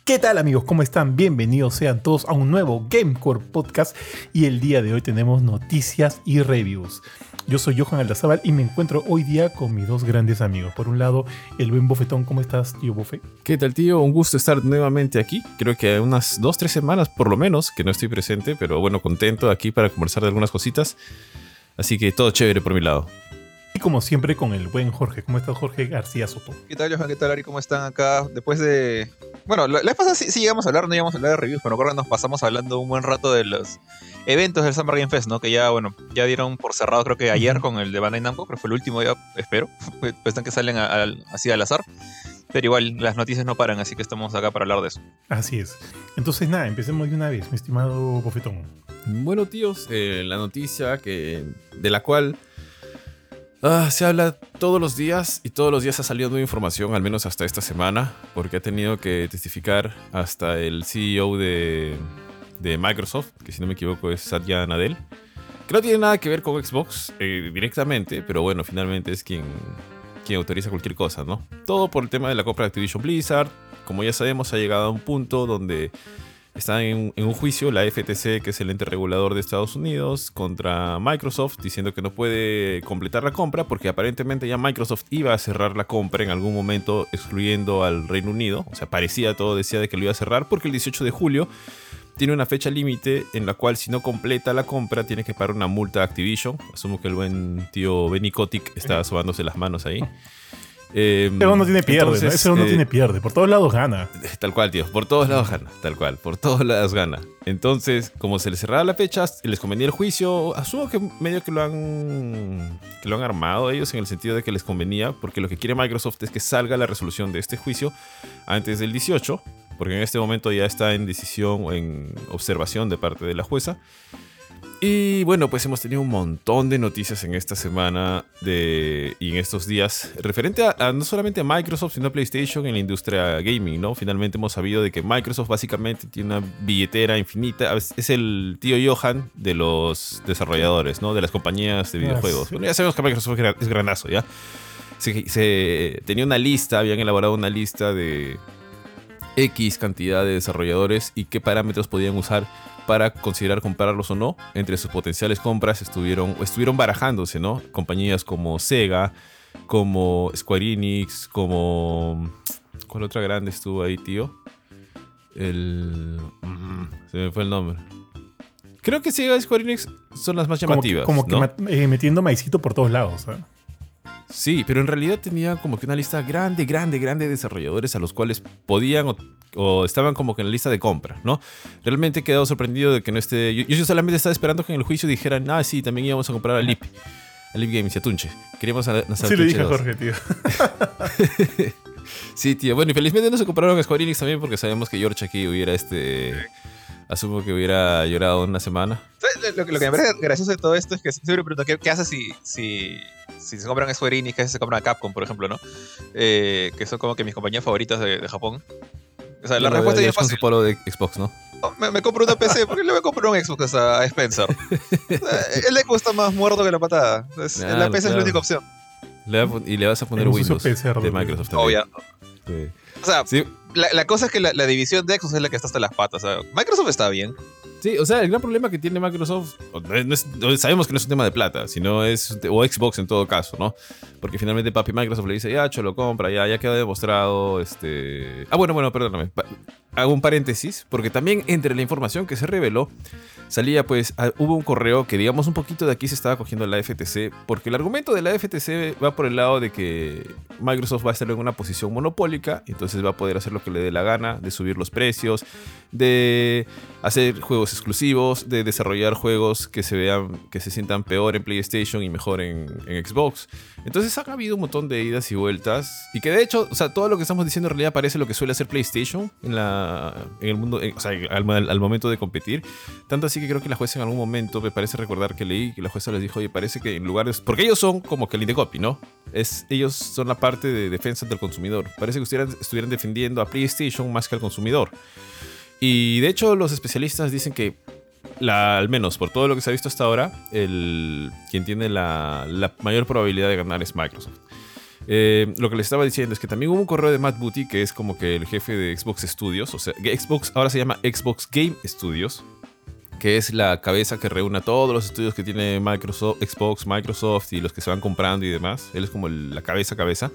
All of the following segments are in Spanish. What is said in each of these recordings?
¿Qué tal amigos? ¿Cómo están? Bienvenidos sean todos a un nuevo Gamecore Podcast y el día de hoy tenemos noticias y reviews. Yo soy Johan Aldazábal y me encuentro hoy día con mis dos grandes amigos. Por un lado, el buen Bofetón. ¿Cómo estás, tío Bofe? ¿Qué tal, tío? Un gusto estar nuevamente aquí. Creo que unas 2-3 semanas por lo menos que no estoy presente, pero bueno, contento aquí para conversar de algunas cositas. Así que todo chévere por mi lado. Y como siempre con el buen Jorge. ¿Cómo estás, Jorge García Soto? ¿Qué tal, Johan? ¿Qué tal, Ari? ¿Cómo están acá? Después de... Bueno, la vez pasada sí llegamos a hablar, no llegamos a hablar de reviews, pero creo que nos pasamos hablando un buen rato de los eventos del Summer Game Fest, ¿no? Que ya, bueno, ya dieron por cerrado creo que ayer con el de Bandai Namco, creo que fue el último, ya espero. Pues están que salen así al azar. Pero igual, las noticias no paran, así que estamos acá para hablar de eso. Así es. Entonces nada, empecemos de una vez, mi estimado Bofetón. Bueno, tíos, la noticia de la cual... se habla todos los días y todos los días ha salido nueva información, al menos hasta esta semana, porque ha tenido que testificar hasta el CEO de Microsoft, que si no me equivoco es Satya Nadella, que no tiene nada que ver con Xbox directamente, pero bueno, finalmente es quien autoriza cualquier cosa, ¿no? Todo por el tema de la compra de Activision Blizzard. Como ya sabemos, ha llegado a un punto donde está en un juicio la FTC, que es el ente regulador de Estados Unidos, contra Microsoft, diciendo que no puede completar la compra porque aparentemente ya Microsoft iba a cerrar la compra en algún momento, excluyendo al Reino Unido. O sea, decía de que lo iba a cerrar porque el 18 de julio tiene una fecha límite en la cual si no completa la compra tiene que pagar una multa a Activision. Asumo que el buen tío Benny Kotick está sobándose las manos ahí. Ese no tiene pierde, entonces, ¿no? Ese no tiene pierde, por todos lados gana. Tal cual, tío, por todos lados gana, tal cual, por todos lados gana. Entonces, como se les cerraba la fecha, les convenía el juicio. Asumo que medio que lo han armado ellos en el sentido de que les convenía, porque lo que quiere Microsoft es que salga la resolución de este juicio antes del 18, porque en este momento ya está en decisión o en observación de parte de la jueza. Y bueno, pues hemos tenido un montón de noticias en esta semana y en estos días referente a no solamente a Microsoft, sino a PlayStation en la industria gaming, ¿no? Finalmente hemos sabido de que Microsoft básicamente tiene una billetera infinita. Es el tío Johan de los desarrolladores, ¿no? De las compañías de videojuegos. Bueno, ya sabemos que Microsoft es granazo, ¿ya? Se tenía una lista, habían elaborado una lista de X cantidad de desarrolladores y qué parámetros podían usar para considerar comprarlos o no. Entre sus potenciales compras estuvieron barajándose, ¿no? Compañías como Sega, como Square Enix, como... ¿Cuál otra grande estuvo ahí, tío? Se me fue el nombre. Creo que Sega y Square Enix son las más llamativas, como ¿no? Que metiendo maicito por todos lados, ¿eh? Sí, pero en realidad tenía como que una lista grande de desarrolladores a los cuales podían o estaban como que en la lista de compra, ¿no? Realmente he quedado sorprendido de que no esté... Yo solamente estaba esperando que en el juicio dijeran, sí, también íbamos a comprar a Lip Games y a Tunche. Queríamos a sí, le dije a Jorge, tío. Sí, tío. Bueno, y felizmente no se compraron a Square Enix también porque sabemos que George aquí hubiera asumo que hubiera llorado una semana. Lo que me parece gracioso de todo esto es que siempre me pregunto ¿qué hace si se compran Square Enix, que se compran a Capcom, por ejemplo, ¿no? Que son como que mis compañías favoritas de Japón. O sea, la respuesta es fácil. Con su polo de Xbox, ¿no? Me compro una PC, ¿por qué le voy a comprar un Xbox a Spencer? El Xbox está más muerto que la patada. La PC es la única opción. Y le vas a poner Windows de Microsoft también. Obvio. Sí. O sea, sí. La cosa es que la división de Xbox es la que está hasta las patas. O sea, Microsoft está bien. Sí, o sea, el gran problema que tiene Microsoft, sabemos que no es un tema de plata, sino o Xbox en todo caso, ¿no? Porque finalmente papi Microsoft le dice, ya, cholo, compra, ya quedó demostrado, bueno, perdóname, hago un paréntesis, porque también entre la información que se reveló, salía pues, hubo un correo que digamos un poquito de aquí se estaba cogiendo la FTC, porque el argumento de la FTC va por el lado de que Microsoft va a estar en una posición monopólica, entonces va a poder hacer lo que le dé la gana, de subir los precios, de hacer juegos exclusivos, de desarrollar juegos que se sientan peor en PlayStation y mejor en Xbox. Entonces ha habido un montón de idas y vueltas y que de hecho, o sea, todo lo que estamos diciendo en realidad parece lo que suele hacer PlayStation en el mundo, o sea, al momento de competir. Tanto así que creo que la jueza en algún momento, me parece recordar que leí que la jueza les dijo, oye, parece que en lugares, porque ellos son como que el Indecopy, ¿no? Ellos son la parte de defensa del consumidor. Parece que estuvieran defendiendo a PlayStation más que al consumidor. Y de hecho los especialistas dicen que al menos por todo lo que se ha visto hasta ahora, quien tiene la mayor probabilidad de ganar es Microsoft. Lo que les estaba diciendo es que también hubo un correo de Matt Booty, que es como que el jefe de Xbox Studios, o sea, Xbox ahora se llama Xbox Game Studios, que es la cabeza que reúne a todos los estudios que tiene Microsoft, Xbox, Microsoft y los que se van comprando y demás. Él es como la cabeza.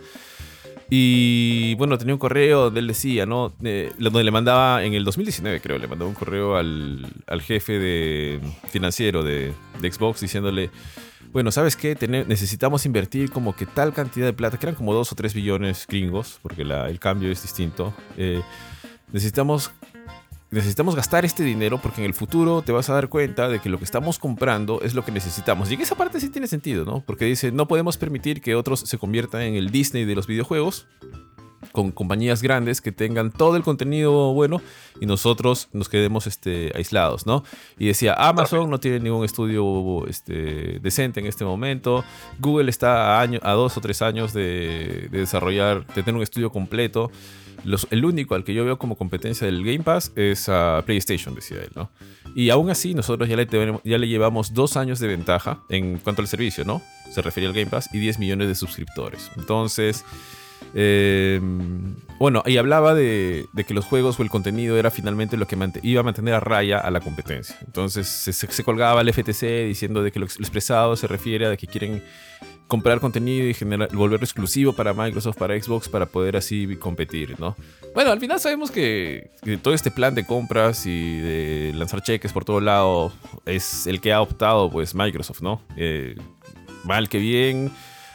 Y bueno, tenía un correo donde él decía, ¿no? Donde le mandaba, en el 2019 creo, le mandaba un correo al jefe financiero de Xbox diciéndole, bueno, ¿sabes qué? Necesitamos invertir como que tal cantidad de plata, que eran como 2 o 3 billones gringos, porque el cambio es distinto. Necesitamos gastar este dinero porque en el futuro te vas a dar cuenta de que lo que estamos comprando es lo que necesitamos. Y en esa parte sí tiene sentido, ¿no? Porque dice, no podemos permitir que otros se conviertan en el Disney de los videojuegos, con compañías grandes que tengan todo el contenido bueno y nosotros nos quedemos aislados, ¿no? Y decía, Amazon no tiene ningún estudio decente en este momento. Google está a 2 o 3 años de desarrollar, de tener un estudio completo. El único al que yo veo como competencia del Game Pass es a PlayStation, decía él, ¿no? Y aún así, nosotros ya le llevamos 2 años de ventaja en cuanto al servicio, ¿no? Se refería al Game Pass y 10 millones de suscriptores. Entonces, bueno, y hablaba de que los juegos o el contenido era finalmente lo que iba a mantener a raya a la competencia. Entonces, se colgaba el FTC diciendo de que lo expresado se refiere a que quieren comprar contenido y volverlo exclusivo para Microsoft, para Xbox, para poder así competir, ¿no? Bueno, al final sabemos que todo este plan de compras y de lanzar cheques por todo lado es el que ha optado pues Microsoft, ¿no? Mal que bien,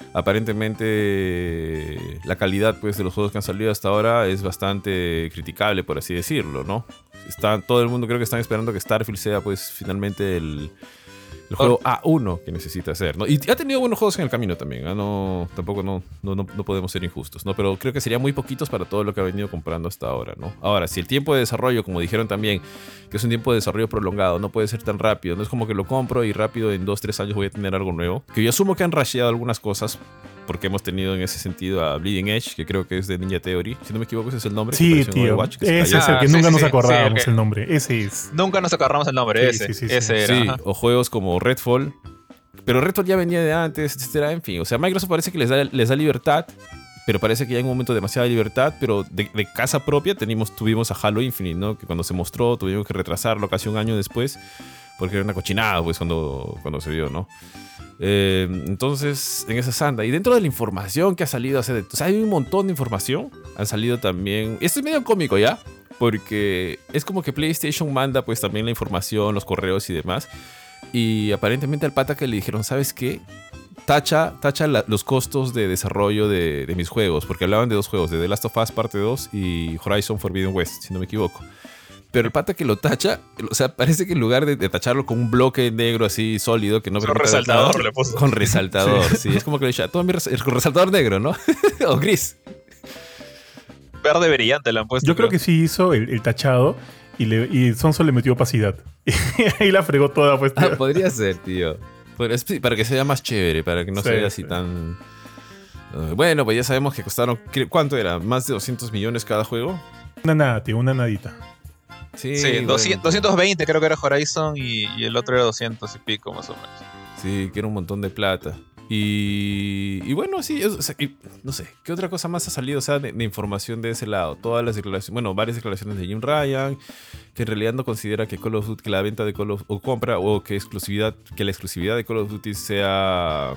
aparentemente la calidad pues de los juegos que han salido hasta ahora es bastante criticable, por así decirlo, ¿no? Todo el mundo creo que están esperando que Starfield sea pues finalmente el juego A1 que necesita hacer, ¿no? Y ha tenido buenos juegos en el camino también, ¿eh? Tampoco no podemos ser injustos, ¿no? Pero creo que serían muy poquitos para todo lo que ha venido comprando hasta ahora, ¿no? Ahora, si el tiempo de desarrollo, como dijeron también, que es un tiempo de desarrollo prolongado, no puede ser tan rápido, no es como que lo compro y rápido en 2-3 años voy a tener algo nuevo, que yo asumo que han rasheado algunas cosas, porque hemos tenido en ese sentido a Bleeding Edge, que creo que es de Ninja Theory. Si no me equivoco, ese es el nombre. Sí, tío. Overwatch, ese es el que nunca nos acordábamos el nombre. Ese es. Nunca nos acordamos el nombre, ese. Ese era. Sí, o juegos como Redfall. Pero Redfall ya venía de antes, etcétera. En fin, o sea, Microsoft parece que les da libertad, pero parece que ya en un momento demasiada libertad, pero de casa propia tuvimos a Halo Infinite, ¿no? Que cuando se mostró tuvimos que retrasarlo casi un año después, porque era una cochinada, pues, cuando se vio, ¿no? Entonces, en esa sanda. Y dentro de la información que ha salido, o sea, hay un montón de información. Han salido también. Esto es medio cómico ya, porque es como que PlayStation manda pues también la información, los correos y demás. Y aparentemente al pata que le dijeron, ¿sabes qué? Tacha los costos de desarrollo de mis juegos, porque hablaban de 2 juegos, de The Last of Us Parte 2 y Horizon Forbidden West, si no me equivoco. Pero el pata que lo tacha, o sea, parece que en lugar de tacharlo con un bloque negro así sólido que no con resaltador nada, le puso. Con resaltador, sí. Es como que le dice, todo con resaltador negro, ¿no? O gris. Verde brillante le han puesto. Yo creo que sí hizo el tachado y Sonso le metió opacidad. Y ahí la fregó toda, pues. Tío. Podría ser, tío. Para que sea más chévere, para que no sea así tan... bueno, pues ya sabemos que costaron... ¿Cuánto era? ¿Más de 200 millones cada juego? Una nada, tío, una nadita. Sí, bueno. 220 creo que era Horizon y el otro era 200 y pico más o menos. Sí, que era un montón de plata. Y bueno, sí, o sea, no sé, ¿qué otra cosa más ha salido? O sea, de información de ese lado. Todas las declaraciones, bueno, varias declaraciones de Jim Ryan, que en realidad no considera que Call of Duty, que la venta de Call of o compra o que la exclusividad de Call of Duty sea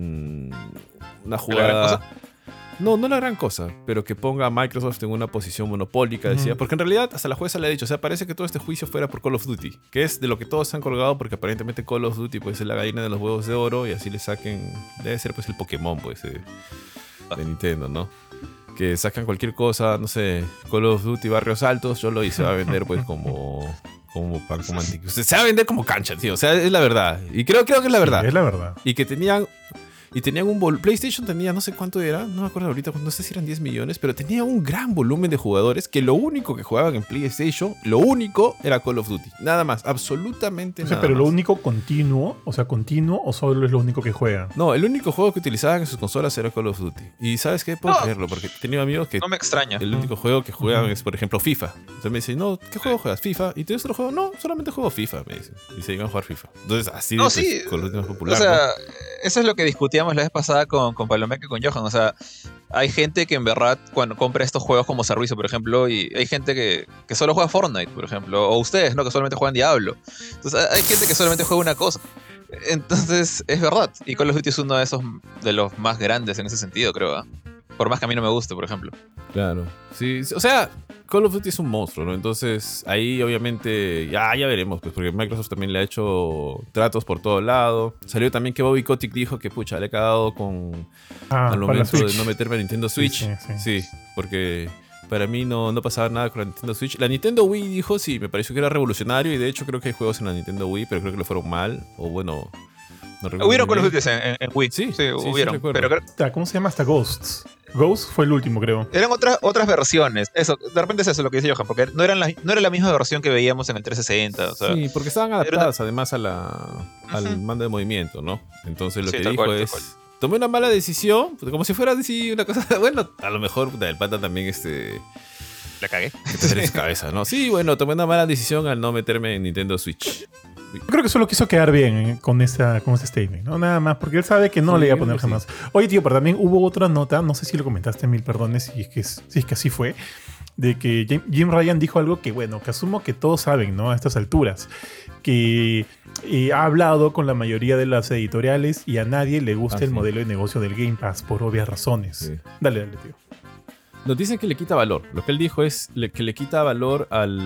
una jugada. No la gran cosa, pero que ponga a Microsoft en una posición monopólica, decía. Porque en realidad hasta la jueza le ha dicho, o sea, parece que todo este juicio fuera por Call of Duty, que es de lo que todos se han colgado, porque aparentemente Call of Duty pues es la gallina de los huevos de oro y así le saquen, debe ser pues el Pokémon pues de Nintendo, ¿no? Que sacan cualquier cosa, no sé, Call of Duty Barrios Altos, solo y se va a vender pues como pan como antiguo. Se va a vender como cancha, tío, o sea, es la verdad. Y creo que es la verdad. Sí, es la verdad. Y que tenían PlayStation tenía, no sé cuánto era, no me acuerdo ahorita, no sé si eran 10 millones, pero tenía un gran volumen de jugadores que lo único que jugaban en PlayStation, era Call of Duty. Nada más, absolutamente nada. Pero más. lo único continuo o solo es lo único que juegan. No, el único juego que utilizaban en sus consolas era Call of Duty. Y ¿sabes qué? Puedo creerlo, porque he tenido amigos que... No me extraña. El único juego que juegan es, por ejemplo, FIFA. Entonces me dicen, no, ¿qué juego juegas? FIFA. ¿Y tienes otro juego? No, solamente juego FIFA, me dicen. Y se llegan a jugar FIFA. Entonces, así no, pues, sí. Call of Duty más popular. O sea, ¿no? Eso es lo que discutía debatíamos la vez pasada con Palomeque y con Johan. O sea, hay gente que en verdad cuando compra estos juegos como servicio, por ejemplo, y hay gente que solo juega Fortnite, por ejemplo, o ustedes, ¿no? Que solamente juegan Diablo. Entonces hay gente que solamente juega una cosa. Entonces, es verdad. Y Call of Duty es uno de los más grandes en ese sentido, creo. ¿Ah? Por más que a mí no me guste, por ejemplo. Claro. Sí, o sea, Call of Duty es un monstruo, ¿no? Entonces, ahí obviamente ya veremos, pues, porque Microsoft también le ha hecho tratos por todo lado. Salió también que Bobby Kotick dijo que, pucha, le he cagado al momento de no meterme a Nintendo Switch. Sí, porque para mí no pasaba nada con la Nintendo Switch. La Nintendo Wii dijo, sí, me pareció que era revolucionario y de hecho creo que hay juegos en la Nintendo Wii, pero creo que lo fueron mal, o bueno... No hubieron Call of Duty en Wii. Sí, hubieron. Sí, pero ¿cómo se llama? Hasta Ghosts. Ghost fue el último, creo. Eran otras versiones. Eso, de repente es eso lo que dice Johan, porque no era la misma versión que veíamos en el 360. O sea, sí, porque estaban adaptadas además al mando de movimiento, ¿no? Entonces lo que dijo es... Tomé una mala decisión, como si fuera así una cosa... Bueno, a lo mejor el pata también la cagué. En su cabeza, ¿no? Sí, bueno, tomé una mala decisión al no meterme en Nintendo Switch. Yo creo que solo quiso quedar bien con ese statement, ¿no? Nada más, porque él sabe que no le iba a poner jamás. Oye, tío, pero también hubo otra nota, no sé si lo comentaste, mil perdones, si es que así fue, de que Jim Ryan dijo algo que, bueno, que asumo que todos saben, ¿no? A estas alturas, que ha hablado con la mayoría de las editoriales y a nadie le gusta el modelo de negocio del Game Pass, por obvias razones. Sí. Dale, tío. Nos dicen que le quita valor. Lo que él dijo es que le quita valor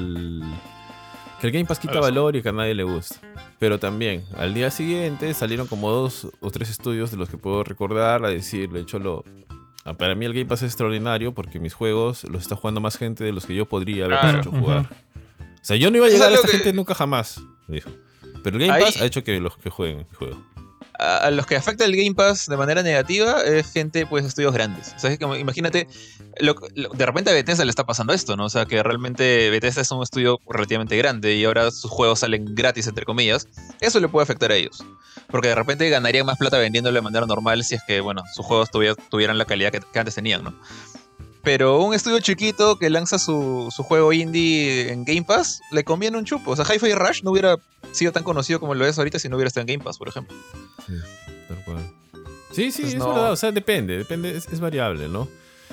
que el Game Pass quita valor y que a nadie le gusta. Pero también, al día siguiente salieron como 2 o 3 estudios de los que puedo recordar a decirle, Cholo, para mí el Game Pass es extraordinario porque mis juegos los está jugando más gente de los que yo podría haber hecho jugar. O sea, yo no iba a llegar a esta gente nunca jamás, dijo. Pero el Game Pass ha hecho que los que jueguen el juego. A los que afecta el Game Pass de manera negativa es gente, pues, estudios grandes. O sea, es que imagínate, de repente a Bethesda le está pasando esto, ¿no? O sea, que realmente Bethesda es un estudio relativamente grande y ahora sus juegos salen gratis, entre comillas. Eso le puede afectar a ellos. Porque de repente ganarían más plata vendiéndolo de manera normal si es que, bueno, sus juegos tuvieran la calidad que antes tenían, ¿no? Pero un estudio chiquito que lanza su juego indie en Game Pass, le conviene un chupo. O sea, Hi-Fi Rush no hubiera sido tan conocido como lo es ahorita si no hubiera estado en Game Pass, por ejemplo. Sí, tal cual. Sí, es verdad. O sea, depende, es variable, ¿no?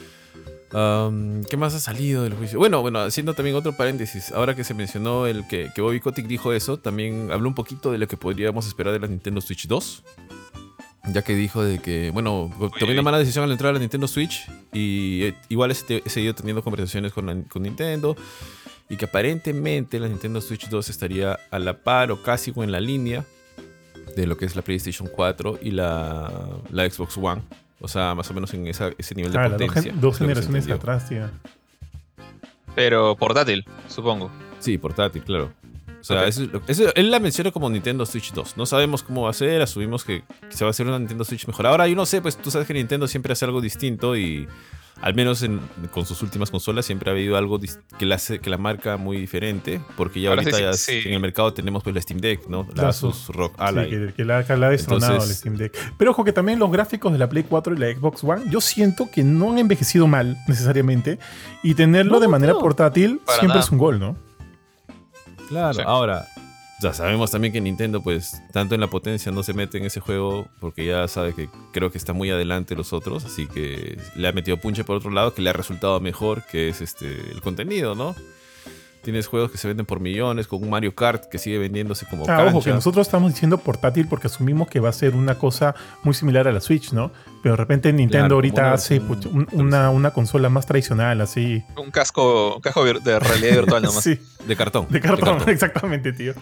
¿Qué más ha salido del juicio? Bueno, haciendo también otro paréntesis. Ahora que se mencionó el que Bobby Kotick dijo eso, también habló un poquito de lo que podríamos esperar de la Nintendo Switch 2. Ya que dijo de que, bueno, tomé una mala decisión al entrar a la Nintendo Switch y igual he seguido teniendo conversaciones con Nintendo y que aparentemente la Nintendo Switch 2 estaría a la par o casi o en la línea de lo que es la PlayStation 4 y la Xbox One. O sea, más o menos en ese nivel de potencia. Dos generaciones atrás, tío. Pero portátil, supongo. Sí, portátil, claro. O sea, él la menciona como Nintendo Switch 2. No sabemos cómo va a ser, asumimos que se va a hacer una Nintendo Switch mejor. Ahora, yo no sé, pues tú sabes que Nintendo siempre hace algo distinto y al menos con sus últimas consolas siempre ha habido algo que la marca muy diferente, porque ya ahorita en el mercado tenemos pues la Steam Deck, ¿no? La Asus ROG Ally. Sí, que la ha destronado el Steam Deck. Pero ojo que también los gráficos de la Play 4 y la Xbox One, yo siento que no han envejecido mal necesariamente y tenerlo de manera portátil siempre es un gol, ¿no? Claro, sí. Ahora, ya sabemos también que Nintendo, pues, tanto en la potencia no se mete en ese juego porque ya sabe que creo que está muy adelante los otros, así que le ha metido punche por otro lado que le ha resultado mejor, que es el contenido, ¿no? Tienes juegos que se venden por millones, con un Mario Kart que sigue vendiéndose como cancha. Ojo, que nosotros estamos diciendo portátil porque asumimos que va a ser una cosa muy similar a la Switch, ¿no? Pero de repente Nintendo ahorita hace una consola más tradicional, así. Un casco de realidad virtual nomás. Sí. De cartón, exactamente, tío.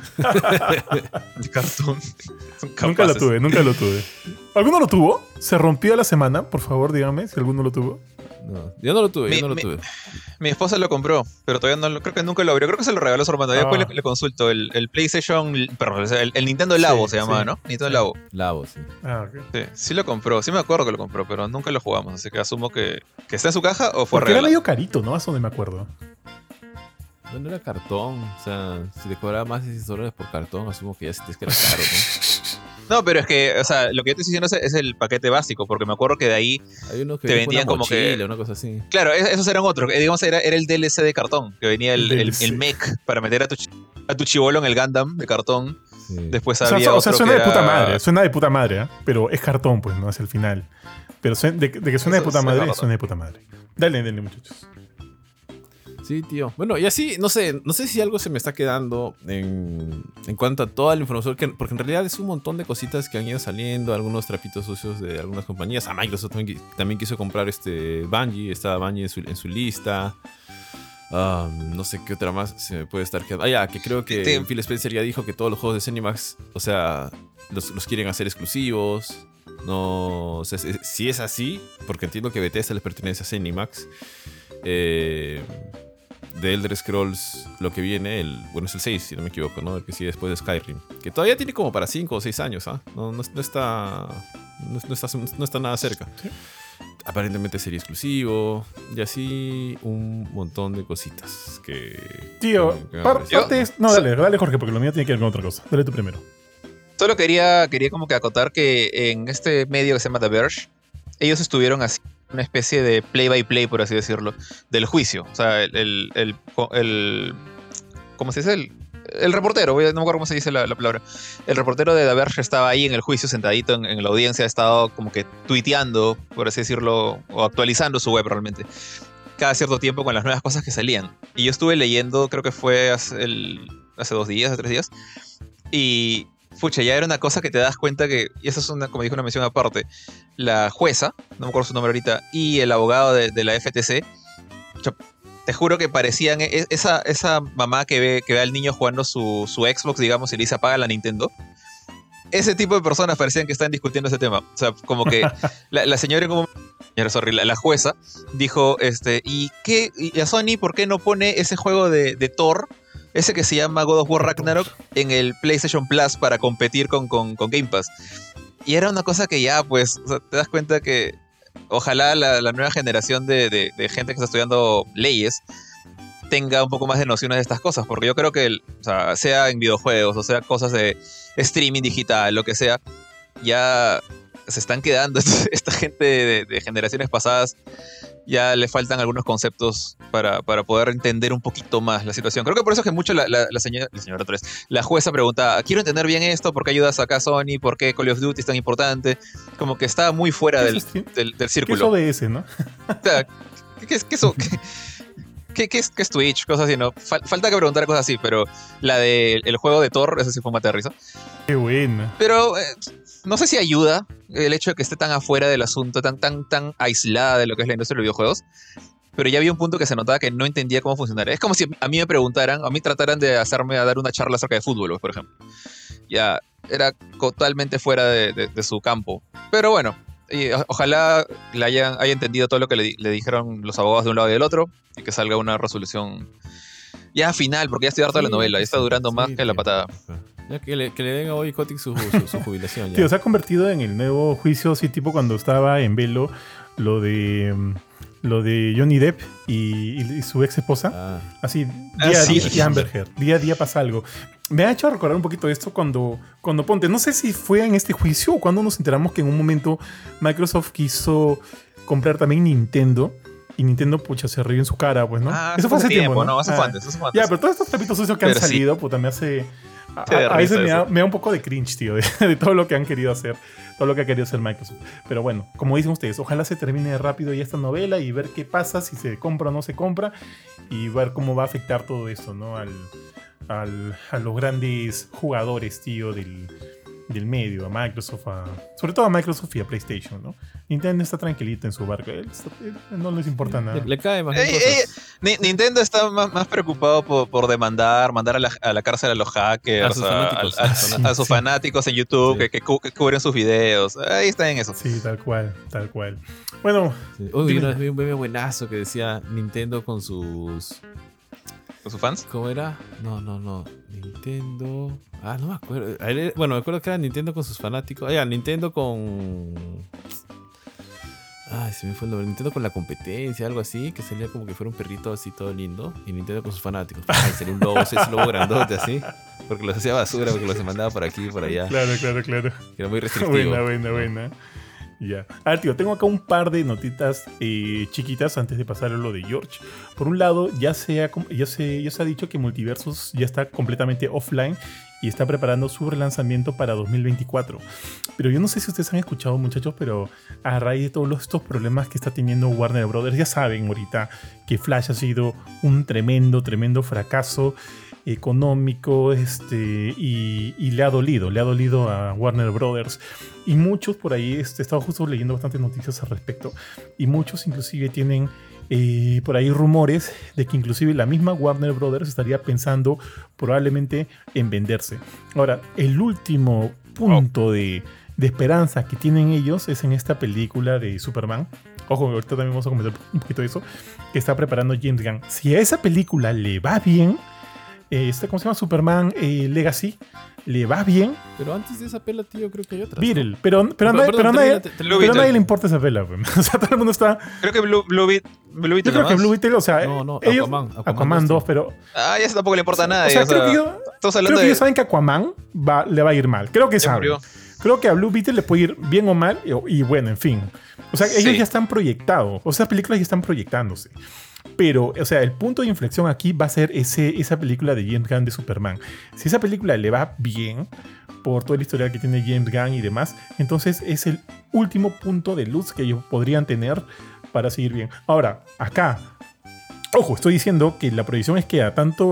De cartón. Nunca lo tuve. ¿Alguno lo tuvo? ¿Se rompió a la semana? Por favor, dígame si alguno lo tuvo. No, yo no lo tuve, Mi esposa lo compró, pero todavía no, creo que nunca lo abrió. Creo que se lo regaló a su hermano. Después le consulto el PlayStation, perdón, el Nintendo Labo se llamaba, ¿no? Nintendo Labo. Labo, sí. Okay. Sí lo compró, sí me acuerdo que lo compró, pero nunca lo jugamos, así que asumo que está en su caja o fue regalado. Porque era medio carito, ¿no? Hasta donde me acuerdo. No era cartón, o sea, si te cobraba más de $16 por cartón, asumo que ya es que era caro, ¿no? No, pero es que, o sea, lo que yo te estoy diciendo es el paquete básico, porque me acuerdo que de ahí hay uno que te vendían una como mochila, que... una cosa así. Claro, esos eran otros. Digamos, era el DLC de cartón, que venía el mech para meter a tu chibolo en el Gundam de cartón. Sí. Después O sea, había otro suena que de puta era- madre, suena de puta madre, ¿eh? Pero es cartón, pues, no es el final. Pero de que suena de Eso puta es madre, verdad. suena de puta madre. Dale, muchachos. Sí, tío. Bueno, y así, no sé si algo se me está quedando en cuanto a toda la información, porque en realidad es un montón de cositas que han ido saliendo, algunos trapitos sucios de algunas compañías. A Microsoft también quiso comprar Bungie, estaba Bungie en su lista. No sé qué otra más se me puede estar quedando. Ya, que creo que Sí. Phil Spencer ya dijo que todos los juegos de Zenimax, o sea, los quieren hacer exclusivos. No, o sea, si es así, porque entiendo que Bethesda les pertenece a Zenimax. De Elder Scrolls, lo que viene, es el 6, si no me equivoco, ¿no? El que sigue después de Skyrim. Que todavía tiene como para 5 o 6 años, ¿ah? No está nada cerca. Sí. Aparentemente sería exclusivo. Y así un montón de cositas que... Tío, que me han parecido. no, dale, Jorge, porque lo mío tiene que ver con otra cosa. Dale tú primero. Solo quería como que acotar que en este medio que se llama The Verge, ellos estuvieron así una especie de play by play, por así decirlo, del juicio. O sea, ¿cómo se dice? El reportero, no me acuerdo cómo se dice la palabra. El reportero de The Verge estaba ahí en el juicio, sentadito en la audiencia, ha estado como que tuiteando, por así decirlo, o actualizando su web realmente, cada cierto tiempo con las nuevas cosas que salían. Y yo estuve leyendo, creo que fue hace 2 días, hace 3 días, y pucha, ya era una cosa que te das cuenta que, y eso es como dijo, una mención aparte, la jueza, no me acuerdo su nombre ahorita, y el abogado de la FTC, te juro que parecían esa mamá que ve al niño jugando su Xbox, digamos, y le dice apaga la Nintendo. Ese tipo de personas parecían que están discutiendo ese tema. O sea, como que la señora, la jueza, dijo, ¿y a Sony por qué no pone ese juego de Thor, ese que se llama God of War Ragnarok, en el PlayStation Plus para competir con Game Pass? Y era una cosa que ya, pues, o sea, te das cuenta que ojalá la nueva generación de gente que está estudiando leyes tenga un poco más de nociones de estas cosas, porque yo creo que, o sea en videojuegos, o sea, cosas de streaming digital, lo que sea, ya se están quedando esta gente de generaciones pasadas, ya le faltan algunos conceptos para poder entender un poquito más la situación. Creo que por eso es que mucho la señora Torres, la jueza pregunta, quiero entender bien esto, ¿por qué ayudas acá a Sony? ¿Por qué Call of Duty es tan importante? Como que está muy fuera del ¿Qué círculo. es ODS, no? O sea, ¿qué es eso? ¿Qué es Twitch? Cosas así, ¿no? Falta que preguntar cosas así, pero la del juego de Thor, eso sí fue un mate de risa. Qué buena. Pero no sé si ayuda el hecho de que esté tan afuera del asunto, tan aislada de lo que es la industria de los videojuegos. Pero ya había un punto que se notaba que no entendía cómo funcionaría. Es como si a mí me preguntaran, a mí trataran de hacerme a dar una charla acerca de fútbol, por ejemplo. Ya era totalmente fuera de su campo. Pero bueno, y ojalá le haya entendido todo lo que le dijeron los abogados de un lado y del otro y que salga una resolución ya final, porque ya estoy harto de la novela, ya está durando más que la patada. Ya que le den a Bobby Kotick su jubilación. Ya. Tío, se ha convertido en el nuevo juicio, sí, tipo cuando estaba en velo lo de Johnny Depp y su ex esposa. Así, día a sí. día, y Amber Heard. Día a día pasa algo. Me ha hecho recordar un poquito esto cuando ponte, no sé si fue en este juicio o cuando nos enteramos que en un momento Microsoft quiso comprar también Nintendo. Y Nintendo, pucha, se rió en su cara, pues, ¿no? Eso fue hace tiempo, ¿no? Eso fue antes. Ya, pero todos estos trapitos sucios que han salido, puta, me hace... A veces me da un poco de cringe, tío, de todo lo que han querido hacer, todo lo que ha querido hacer Microsoft. Pero bueno, como dicen ustedes, ojalá se termine rápido ya esta novela y ver qué pasa, si se compra o no se compra, y ver cómo va a afectar todo esto, ¿no? A los grandes jugadores, tío, del medio, a Microsoft, sobre todo a Microsoft y a PlayStation, ¿no? Nintendo está tranquilita en su barco, él no les importa nada. Le cae más cosas. Nintendo está más preocupado por mandar a la cárcel a los hackers, a sus fanáticos en YouTube, sí, que cubren sus videos. Ahí está en eso. Sí, tal cual. Bueno, sí. Uy, una vez vi un meme buenazo que decía Nintendo con sus fans. ¿Cómo era? No. Nintendo. No me acuerdo. Bueno, me acuerdo que era Nintendo con sus fanáticos. Nintendo con. Se me fue el nombre. Nintendo con la competencia, algo así. Que salía como que fuera un perrito así todo lindo. Y Nintendo con sus fanáticos. Sería un lobo, ese lobo grandote así. Porque los hacía basura, porque los mandaba por aquí y por allá. Claro. Que era muy restrictivo. Buena. Ya. A ver, tío, tengo acá un par de notitas chiquitas antes de pasar a lo de George. Por un lado, ya se ha dicho que Multiversus ya está completamente offline y está preparando su relanzamiento para 2024. Pero yo no sé si ustedes han escuchado, muchachos, pero a raíz de todos estos problemas que está teniendo Warner Brothers, ya saben ahorita que Flash ha sido un tremendo fracaso económico, y le ha dolido a Warner Brothers. Y muchos por ahí, he estado justo leyendo bastantes noticias al respecto, y muchos inclusive tienen por ahí rumores de que inclusive la misma Warner Brothers estaría pensando probablemente en venderse. Ahora, el último punto de esperanza que tienen ellos es en esta película de Superman. Ojo, ahorita también vamos a comentar un poquito de eso, que está preparando James Gunn. Si a esa película le va bien, ¿cómo se llama? Superman Legacy, le va bien. Pero antes de esa pela, tío, creo que hay otras. Beetle, ¿no? pero a nadie le importa esa pela. O sea, todo el mundo está... Creo que Blue Beetle. Yo creo que Blue Beetle, o sea, no, ellos, Aquaman 2, pero... Ah, ya eso tampoco le importa a nadie. O sea, creo que ellos saben que Aquaman le va a ir mal. Creo que saben. Creo que a Blue Beetle le puede ir bien o mal, y bueno, en fin. O sea, ellos ya están proyectados. O sea, las películas ya están proyectándose. Pero, o sea, el punto de inflexión aquí va a ser esa película de James Gunn de Superman. Si esa película le va bien, por toda la historia que tiene James Gunn y demás, entonces es el último punto de luz que ellos podrían tener para seguir bien. Ahora, acá, ojo, estoy diciendo que la proyección es que tanto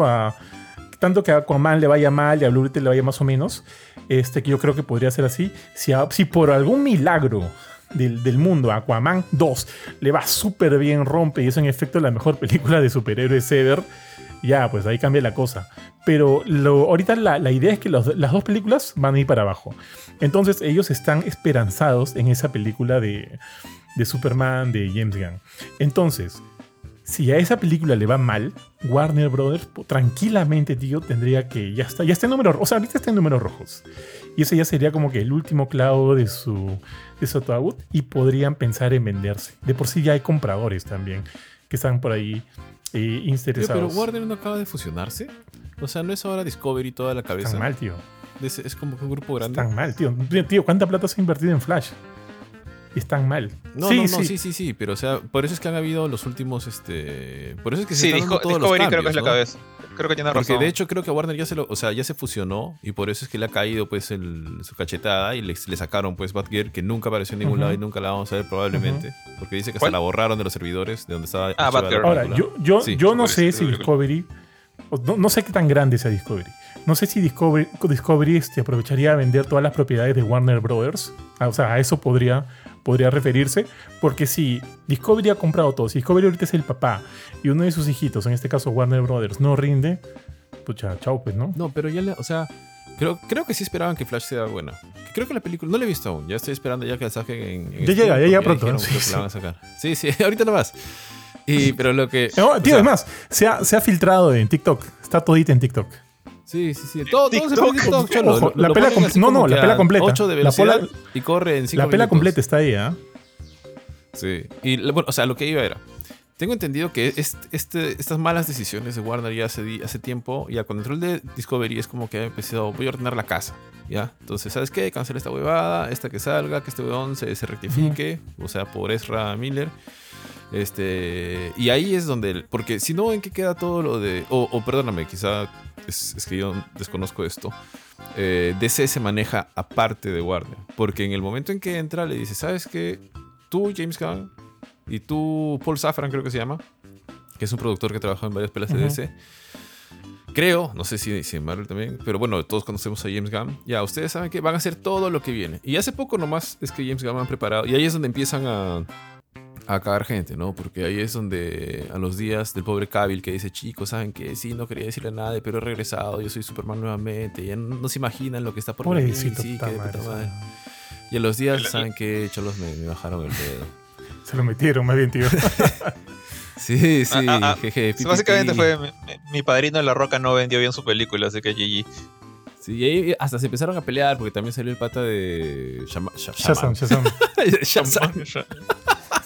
que a Aquaman le vaya mal y a Blue Beetle le vaya más o menos, que yo creo que podría ser así. Si por algún milagro del mundo Aquaman 2 le va súper bien, rompe y es en efecto la mejor película de superhéroes ever, ya, pues ahí cambia la cosa. Pero ahorita la idea es que las dos películas van a ir para abajo. Entonces ellos están esperanzados en esa película de Superman de James Gunn. Entonces, si a esa película le va mal, Warner Brothers tranquilamente, tío, tendría que... Ya está en números... O sea, ahorita está en números rojos. Y ese ya sería como que el último clavo de su ataúd, y podrían pensar en venderse. De por sí ya hay compradores también que están por ahí interesados. Pero Warner no acaba de fusionarse. O sea, no es ahora Discovery toda la cabeza. Están mal, tío. Es como que un grupo grande. Están mal, tío. Tío, ¿cuánta plata se ha invertido en Flash? Están mal. Sí, pero o sea, por eso es que han habido los últimos, por eso es que se están dando todos los cambios, creo que es la ¿no? cabeza. Creo que tiene razón. Porque de hecho creo que a Warner ya se fusionó, y por eso es que le ha caído pues su cachetada, y le sacaron pues Batgirl, que nunca apareció en ningún lado y nunca la vamos a ver probablemente, porque dice que hasta la borraron de los servidores de donde estaba. Batgirl. Ahora, yo no sé si Discovery, no sé qué tan grande sea Discovery. No sé si Discovery aprovecharía a vender todas las propiedades de Warner Brothers. O sea, a eso podría referirse, porque si Discovery ha comprado todo, si Discovery ahorita es el papá y uno de sus hijitos, en este caso Warner Brothers, no rinde, pucha, chao pues, ¿no? No, pero o sea, creo que sí esperaban que Flash sea buena. Creo que la película, no la he visto aún, ya estoy esperando ya que la saquen en ya llega pronto, ¿no? Sí. La van a sacar. Sí, ahorita nomás. Pero lo que... No, tío, además, se ha filtrado en TikTok, está todita en TikTok. Sí. Todo se pone en TikTok, cholo. Ojo, la pela completa. 8 de velocidad y corre en 5 La pela minutos. completa está ahí, ¿ah? Sí. Y bueno, o sea, lo que iba era... Tengo entendido que estas malas decisiones de Warner ya hace tiempo, ya con el control de Discovery es como que ha empezado, voy a ordenar la casa, ¿ya? Entonces, ¿sabes qué? Cancela esta huevada, esta que salga, que este huevón se rectifique, o sea, por Ezra Miller. Y ahí es donde... Porque si no, ¿en qué queda todo lo de... O perdóname, quizá es que yo desconozco esto. DC se maneja aparte de Warner. Porque en el momento en que entra, le dice, ¿sabes qué? Tú, James Gunn, y tú, Paul Safran, creo que se llama, que es un productor que trabajó en varias pelas de DC. Creo, no sé si en Marvel también, pero bueno, todos conocemos a James Gunn. Ya, ustedes saben que van a hacer todo lo que viene. Y hace poco nomás es que James Gunn han preparado. Y ahí es donde empiezan a cagar gente, ¿no? Porque ahí es donde a los días del pobre Cavill que dice, chicos, ¿saben qué? Sí, no quería decirle nada, pero he regresado, yo soy Superman nuevamente, ya no se imaginan lo que está por venir. Sí, qué de puta madre. Y a los días, ¿saben qué? Cholos me bajaron el dedo. Se lo metieron más bien, tío. Sí, jeje. Básicamente fue mi padrino de La Roca no vendió bien su película, así que GG. Sí, y ahí hasta se empezaron a pelear porque también salió el pata de Shazam.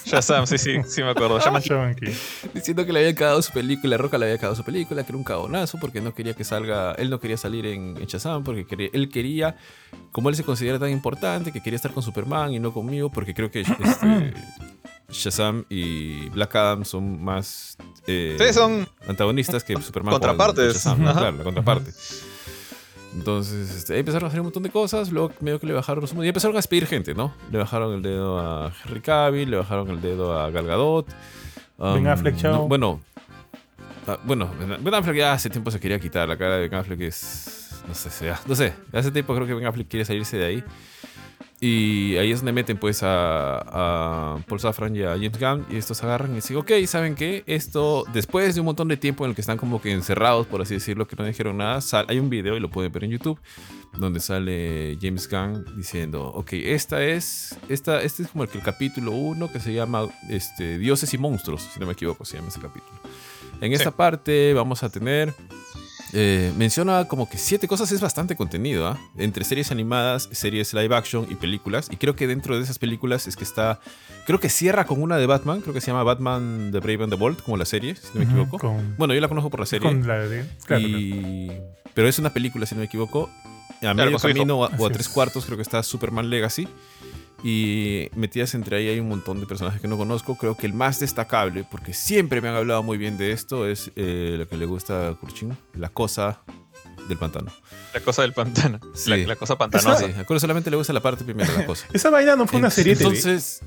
Shazam, sí me acuerdo. Shaman King. Shaman King. Diciendo que le habían cagado su película, La Roca le había cagado su película, que era un cagonazo porque no quería que salga, él no quería salir en Shazam porque él quería, como él se considera tan importante, que quería estar con Superman y no conmigo, porque creo que Shazam y Black Adam son más son antagonistas que Superman. contrapartes. Shazam, ¿no? Claro, la contraparte. Entonces empezaron a hacer un montón de cosas, luego medio que le bajaron los humos y empezaron a despedir gente, ¿no? Le bajaron el dedo a Henry Cavill, le bajaron el dedo a Gal Gadot. Ben Affleck, chao. Bueno, Ben Affleck ya hace tiempo se quería quitar la cara de Ben Affleck, es... No sé, hace tiempo creo que Ben Affleck quiere salirse de ahí. Y ahí es donde meten pues a Paul Safran y a James Gunn, y estos agarran y dicen, ok, ¿saben qué? Esto, después de un montón de tiempo en el que están como que encerrados, por así decirlo, que no dijeron nada, hay un video, y lo pueden ver en YouTube, donde sale James Gunn diciendo, ok, este es como el capítulo 1 que se llama Dioses y Monstruos, si no me equivoco, se llama ese capítulo. En esta parte vamos a tener... menciona como que 7 cosas, es bastante contenido, ¿eh? Entre series animadas, series live action y películas. Y creo que dentro de esas películas es que está... Creo que cierra con una de Batman, creo que se llama Batman The Brave and the Bold, como la serie, si no me equivoco. Bueno, yo la conozco por la serie. Con la de... Claro. Pero es una película, si no me equivoco. A medio camino o a 3/4 creo que está Superman Legacy. Y metidas entre ahí hay un montón de personajes que no conozco. Creo que el más destacable, porque siempre me han hablado muy bien de esto, es lo que le gusta a Kurchin, La Cosa del Pantano. La Cosa del Pantano. Sí. La Cosa pantanosa. Sí, a Kuro solamente le gusta la parte primera, La Cosa. Esa vaina no fue una serie TV. Entonces,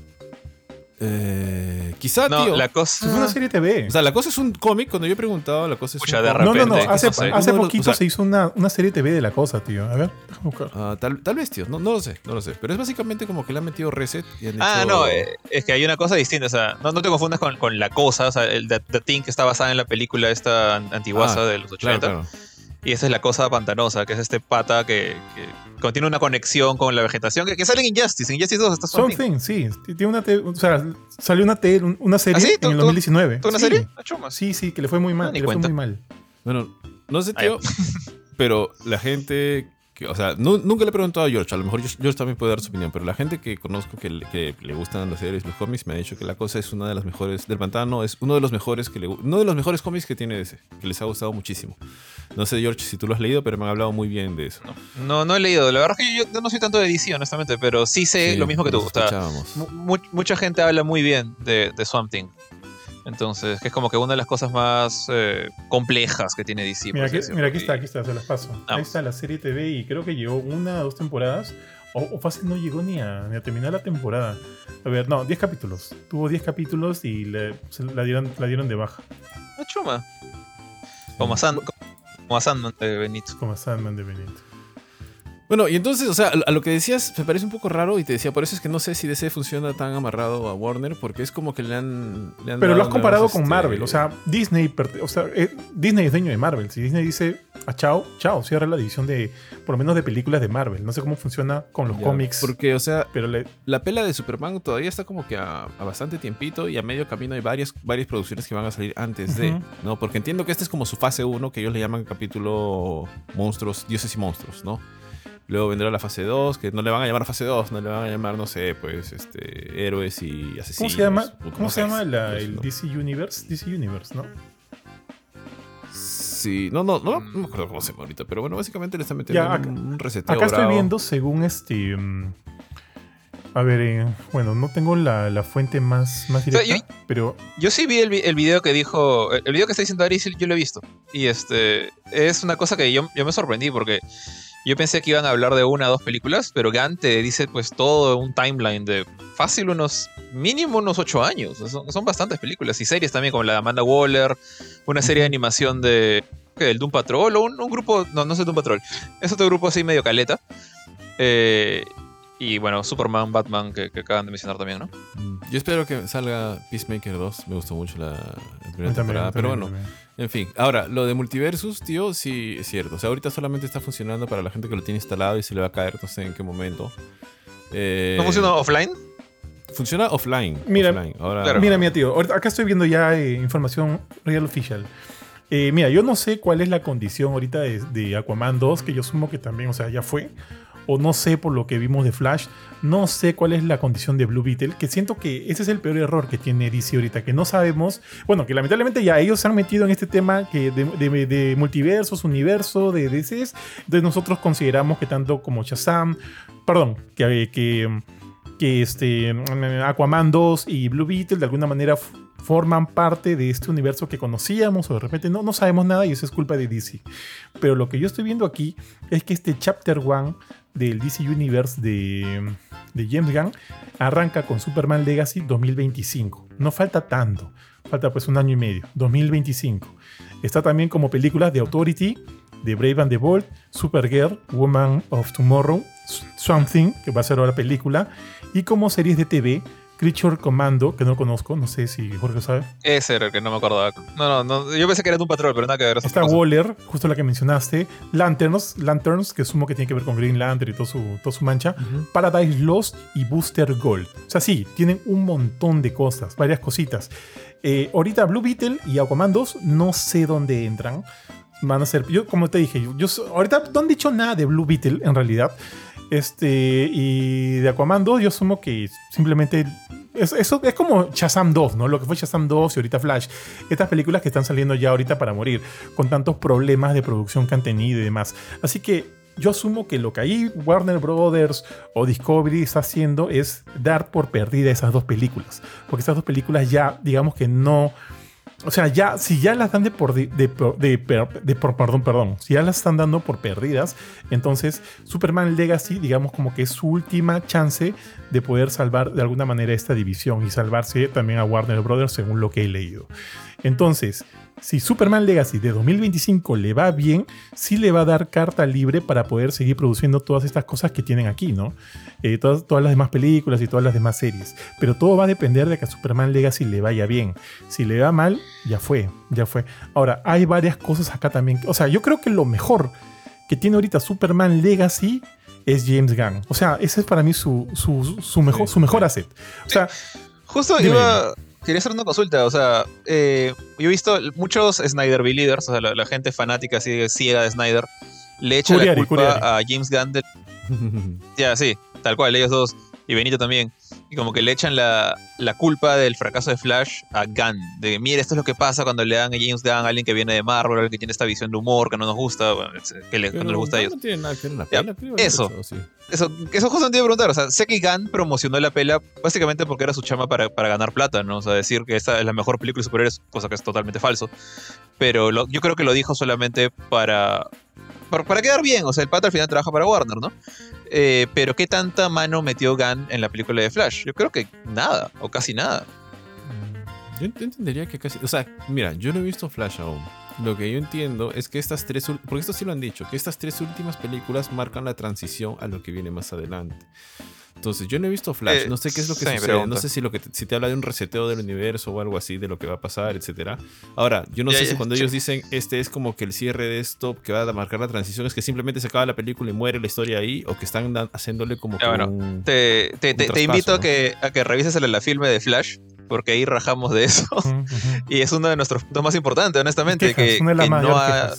quizá, No, tío. La Cosa... Fue una serie TV. O sea, La Cosa es un cómic. Cuando yo he preguntado, La Cosa es Pucha, un de cómic. repente. No. Hace no sé. poquito O sea, se hizo una serie TV de La Cosa, tío. A ver, déjame buscar. Tal vez, tío. No lo sé. Pero es básicamente como que le han metido reset y han hecho... No, es que hay una cosa distinta, o sea, no te confundas con La Cosa, o sea, The Thing que está basada en la película esta antiguaza de los 80. Claro. Y esa es La Cosa pantanosa, que es este pata que contiene una conexión con la vegetación, que sale en Injustice. En Injustice 2 está Something, sí. Tiene o sea, salió una serie ¿Ah, sí? en el 2019. ¿Tú una Sí. serie? Chumas. Sí, que le fue muy mal. ni Le fue cuenta. muy mal. Bueno, no sé, tío, pero la gente... o sea, nunca le he preguntado a George. A lo mejor George también puede dar su opinión, pero la gente que conozco que le gustan las series, los cómics, me ha dicho que La Cosa es una de las mejores del Pantano, es uno de los mejores cómics que tiene ese, que les ha gustado muchísimo. No sé, George, si tú lo has leído, pero me han hablado muy bien de eso. No he leído, la verdad es que yo no soy tanto de edición, honestamente, pero sí sé Sí, lo mismo que tú. nos O sea, escuchábamos. mucha gente habla muy bien de Swamp Thing. Entonces, que es como que una de las cosas más complejas que tiene DC. Mira, por así aquí decirlo. está, se las paso. Ahí Vamos. está la serie TV y creo que llegó 1 o 2 temporadas. O fácil no llegó ni a terminar la temporada. A ver, no, 10 capítulos. Tuvo 10 capítulos y la dieron de baja. Una chuma. Como a Sandman de Benito. Como Sandman de Benito. Bueno, y entonces, o sea, a lo que decías me parece un poco raro y te decía, por eso es que no sé si DC funciona tan amarrado a Warner, porque es como que le han Pero dado lo has comparado nuevos, con Marvel. O sea, Disney es dueño de Marvel. Si Disney dice chao, cierra la división por lo menos de películas de Marvel. No sé cómo funciona con los ya, cómics. porque, o sea, Pero la pela de Superman todavía está como que a bastante tiempito y a medio camino hay varias producciones que van a salir antes de, ¿no? Porque entiendo que esta es como su fase 1, que ellos le llaman capítulo monstruos, dioses y monstruos, ¿no? Luego vendrá la fase 2, que no le van a llamar fase 2, no le van a llamar, no sé, pues, héroes y asesinos. ¿cómo se llama? Puto, ¿Cómo no se sé, llama pues, el ¿no? DC Universe? DC Universe, ¿no? Sí, no me acuerdo cómo se llama ahorita, pero bueno, básicamente le están metiendo Ya, acá- un reseteo Acá estoy bravo. viendo según a ver, bueno, no tengo la fuente más directa, yo- pero Yo sí vi el video que dijo. El video que está diciendo Ari, sí, yo lo he visto. Y es una cosa que yo me sorprendí porque yo pensé que iban a hablar de 1 o 2 películas, pero Gunn te dice pues todo un timeline de fácil mínimo unos 8 años. Son bastantes películas y series también, como la de Amanda Waller, una serie de animación del Doom Patrol o un grupo, no es el Doom Patrol, es otro grupo así medio caleta. Y bueno, Superman, Batman, que acaban de mencionar también, ¿no? Yo espero que salga Peacemaker 2. Me gustó mucho la primera también, temporada. Pero también, bueno, también. en fin. Ahora, lo de Multiversus, tío, sí es cierto. O sea, ahorita solamente está funcionando para la gente que lo tiene instalado y se le va a caer, no sé en qué momento. ¿No funciona offline? Funciona offline. Mira, offline. Ahora, claro. Mira, tío, acá estoy viendo ya información real oficial. Mira, yo no sé cuál es la condición ahorita de Aquaman 2, que yo sumo que también, o sea, ya fue. o no sé por lo que vimos de Flash, no sé cuál es la condición de Blue Beetle, que siento que ese es el peor error que tiene DC ahorita, que no sabemos, bueno, que lamentablemente ya ellos se han metido en este tema que de multiversos, universo, de DCs, entonces nosotros consideramos que tanto como Shazam, perdón, Aquaman 2 y Blue Beetle de alguna manera forman parte de este universo que conocíamos o de repente no sabemos nada y eso es culpa de DC. Pero lo que yo estoy viendo aquí es que este Chapter 1 del DC Universe de James Gunn arranca con Superman Legacy 2025. No falta tanto, falta pues un año y medio, 2025. Está también como películas de Authority, de Brave and the Bold, Supergirl, Woman of Tomorrow, Swamp Thing, que va a ser ahora película, y como series de TV, Creature Commando, que no conozco, no sé si Jorge sabe. Ese era el que no me acordaba. No, yo pensé que era Doom Patrol, pero nada que ver. Está Waller, justo la que mencionaste, Lanterns, que sumo que tiene que ver con Green Lantern y toda su mancha, Paradise Lost y Booster Gold. O sea, sí, tienen un montón de cosas, varias cositas. Ahorita Blue Beetle y Aquaman 2 no sé dónde entran. Van a ser, yo como te dije, ahorita no han dicho nada de Blue Beetle en realidad. Y de Aquaman 2 yo asumo que simplemente eso es como Shazam 2, ¿no? Lo que fue Shazam 2 y ahorita Flash. Estas películas que están saliendo ya ahorita para morir, con tantos problemas de producción que han tenido y demás. Así que yo asumo que lo que ahí Warner Brothers o Discovery está haciendo es dar por perdida esas dos películas. Porque esas dos películas ya, digamos que no... O sea, ya, si ya las dan si ya las están dando por perdidas, entonces Superman Legacy, digamos como que es su última chance de poder salvar de alguna manera esta división y salvarse también a Warner Brothers según lo que he leído. Entonces, si Superman Legacy de 2025 le va bien, sí le va a dar carta libre para poder seguir produciendo todas estas cosas que tienen aquí, ¿no? Todas las demás películas y todas las demás series. Pero todo va a depender de que a Superman Legacy le vaya bien. Si le va mal, ya fue. Ahora, hay varias cosas acá también. O sea, yo creo que lo mejor que tiene ahorita Superman Legacy es James Gunn. O sea, ese es para mí su mejor asset. O sea, justo quería hacer una consulta, o sea, yo he visto muchos Snyder Believers, o sea, la gente fanática así ciega de Snyder, le echa la culpa a James Gunn ya, sí, tal cual, ellos dos, y Benito también, y como que le echan la culpa del fracaso de Flash a Gunn, de mire, esto es lo que pasa cuando le dan a James Gunn a alguien que viene de Marvel, alguien que tiene esta visión de humor que no nos gusta, bueno, que no les gusta a ellos. No tiene nada que ver en la pela, creo. Eso justo me iba a preguntar, o sea, sé que Gunn promocionó la pela básicamente porque era su chama para ganar plata, ¿no? O sea, decir que esta es la mejor película de superhéroes, cosa que es totalmente falso, pero yo creo que lo dijo solamente para quedar bien, o sea, el pata al final trabaja para Warner, ¿no? Pero ¿qué tanta mano metió Gunn en la película de Flash? Yo creo que nada, o casi nada. Yo entendería que casi... O sea, mira, yo no he visto Flash aún. Lo que yo entiendo es que estas tres... Porque esto sí lo han dicho, que estas tres últimas películas marcan la transición a lo que viene más adelante. Entonces, yo no he visto Flash, no sé qué es lo que sucede, no sé si te habla de un reseteo del universo o algo así, de lo que va a pasar, etcétera. Ahora, yo no sé si cuando ellos dicen este es como que el cierre de esto que va a marcar la transición, es que simplemente se acaba la película y muere la historia ahí, o que están haciéndole como que un te invito, ¿no? a que revises la filme de Flash, porque ahí rajamos de eso. Y es uno de nuestros puntos más importantes, honestamente. Que no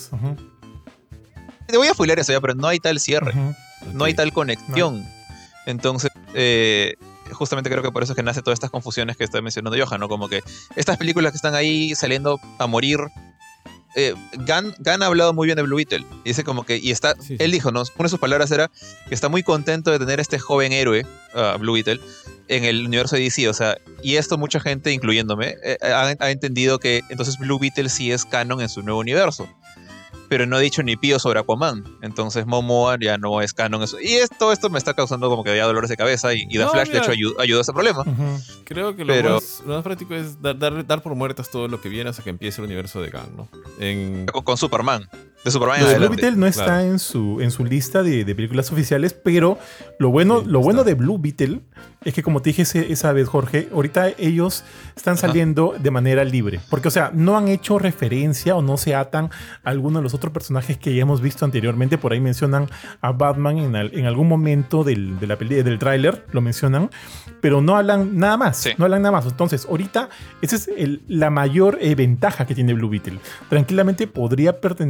Te voy a spoiler eso ya, pero no hay tal cierre. No hay tal conexión. No. Entonces, justamente creo que por eso es que nace todas estas confusiones que está mencionando Johan, ¿no? Como que estas películas que están ahí saliendo a morir. Gunn ha hablado muy bien de Blue Beetle. Y dice como que, él dijo, ¿no? Una de sus palabras era que está muy contento de tener este joven héroe, Blue Beetle, en el universo de DC. O sea, y esto mucha gente, incluyéndome, ha entendido que entonces Blue Beetle sí es canon en su nuevo universo. Pero no he dicho ni pío sobre Aquaman. Entonces Momoa ya no es canon. Y todo esto me está causando como que ya dolores de cabeza. Y The Flash, de hecho, ayudó a ese problema. Creo que lo más práctico es dar por muertas todo lo que viene hasta que empiece el universo de Gunn, ¿no? Con Superman. De Superman Blue Beetle no está en su lista de películas oficiales, pero lo bueno de Blue Beetle es que, como te dije esa vez, Jorge, ahorita ellos están saliendo de manera libre. Porque, o sea, no han hecho referencia o no se atan a alguno de los otros personajes que ya hemos visto anteriormente. Por ahí mencionan a Batman en algún momento del tráiler, lo mencionan, pero no hablan nada más. Sí. No hablan nada más. Entonces, ahorita, esa es la mayor ventaja que tiene Blue Beetle. Tranquilamente podría pertenecer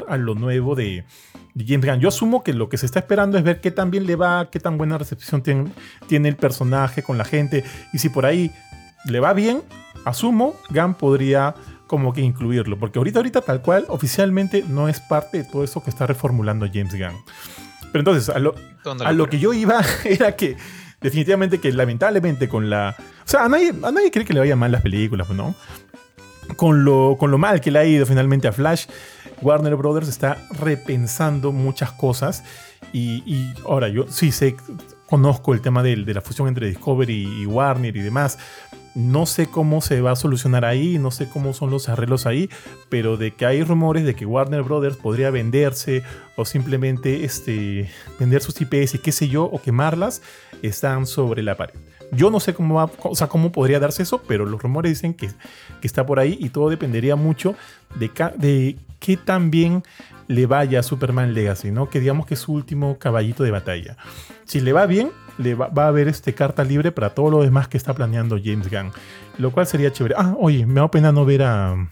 a lo nuevo de James Gunn. Yo asumo que lo que se está esperando es ver qué tan bien le va, qué tan buena recepción tiene el personaje con la gente. Y si por ahí le va bien, asumo, Gunn podría como que incluirlo. Porque ahorita tal cual, oficialmente no es parte de todo eso que está reformulando James Gunn. Pero entonces, a lo que yo iba era que definitivamente que lamentablemente con la... O sea, a nadie cree que le vaya mal las películas, ¿no? Con lo mal que le ha ido finalmente a Flash, Warner Brothers está repensando muchas cosas. Y ahora yo sí conozco el tema de la fusión entre Discovery y Warner y demás. No sé cómo se va a solucionar ahí, no sé cómo son los arreglos ahí, pero de que hay rumores de que Warner Brothers podría venderse o simplemente vender sus IPs y qué sé yo, o quemarlas, están sobre la pared. Yo no sé cómo podría darse eso, pero los rumores dicen que está por ahí y todo dependería mucho de qué tan bien le vaya a Superman Legacy, ¿no? Que digamos que es su último caballito de batalla. Si le va bien, va a haber carta libre para todo lo demás que está planeando James Gunn, lo cual sería chévere. Oye, me da pena no ver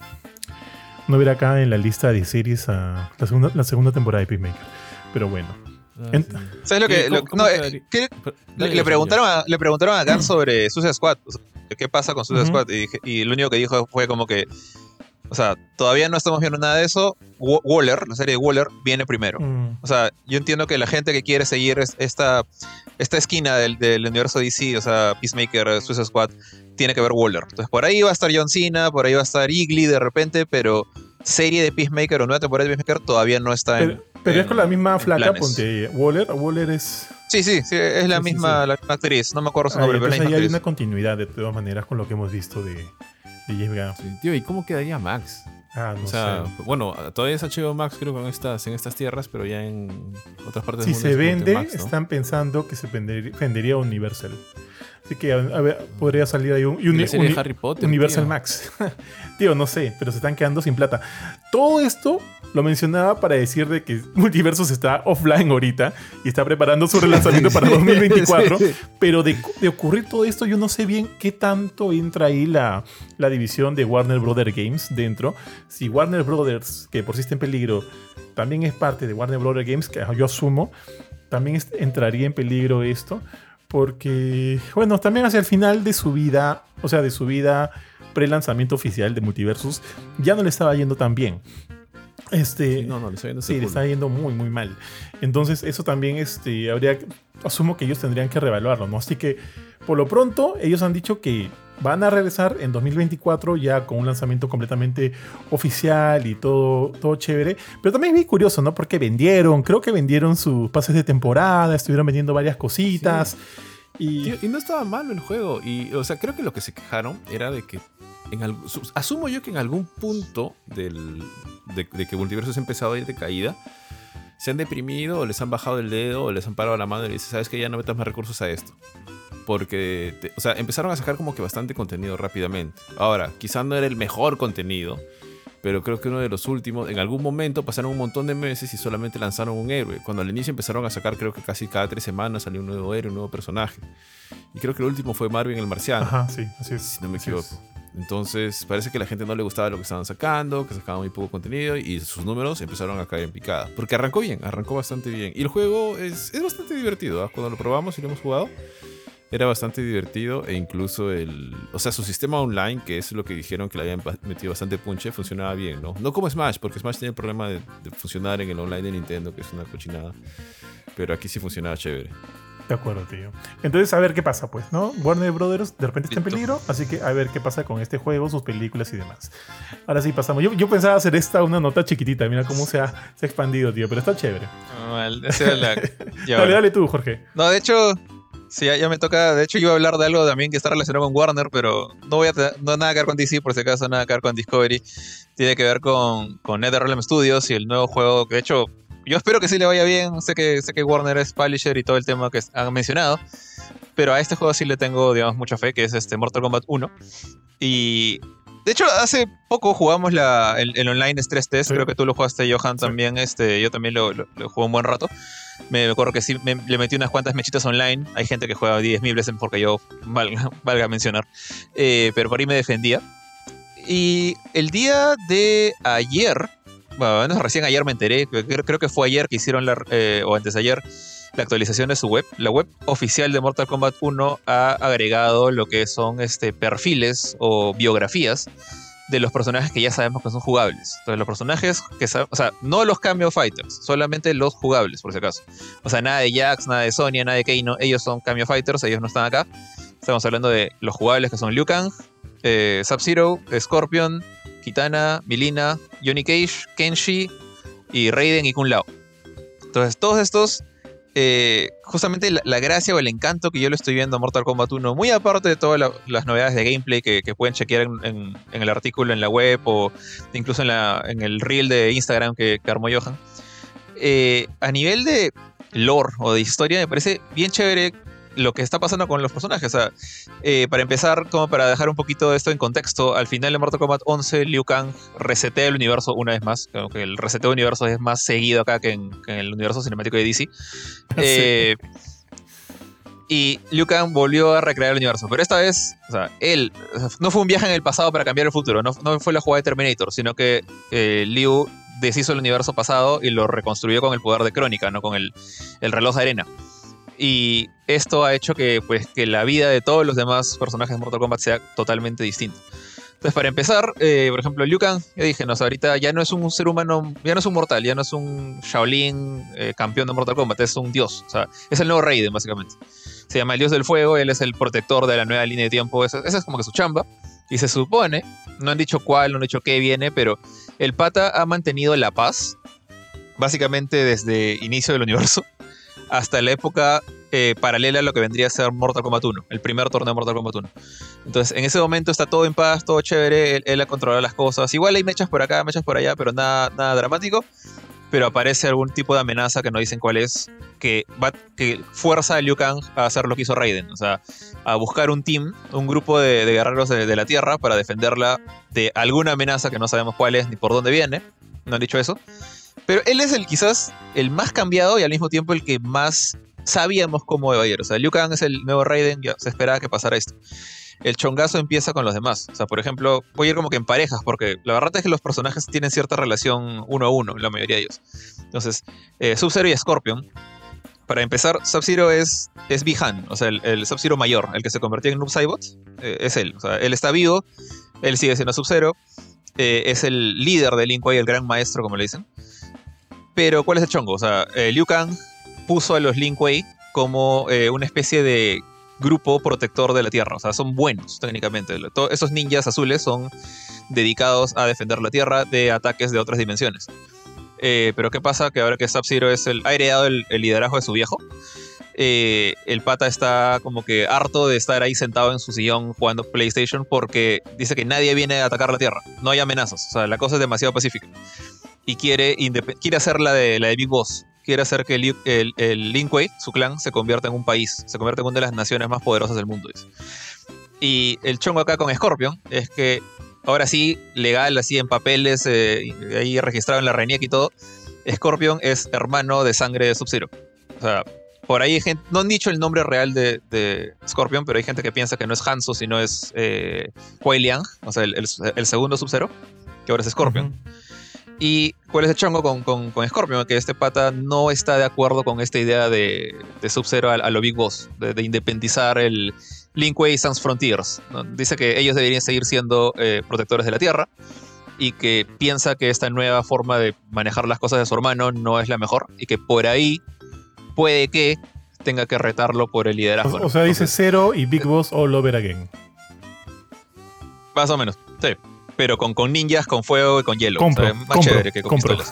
acá en la lista de series a la segunda temporada de Peacemaker, pero bueno. ¿Sabes lo que le preguntaron a Gunn sobre Suicide Squad? O sea, ¿qué pasa con Suicide Squad? Y lo único que dijo fue como que, o sea, todavía no estamos viendo nada de eso. Waller, la serie de Waller, viene primero. O sea, yo entiendo que la gente que quiere seguir esta esquina del universo DC, o sea, Peacemaker, Suicide Squad, tiene que ver Waller. Entonces, por ahí va a estar John Cena, por ahí va a estar Eagly de repente, pero serie de Peacemaker o nueva temporada de Peacemaker todavía no está pero es con la misma flaca, planes. Ponte Waller es... Sí, es la misma actriz, no me acuerdo su nombre, pero es la misma hay actriz. una continuidad de todas maneras con lo que hemos visto de James Gunn. Sí, tío, ¿y cómo quedaría Max? No sé. Bueno, todavía es HBO Max, creo que en estas tierras, pero ya en otras partes del mundo. Si se vende, Max, ¿no? están pensando que se vendería Universal. Así que, a ver, podría salir ahí la serie de Harry Potter, Universal tío. Max. Tío, no sé, pero se están quedando sin plata. Todo esto lo mencionaba para decir de que Multiversus está offline ahorita y está preparando su relanzamiento para 2024. Sí. Pero de ocurrir todo esto, yo no sé bien qué tanto entra ahí la división de Warner Brothers Games dentro. Si Warner Brothers, que por sí está en peligro, también es parte de Warner Brothers Games, que yo asumo, también entraría en peligro esto. Porque, bueno, también hacia el final de su vida, o sea, de su vida pre-lanzamiento oficial de Multiversus, ya no le estaba yendo tan bien. No, le está yendo le está yendo muy, muy mal. Entonces, eso también asumo que ellos tendrían que reevaluarlo, ¿no? Así que, por lo pronto, ellos han dicho que van a regresar en 2024 ya con un lanzamiento completamente oficial y todo chévere. Pero también es muy curioso, ¿no? Porque creo que vendieron sus pases de temporada, estuvieron vendiendo varias cositas. Sí. Y no estaba malo el juego. Y, o sea, creo que lo que se quejaron era de que asumo yo que en algún punto de que Multiversus ha empezado a ir de caída, se han deprimido o les han bajado el dedo o les han parado la mano y les dicen, ¿sabes qué? Ya no metas más recursos a esto. Porque, empezaron a sacar como que bastante contenido rápidamente. Ahora, quizás no era el mejor contenido, pero creo que uno de los últimos, en algún momento pasaron un montón de meses y solamente lanzaron un héroe. Cuando al inicio empezaron a sacar, creo que casi cada 3 semanas salió un nuevo héroe, un nuevo personaje. Y creo que el último fue Marvin el Marciano. Ajá, sí, así es. Si no me equivoco. Entonces, parece que a la gente no le gustaba lo que estaban sacando, que sacaban muy poco contenido y sus números empezaron a caer en picada. Porque arrancó bastante bien. Y el juego es bastante divertido, ¿eh? Cuando lo probamos y lo hemos jugado, era bastante divertido e incluso su sistema online, que es lo que dijeron que le habían metido bastante punche, funcionaba bien, ¿no? No como Smash, porque Smash tiene el problema de funcionar en el online de Nintendo, que es una cochinada. Pero aquí sí funcionaba chévere. De acuerdo, tío. Entonces, a ver qué pasa, pues, ¿no? Warner Brothers de repente está en peligro, así que a ver qué pasa con este juego, sus películas y demás. Ahora sí pasamos. Yo pensaba hacer una nota chiquitita, mira cómo se ha expandido, tío, pero está chévere. Dale tú, Jorge. No, de hecho, sí, ya me toca. De hecho, yo iba a hablar de algo también que está relacionado con Warner, pero no nada que ver con DC, por si acaso, nada que ver con Discovery. Tiene que ver con NetherRealm Studios y el nuevo juego que, de hecho, yo espero que sí le vaya bien. Sé que Warner es publisher y todo el tema que han mencionado, pero a este juego sí le tengo, digamos, mucha fe, que es Mortal Kombat 1. Y de hecho, hace poco jugamos el online Stress Test. Sí. Creo que tú lo jugaste, Johan, sí. También. Yo también lo jugué un buen rato. Me acuerdo que sí, le metí unas cuantas mechitas online. Hay gente que juega 10.000 veces porque yo, valga mencionar. Pero por ahí me defendía. Y el día de ayer bueno, recién ayer me enteré, creo que fue ayer que hicieron o antes de ayer, la actualización de su web. La web oficial de Mortal Kombat 1 ha agregado lo que son perfiles o biografías de los personajes que ya sabemos que son jugables. Entonces, los personajes o sea, no los cameo fighters, solamente los jugables, por si acaso. O sea, nada de Jax, nada de Sonya, nada de Kano, ellos son cameo fighters, ellos no están acá. Estamos hablando de los jugables que son Liu Kang, Sub-Zero, Scorpion, Kitana, Mileena, Johnny Cage, Kenshi y Raiden y Kung Lao. Entonces, todos estos, justamente la gracia o el encanto que yo le estoy viendo a Mortal Kombat 1, muy aparte de todas las novedades de gameplay que pueden chequear en el artículo en la web o incluso en el reel de Instagram que armó Johan, a nivel de lore o de historia me parece bien chévere lo que está pasando con los personajes. O sea, para empezar, como para dejar un poquito esto en contexto, al final de Mortal Kombat 11, Liu Kang resetea el universo una vez más. Como que el reseteo de universo es más seguido acá que en el universo cinemático de DC. Sí. Y Liu Kang volvió a recrear el universo. Pero esta vez, o sea, él no fue un viaje en el pasado para cambiar el futuro. No fue la jugada de Terminator, sino que Liu deshizo el universo pasado y lo reconstruyó con el poder de Crónica, no con el reloj de arena. Y esto ha hecho que la vida de todos los demás personajes de Mortal Kombat sea totalmente distinta. Entonces, para empezar, por ejemplo, Liu Kang, ya dije, no, o sea, ahorita ya no es un ser humano, ya no es un mortal, ya no es un Shaolin campeón de Mortal Kombat, es un dios. O sea, es el nuevo Raiden, básicamente. Se llama el dios del fuego, él es el protector de la nueva línea de tiempo, esa es como que su chamba. Y se supone, no han dicho cuál, no han dicho qué viene, pero el pata ha mantenido la paz, básicamente desde inicio del universo, hasta la época paralela a lo que vendría a ser Mortal Kombat 1, el primer torneo de Mortal Kombat 1. Entonces, en ese momento está todo en paz, todo chévere, él ha controlado las cosas. Igual hay mechas por acá, mechas por allá, pero nada dramático. Pero aparece algún tipo de amenaza que no dicen cuál es, que fuerza a Liu Kang a hacer lo que hizo Raiden. O sea, a buscar un team, un grupo de guerreros de la Tierra para defenderla de alguna amenaza que no sabemos cuál es ni por dónde viene. No han dicho eso. Pero él es quizás el más cambiado y al mismo tiempo el que más sabíamos cómo iba a ir. O sea, Liu Kang es el nuevo Raiden, ya se esperaba que pasara esto. El chongazo empieza con los demás. O sea, por ejemplo, voy a ir como que en parejas, porque la verdad es que los personajes tienen cierta relación uno a uno, la mayoría de ellos. Entonces, Sub-Zero y Scorpion. Para empezar, Sub-Zero es Bi-Han, o sea, el Sub-Zero mayor, el que se convirtió en Noob Saibot, es él. O sea, él está vivo, él sigue siendo Sub-Zero, es el líder de Lin Kuei, el gran maestro, como le dicen. Pero, ¿cuál es el chongo? O sea, Liu Kang puso a los Lin Kuei como una especie de grupo protector de la Tierra. O sea, son buenos, técnicamente. Todos esos ninjas azules son dedicados a defender la Tierra de ataques de otras dimensiones. Pero ¿qué pasa? Que ahora que Sub-Zero ha heredado el liderazgo de su viejo, el pata está como que harto de estar ahí sentado en su sillón jugando PlayStation porque dice que nadie viene a atacar la Tierra. No hay amenazas. O sea, la cosa es demasiado pacífica. Y quiere hacer la de Big Boss. Quiere hacer que el Lin Kuei, su clan, se convierta en un país. Se convierta en una de las naciones más poderosas del mundo. Dice. Y el chongo acá con Scorpion es que ahora sí, legal, así en papeles, ahí registrado en la RENIEC y todo, Scorpion es hermano de sangre de Sub-Zero. O sea, por ahí hay gente, no han dicho el nombre real de Scorpion, pero hay gente que piensa que no es Hanzo, sino es Kuei Liang, o sea, el segundo Sub-Zero, que ahora es Scorpion. Uh-huh. ¿Y cuál es el chongo con Scorpion? Que este pata no está de acuerdo con esta idea de Sub-Zero a lo Big Boss, de independizar el Lin Kuei Sans Frontiers, ¿no? Dice que ellos deberían seguir siendo protectores de la Tierra y que piensa que esta nueva forma de manejar las cosas de su hermano no es la mejor y que por ahí puede que tenga que retarlo por el liderazgo. O sea, dice Zero y Big Boss all over again. Más o menos, sí. Pero con ninjas, con fuego y con hielo. Más chévere que con pistolas.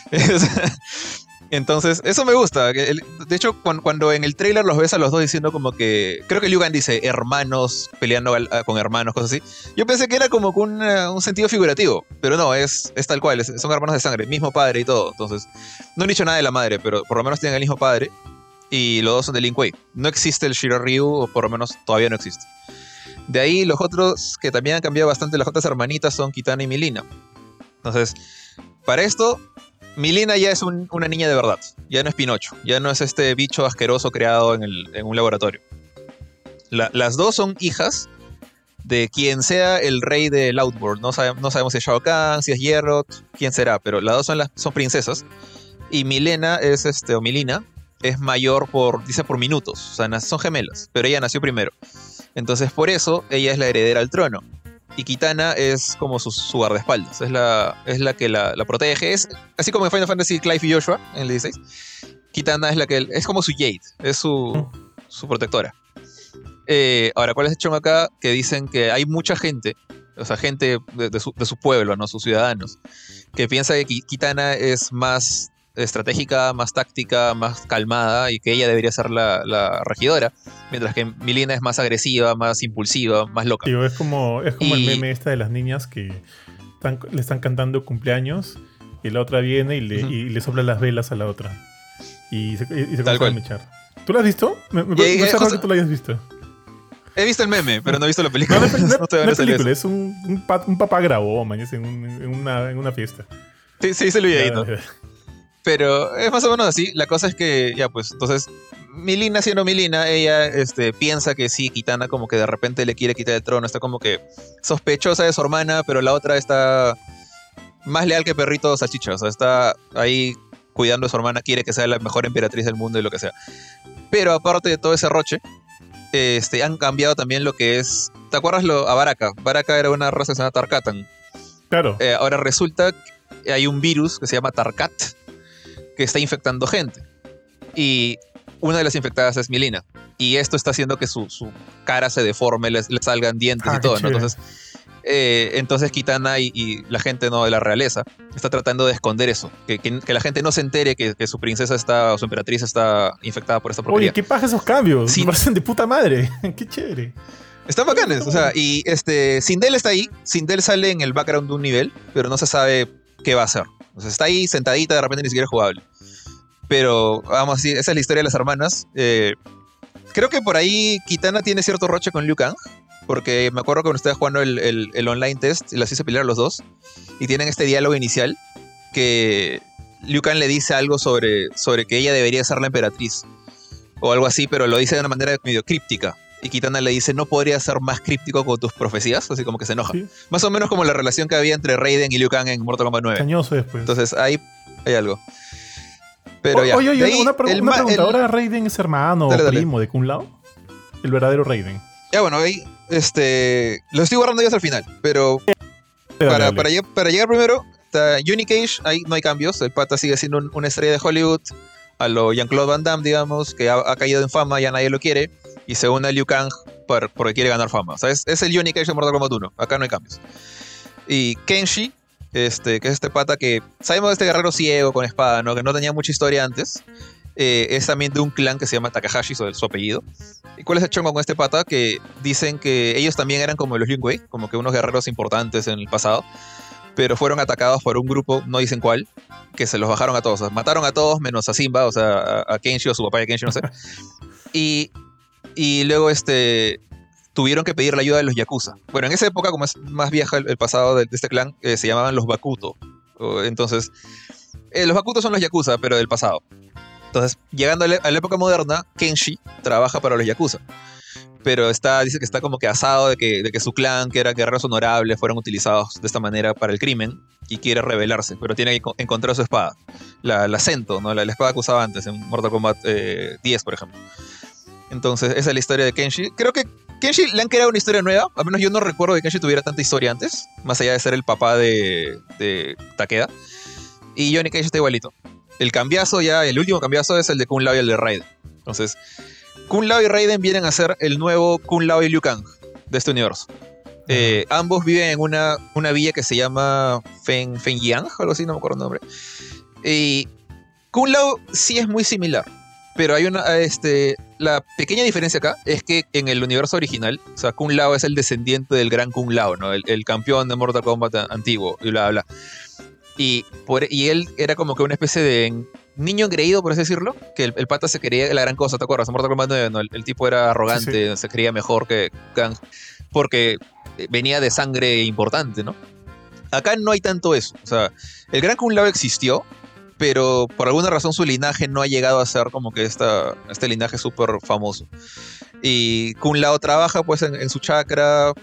Entonces, eso me gusta. De hecho, cuando en el tráiler los ves a los dos diciendo como que... Creo que Liu Kang dice hermanos peleando con hermanos, cosas así. Yo pensé que era como con un sentido figurativo. Pero no, es tal cual. Son hermanos de sangre, mismo padre y todo. Entonces, no han dicho nada de la madre, pero por lo menos tienen el mismo padre. Y los dos son de Lin Kuei. No existe el Shiro Ryu, o por lo menos todavía no existe. De ahí los otros que también han cambiado bastante, las otras hermanitas, son Kitana y Mileena. Entonces, para esto, Mileena ya es una niña de verdad. Ya no es Pinocho. Ya no es este bicho asqueroso creado en un laboratorio. Las dos son hijas de quien sea el rey del Outworld. No sabemos si es Shao Kahn, si es Hierro, quién será, pero las dos son princesas. Y Milena es o Milina es mayor por minutos, o sea, son gemelas, pero ella nació primero. Entonces por eso ella es la heredera al trono. Y Kitana es como su guardaespaldas, es la que la protege. Es así como en Final Fantasy Clive y Joshua en el 16. Kitana es como su Jade, es su protectora. Ahora, ¿cuál es el chongo acá? Que dicen que hay mucha gente, o sea, gente de su pueblo, ¿no? Sus ciudadanos, que piensa que Kitana es más estratégica, más táctica, más calmada y que ella debería ser la regidora, mientras que Milena es más agresiva, más impulsiva, más loca. Tío, es como el meme de las niñas que le están cantando cumpleaños y la otra viene y le sopla las velas a la otra y se comienza a mechar. ¿Tú lo has visto? Me parece raro que tú lo hayas visto. He visto el meme, pero no he visto la película. No es película, es un papá grabó, man, en una fiesta. Sí, hice el videito. Pero es más o menos así. La cosa es que, ya pues, entonces, Milena siendo Milena, ella piensa que sí, Kitana como que de repente le quiere quitar el trono. Está como que sospechosa de su hermana, pero la otra está más leal que perrito salchicha. O sea, está ahí cuidando a su hermana, quiere que sea la mejor emperatriz del mundo y lo que sea. Pero aparte de todo ese roche, han cambiado también lo que es... ¿Te acuerdas a Baraka? Baraka era una raza que se llama Tarkatan. Claro. Ahora resulta que hay un virus que se llama Tarkat, que está infectando gente. Y una de las infectadas es Milena. Y esto está haciendo que su cara se deforme, le salgan dientes y todo, ¿no? Entonces Kitana y la gente, ¿no?, de la realeza está tratando de esconder eso. Que la gente no se entere que su princesa o su emperatriz está infectada por esta porquería. Oye, ¿qué paja esos cambios? Sí. Me parecen de puta madre. Qué chévere. Están bacanes. O sea, y Sindel está ahí. Sindel sale en el background de un nivel, pero no se sabe qué va a hacer. O sea, está ahí sentadita, de repente ni siquiera es jugable. Pero, vamos a decir, esa es la historia de las hermanas. Creo que por ahí Kitana tiene cierto roche con Liu Kang, porque me acuerdo que cuando estaba jugando el online test, las hice pelear a los dos, y tienen este diálogo inicial que Liu Kang le dice algo sobre que ella debería ser la emperatriz, o algo así, pero lo dice de una manera medio críptica. Y Kitana le dice, ¿no podría ser más críptico con tus profecías? Así como que se enoja. Sí. Más o menos como la relación que había entre Raiden y Liu Kang en Mortal Kombat 9. Cañoso después. Entonces ahí hay algo. Pero ya. Oye, una pregunta. ¿Ahora Raiden es hermano o primo de Kung Lao? El verdadero Raiden. Ya bueno, ahí lo estoy guardando ya hasta el final. Pero para llegar primero, está Unicage, ahí no hay cambios. El pata sigue siendo una estrella de Hollywood. A lo Jean-Claude Van Damme, digamos, que ha caído en fama, ya nadie lo quiere. Y se une a Liu Kang porque quiere ganar fama. O sea, es el Unicage de Mortal Kombat 1. Acá no hay cambios. Y Kenshi, que es este pata que... Sabemos de este guerrero ciego con espada, ¿no? Que no tenía mucha historia antes. Es también de un clan que se llama Takahashi, su apellido. ¿Y cuál es el chongo con este pata? Que dicen que ellos también eran como los Lin Kuei, como que unos guerreros importantes en el pasado. Pero fueron atacados por un grupo, no dicen cuál, que se los bajaron a todos. O sea, mataron a todos menos a Simba, o sea, a Kenshi o su papá de Kenshi, no sé. Y luego tuvieron que pedir la ayuda de los Yakuza. Bueno, en esa época, como es más vieja el pasado de este clan, se llamaban los Bakuto. Entonces, los Bakuto son los Yakuza, pero del pasado. Entonces, llegando a la época moderna, Kenshi trabaja para los Yakuza. Pero dice que está como que asado de que su clan, que eran guerreros honorables, fueron utilizados de esta manera para el crimen y quiere rebelarse, pero tiene que encontrar su espada, la Sento, ¿no? La espada que usaba antes en Mortal Kombat 10, por ejemplo. Entonces, esa es la historia de Kenshi. Creo que Kenshi le han creado una historia nueva, al menos yo no recuerdo que Kenshi tuviera tanta historia antes, más allá de ser el papá de Takeda. Y Johnny Cage está igualito. El último cambiazo es el de Kung Lao y el de Raiden. Entonces, Kung Lao y Raiden vienen a ser el nuevo Kung Lao y Liu Kang de este universo. Ambos viven en una villa que se llama Fengyang, o algo así, no me acuerdo el nombre. Y Kung Lao sí es muy similar, pero hay la pequeña diferencia acá es que en el universo original, o sea, Kung Lao es el descendiente del gran Kung Lao, ¿no? El campeón de Mortal Kombat antiguo, y bla, bla. Y él era como que una especie de niño engreído, por así decirlo, que el pata se creía la gran cosa, ¿te acuerdas? En Mortal Kombat 9, ¿no? El tipo era arrogante, sí. Se creía mejor que Kang, porque venía de sangre importante, ¿no? Acá no hay tanto eso. O sea, el gran Kung Lao existió, pero por alguna razón su linaje no ha llegado a ser como que este linaje súper famoso. Y Kung Lao trabaja pues en su chakra,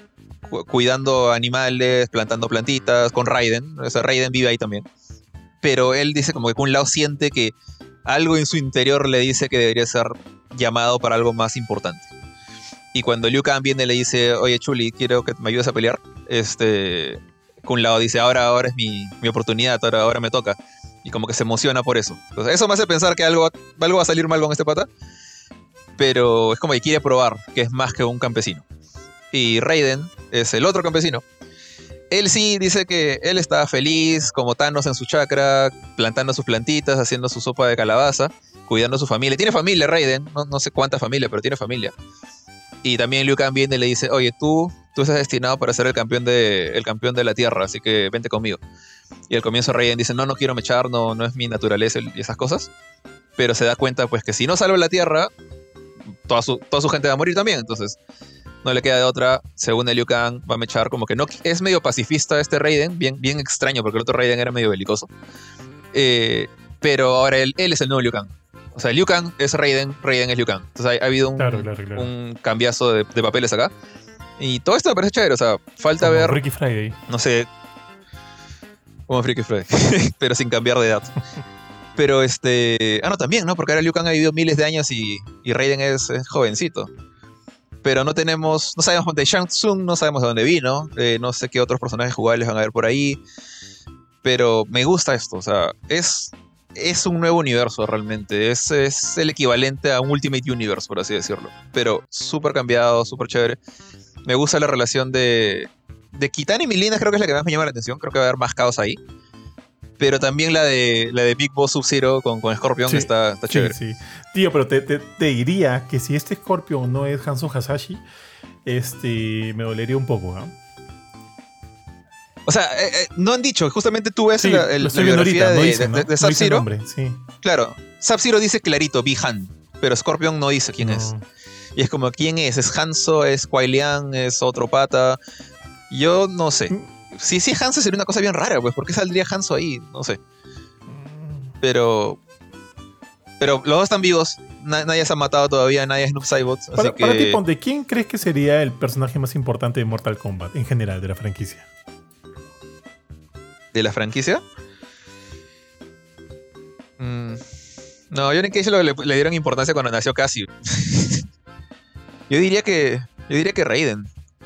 cuidando animales, plantando plantitas, con Raiden. O sea, Raiden vive ahí también. Pero él dice como que Kun Lao siente que algo en su interior le dice que debería ser llamado para algo más importante. Y cuando Liu Kang viene y le dice, oye Chuli, quiero que me ayudes a pelear, Kun Lao dice, ahora es mi oportunidad, ahora me toca. Y como que se emociona por eso. Entonces, eso me hace pensar que algo va a salir mal con este pata. Pero es como que quiere probar que es más que un campesino. Y Raiden es el otro campesino. Él sí dice que él estaba feliz, como Thanos en su chakra, plantando sus plantitas, haciendo su sopa de calabaza, cuidando a su familia. Tiene familia Raiden, no sé cuánta familia, pero tiene familia. Y también Liu Kang viene y le dice, oye, tú estás destinado para ser el campeón de la Tierra, así que vente conmigo. Y al comienzo Raiden dice, no quiero mechar, no es mi naturaleza y esas cosas. Pero se da cuenta pues que si no salva la Tierra, toda su gente va a morir también, entonces no le queda de otra. Según el Liu Kang, va a mechar como que no es medio pacifista este Raiden, bien extraño, porque el otro Raiden era medio belicoso. Pero ahora él es el nuevo Liu Kang. O sea, Liu Kang es Raiden es Liu Kang. Entonces ha habido Claro. un cambiazo de papeles acá. Y todo esto me parece chévere, o sea, falta Como ver, Ricky Friday. no sé, como Freaky Friday, pero sin cambiar de edad. Pero no, también, ¿no? Porque ahora Liu Kang ha vivido miles de años y Raiden es jovencito. Pero no sabemos de Shang Tsung, no sabemos de dónde vino, no sé qué otros personajes jugables van a haber por ahí. Pero me gusta esto, o sea, es un nuevo universo realmente. Es el equivalente a un Ultimate Universe, por así decirlo. Pero súper cambiado, súper chévere. Me gusta la relación de Kitana y Mileena, creo que es la que más me llama la atención. Creo que va a haber más caos ahí. Pero también la de Big Boss Sub-Zero con Scorpion está chévere. Sí. Tío, pero te diría que si este Scorpion no es Hanzo Hasashi, me dolería un poco, ¿no? O sea, no han dicho, justamente tú ves Sí, la lo estoy viendo biografía ahorita, no dicen, ¿no? de No dicen Sub-Zero. nombre, sí. Claro, Sub-Zero dice clarito, Bi-Han, pero Scorpion no dice quién es. Y es como, ¿quién es? ¿Es Hanzo? ¿Es Kuai Liang? ¿Es otro pata? Yo no sé. Si es Hanzo sería una cosa bien rara, pues. ¿Por qué saldría Hanzo ahí? No sé. Pero los dos están vivos. Nadie se ha matado todavía, nadie es Noob Saibot. Para ti, Ponte, ¿quién crees que sería el personaje más importante de Mortal Kombat en general, de la franquicia? ¿De la franquicia? No, Johnny Cage le dieron importancia cuando nació Cassie. Yo diría que Raiden.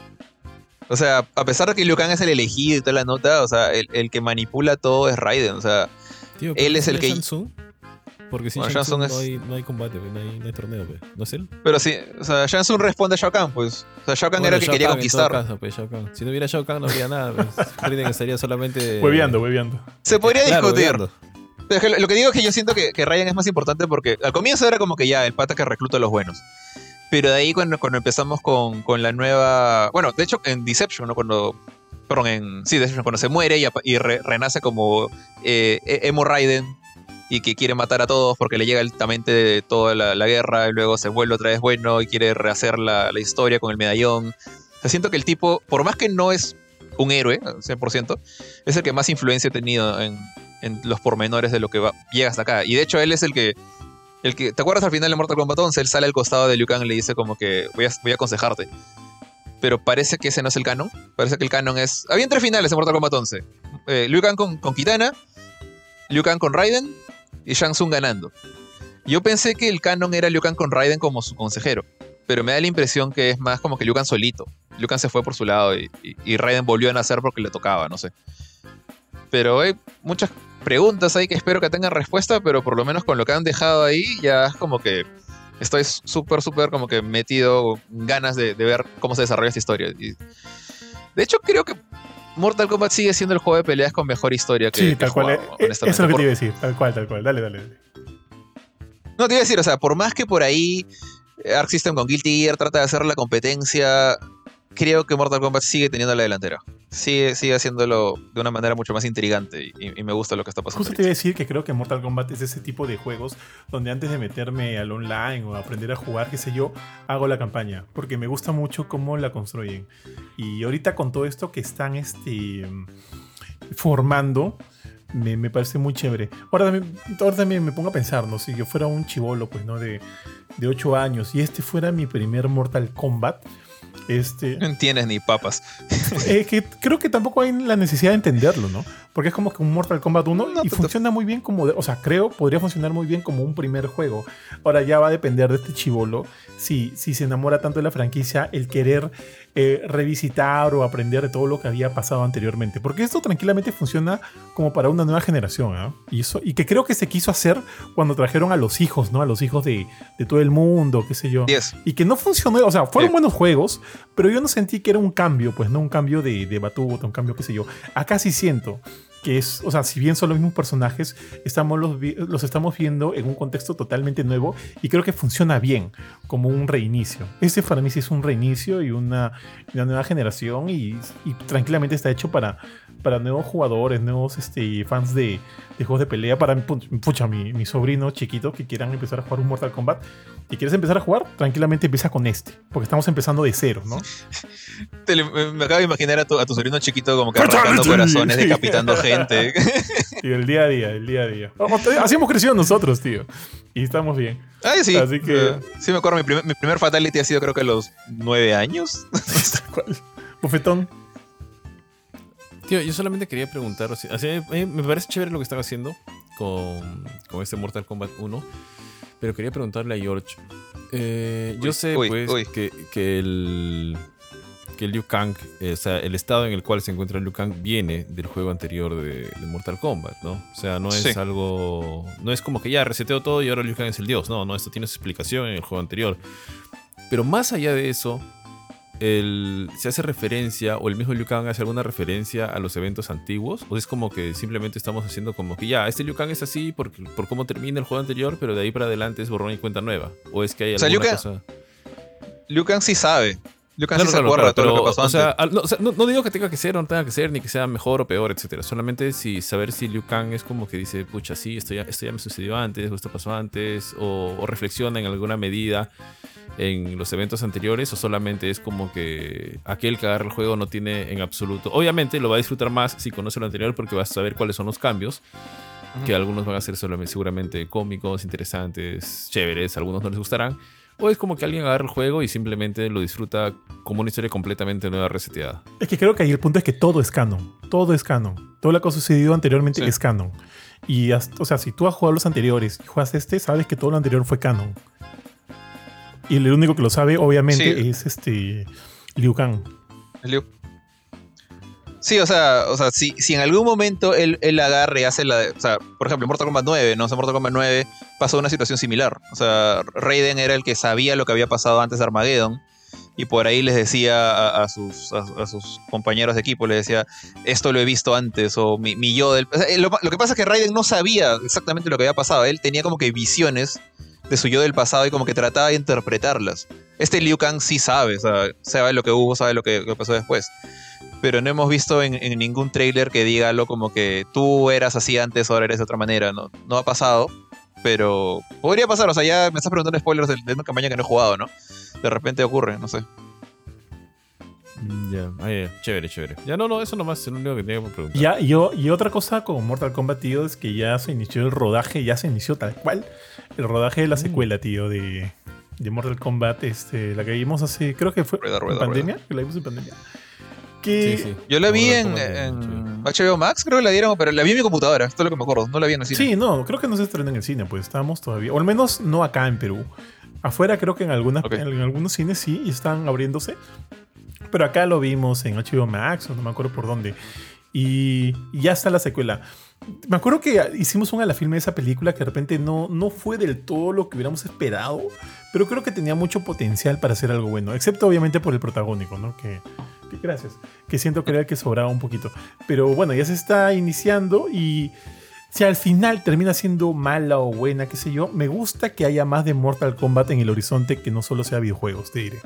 O sea, a pesar de que Liu Kang es el elegido y toda la nota, o sea, el que manipula todo es Raiden. O sea, Tío, él es el que... Shang Tsung? Porque sin Bueno, Shang Tsung Shang Tsung no hay combate, no hay torneo, ¿no es él? Pero sí, o sea, Shang Tsung responde a Shao Kahn, pues. O sea, Shao Kahn era el que Shao quería Kahn, conquistar. En todo caso, pues, Shao Kahn. Si no hubiera Shao Kahn no habría nada. Pues. Raiden estaría solamente... Hueveando. Se podría discutir. hueveando. Pero es que lo que digo es que yo siento que Raiden es más importante porque al comienzo era como que ya el pata que recluta a los buenos. Pero de ahí cuando empezamos con la nueva... Bueno, de hecho en Deception, ¿no? Deception, cuando se muere y renace como Emo Raiden y que quiere matar a todos porque le llega altamente de toda la guerra y luego se vuelve otra vez bueno y quiere rehacer la historia con el medallón. O sea, siento que el tipo, por más que no es un héroe, 100%, es el que más influencia ha tenido en los pormenores de lo que llega hasta acá. Y de hecho él es el que... ¿Te acuerdas al final de Mortal Kombat 11? Él sale al costado de Liu Kang y le dice como que voy a aconsejarte. Pero parece que ese no es el canon. Parece que el canon es... Había 3 finales en Mortal Kombat 11. Liu Kang con Kitana, Liu Kang con Raiden y Shang Tsung ganando. Yo pensé que el canon era Liu Kang con Raiden como su consejero. Pero me da la impresión que es más como que Liu Kang solito. Liu Kang se fue por su lado y Raiden volvió a nacer porque le tocaba, no sé. Pero hay muchas preguntas ahí que espero que tengan respuesta, pero por lo menos con lo que han dejado ahí ya es como que estoy súper como que metido ganas de ver cómo se desarrolla esta historia. Y de hecho creo que Mortal Kombat sigue siendo el juego de peleas con mejor historia que Sí, tal cual. Eso es lo que te iba a decir. Tal cual. Dale. No, te iba a decir, o sea, por más que por ahí Arc System con Guilty Gear trata de hacer la competencia, creo que Mortal Kombat sigue teniendo la delantera. Sigue haciéndolo de una manera mucho más intrigante y me gusta lo que está pasando. Justo te iba a decir que creo que Mortal Kombat es ese tipo de juegos donde antes de meterme al online o aprender a jugar, qué sé yo, hago la campaña. Porque me gusta mucho cómo la construyen. Y ahorita con todo esto que están formando, me parece muy chévere. Ahora también me pongo a pensar, ¿no? Si yo fuera un chibolo, pues, ¿no? De 8 años y este fuera mi primer Mortal Kombat, No entiendes ni papas. Que creo que tampoco hay la necesidad de entenderlo, ¿no? Porque es como que un Mortal Kombat 1 y funciona muy bien como... o sea, creo podría funcionar muy bien como un primer juego. Ahora ya va a depender de este chibolo si se enamora tanto de la franquicia, el querer revisitar o aprender de todo lo que había pasado anteriormente. Porque esto tranquilamente funciona como para una nueva generación, ¿eh? Y que creo que se quiso hacer cuando trajeron a los hijos, ¿no? A los hijos de todo el mundo, qué sé yo. Yes. Y que no funcionó, o sea, fueron buenos juegos, pero yo no sentí que era un cambio, pues, no un cambio de batuta, un cambio, qué sé yo. Acá sí siento que es, o sea, si bien son los mismos personajes, los estamos viendo en un contexto totalmente nuevo y creo que funciona bien como un reinicio. Este para mí sí es un reinicio y una nueva generación y tranquilamente está hecho para nuevos jugadores, nuevos fans de juegos de pelea. Para mi sobrino chiquito que quieran empezar a jugar un Mortal Kombat. Si quieres empezar a jugar, tranquilamente empieza con porque estamos empezando de cero, ¿no? Me acabo de imaginar a tu sobrino chiquito como que arrancando corazones, decapitando gente. Y el día a día. Así hemos crecido nosotros, tío. Y estamos bien. Ay, sí. Así que... Sí, me acuerdo, mi primer Fatality ha sido creo que a los 9 años. Bofetón. Tío, yo solamente quería preguntar, o sea, me parece chévere lo que están haciendo con este Mortal Kombat 1, pero quería preguntarle a George. Yo sé, que el Liu Kang, o sea, el estado en el cual se encuentra Liu Kang viene del juego anterior de Mortal Kombat, ¿no? O sea, no es algo... No es como que ya reseteo todo y ahora Liu Kang es el dios. No, esto tiene su explicación en el juego anterior. Pero más allá de eso, se hace referencia, o el mismo Liu Kang hace alguna referencia a los eventos antiguos, o es como que simplemente estamos haciendo como que ya, este Liu Kang es así por cómo termina el juego anterior, pero de ahí para adelante es borrón y cuenta nueva, o es que hay alguna cosa... Liu Kang sí sabe. Liu Kang sí se acuerda de todo lo que pasó antes. No digo que tenga que ser o no tenga que ser, ni que sea mejor o peor, etcétera. Solamente saber si Liu Kang es como que dice, pucha, sí, esto ya me sucedió antes, o esto pasó antes, o reflexiona en alguna medida en los eventos anteriores, o solamente es como que aquel que agarra el juego no tiene en absoluto... Obviamente lo va a disfrutar más si conoce lo anterior porque va a saber cuáles son los cambios, que algunos van a ser seguramente cómicos, interesantes, chéveres, algunos no les gustarán. O es como que alguien agarra el juego y simplemente lo disfruta como una historia completamente nueva, reseteada. Es que creo que ahí el punto es que todo es canon. Todo es canon. Todo lo que ha sucedido anteriormente es canon. Y, o sea, si tú has jugado los anteriores y juegas sabes que todo lo anterior fue canon. Y el único que lo sabe, obviamente, es Liu Kang. Sí, o sea si en algún momento él agarre y hace o sea, por ejemplo, Mortal Kombat 9, ¿no? O sea, Mortal Kombat 9 pasó una situación similar. O sea, Raiden era el que sabía lo que había pasado antes de Armageddon. Y por ahí les decía a sus compañeros de equipo, les decía, esto lo he visto antes, o mi yo del... O sea, lo que pasa es que Raiden no sabía exactamente lo que había pasado. Él tenía como que visiones de su yo del pasado y como que trataba de interpretarlas. Este Liu Kang sí sabe, o sea, sabe lo que hubo, sabe lo que pasó después. Pero no hemos visto en ningún trailer que diga algo como que tú eras así antes, ahora eres de otra manera. No ha pasado, pero podría pasar. O sea, ya me estás preguntando spoilers de una campaña que no he jugado, ¿no? De repente ocurre, no sé. Ya, chévere. Ya no, eso nomás es lo único que tenía que preguntar. Y otra cosa con Mortal Kombat, tío, es que ya se inició el rodaje, ya se inició tal cual el rodaje de la secuela, tío, de Mortal Kombat, la que vimos hace, creo que fue en pandemia, que la vimos en pandemia. Sí. Yo la vi en HBO Max, creo que la dieron, pero la vi en mi computadora, esto es lo que me acuerdo, no la vi en el cine. Sí, no, creo que no se estrenó en el cine, pues estábamos todavía, o al menos no acá en Perú. Afuera creo que en algunos cines sí, y están abriéndose. Pero acá lo vimos en HBO Max, o no me acuerdo por dónde. Y ya está la secuela. Me acuerdo que hicimos un a la filme de esa película que de repente no fue del todo lo que hubiéramos esperado, pero creo que tenía mucho potencial para hacer algo bueno, excepto obviamente por el protagónico, ¿no? Que gracias. Que siento que era el que sobraba un poquito. Pero bueno, ya se está iniciando y si al final termina siendo mala o buena, qué sé yo, me gusta que haya más de Mortal Kombat en el horizonte que no solo sea videojuegos, te diré.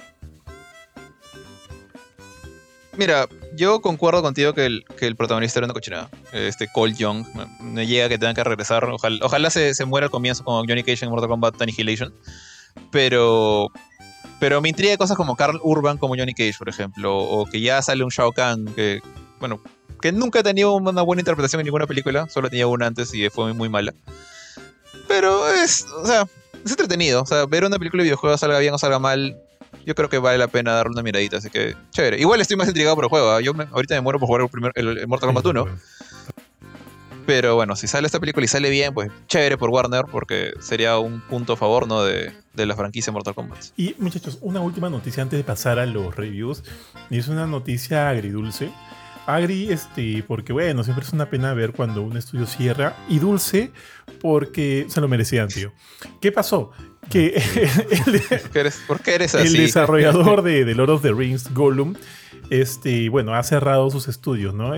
Mira, yo concuerdo contigo que el protagonista era una cochinada. Cole Young, me llega que tenga que regresar. Ojalá se muera al comienzo como Johnny Cage en Mortal Kombat Annihilation. Pero me intriga cosas como Karl Urban como Johnny Cage, por ejemplo. O que ya sale un Shao Kahn que nunca ha tenido una buena interpretación en ninguna película. Solo tenía una antes y fue muy mala. Pero es entretenido. O sea, ver una película de videojuegos salga bien o salga mal, yo creo que vale la pena darle una miradita, así que chévere. Igual estoy más intrigado por el juego, ¿eh? Ahorita me muero por jugar el Mortal Kombat 1, pero bueno, si sale esta película y sale bien, pues chévere por Warner, porque sería un punto a favor, ¿no? de la franquicia Mortal Kombat. Y muchachos, una última noticia antes de pasar a los reviews, y es una noticia agridulce. Porque bueno, siempre es una pena ver cuando un estudio cierra, y dulce porque se lo merecían, tío. ¿Qué pasó? Que ¿Por qué eres así? el desarrollador de Lord of the Rings, Gollum, bueno, ha cerrado sus estudios, ¿no?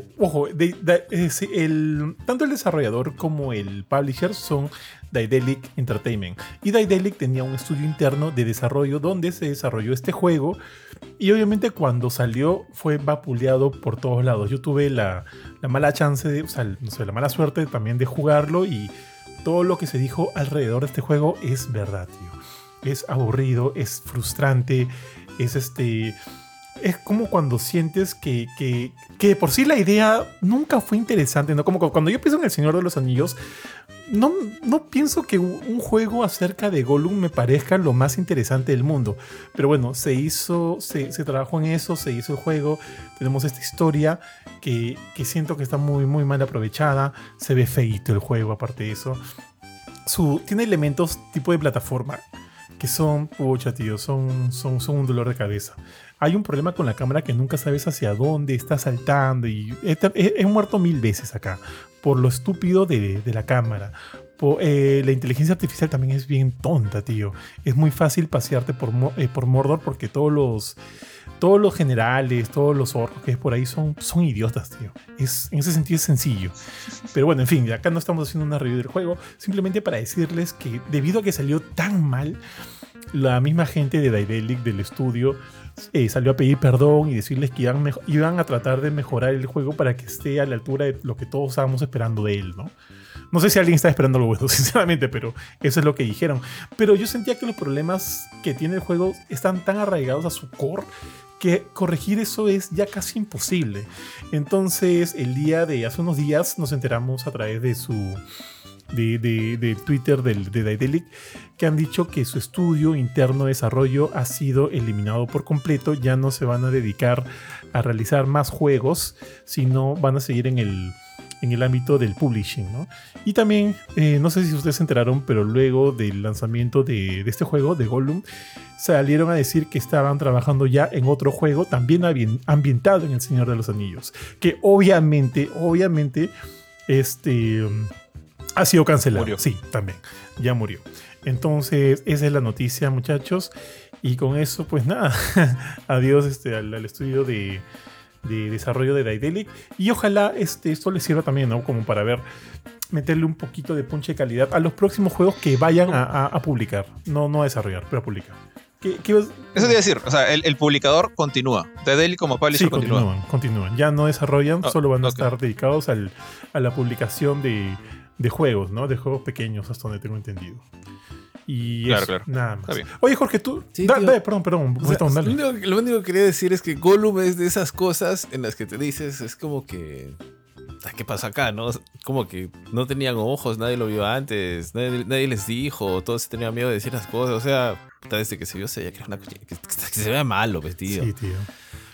Tanto el desarrollador como el publisher son Daedalic Entertainment. Y Daedalic tenía un estudio interno de desarrollo donde se desarrolló este juego. Y obviamente cuando salió fue vapuleado por todos lados. Yo tuve la mala chance la mala suerte también de jugarlo, y todo lo que se dijo alrededor de este juego es verdad, tío. Es aburrido, es frustrante, es como cuando sientes que de por sí la idea nunca fue interesante, ¿no? Como cuando yo pienso en El Señor de los Anillos, no pienso que un juego acerca de Gollum me parezca lo más interesante del mundo. Pero bueno, se trabajó en eso, se hizo el juego, tenemos esta historia que siento que está muy, muy mal aprovechada, se ve feíto el juego aparte de eso. Tiene elementos tipo de plataforma que son, pucha, tío, son un dolor de cabeza. Hay un problema con la cámara que nunca sabes hacia dónde está saltando, y he muerto 1000 veces acá por lo estúpido de la cámara. La inteligencia artificial también es bien tonta, tío. Es muy fácil pasearte por Mordor porque todos los generales, todos los orcos que es por ahí son idiotas, tío. En ese sentido es sencillo. Pero bueno, en fin, acá no estamos haciendo una review del juego, simplemente para decirles que debido a que salió tan mal, la misma gente de Daedalic, del estudio, salió a pedir perdón y decirles que iban a tratar de mejorar el juego para que esté a la altura de lo que todos estábamos esperando de él, ¿no? No sé si alguien está esperando algo bueno, sinceramente, pero eso es lo que dijeron. Pero yo sentía que los problemas que tiene el juego están tan arraigados a su core que corregir eso es ya casi imposible. Entonces, hace unos días nos enteramos a través de de Twitter de Daedalic, que han dicho que su estudio interno de desarrollo ha sido eliminado por completo. Ya no se van a dedicar a realizar más juegos, sino van a seguir en el ámbito del publishing, ¿no? Y también, no sé si ustedes se enteraron, pero luego del lanzamiento de este juego, de Gollum, salieron a decir que estaban trabajando ya en otro juego también ambientado en El Señor de los Anillos, que obviamente ha sido cancelado. Murió. Sí, también, ya murió. Entonces, esa es la noticia, muchachos. Y con eso, pues nada, adiós al estudio de desarrollo de Daedalic. Y ojalá esto les sirva también, ¿no? Como para meterle un poquito de punche de calidad a los próximos juegos que vayan a publicar. No a desarrollar, pero a publicar. Eso te iba a decir, o sea, el publicador continúa. Daedalic como publisher sí, continúan. Ya no desarrollan, solo van a estar dedicados a la publicación de juegos, ¿no? De juegos pequeños, hasta donde tengo entendido. Y claro. Nada más. Oye, Jorge, tú... Sí, dale, perdón. O sea, lo único que quería decir es que Gollum es de esas cosas en las que te dices, es como que... ¿Qué pasa acá, no? Como que no tenían ojos, nadie lo vio antes, nadie les dijo, todos tenían miedo de decir las cosas. O sea, desde que se vio se veía que era que se veía malo, pues, tío. Sí, tío.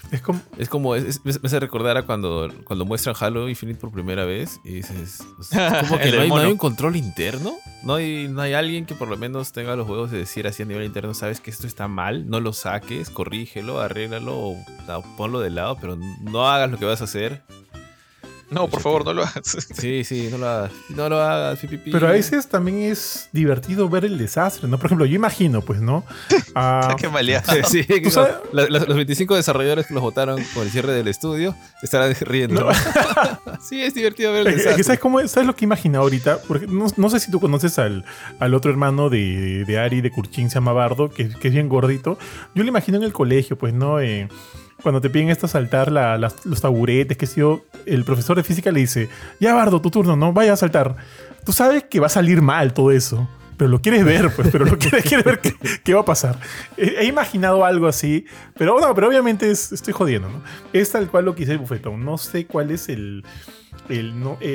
Me hace recordar a cuando muestran Halo Infinite por primera vez y dices, como que no hay un control interno, no hay alguien que por lo menos tenga los huevos de decir así a nivel interno, sabes que esto está mal, no lo saques, corrígelo, arréglalo o ponlo de lado, pero no hagas lo que vas a hacer. No, por favor, no lo hagas. Sí, no lo hagas. Pero a veces también es divertido ver el desastre, ¿no? Por ejemplo, yo imagino, pues, ¿no? Qué maleado. Sí, los 25 desarrolladores que los votaron con el cierre del estudio estarán riendo. No. Sí, es divertido ver el desastre. ¿Sabes lo que he imaginado ahorita? Porque no sé si tú conoces al otro hermano de Ari, de Kurchin, se llama Bardo, que es bien gordito. Yo lo imagino en el colegio, pues, ¿no? Cuando te piden esto saltar los taburetes, el profesor de física le dice, ya Bardo, tu turno, no vaya a saltar. Tú sabes que va a salir mal todo eso, pero lo quieres ver, pues, quieres ver qué va a pasar. He imaginado algo así, pero obviamente estoy jodiendo, ¿no? Es tal cual lo que hice el bufetón. No sé cuál es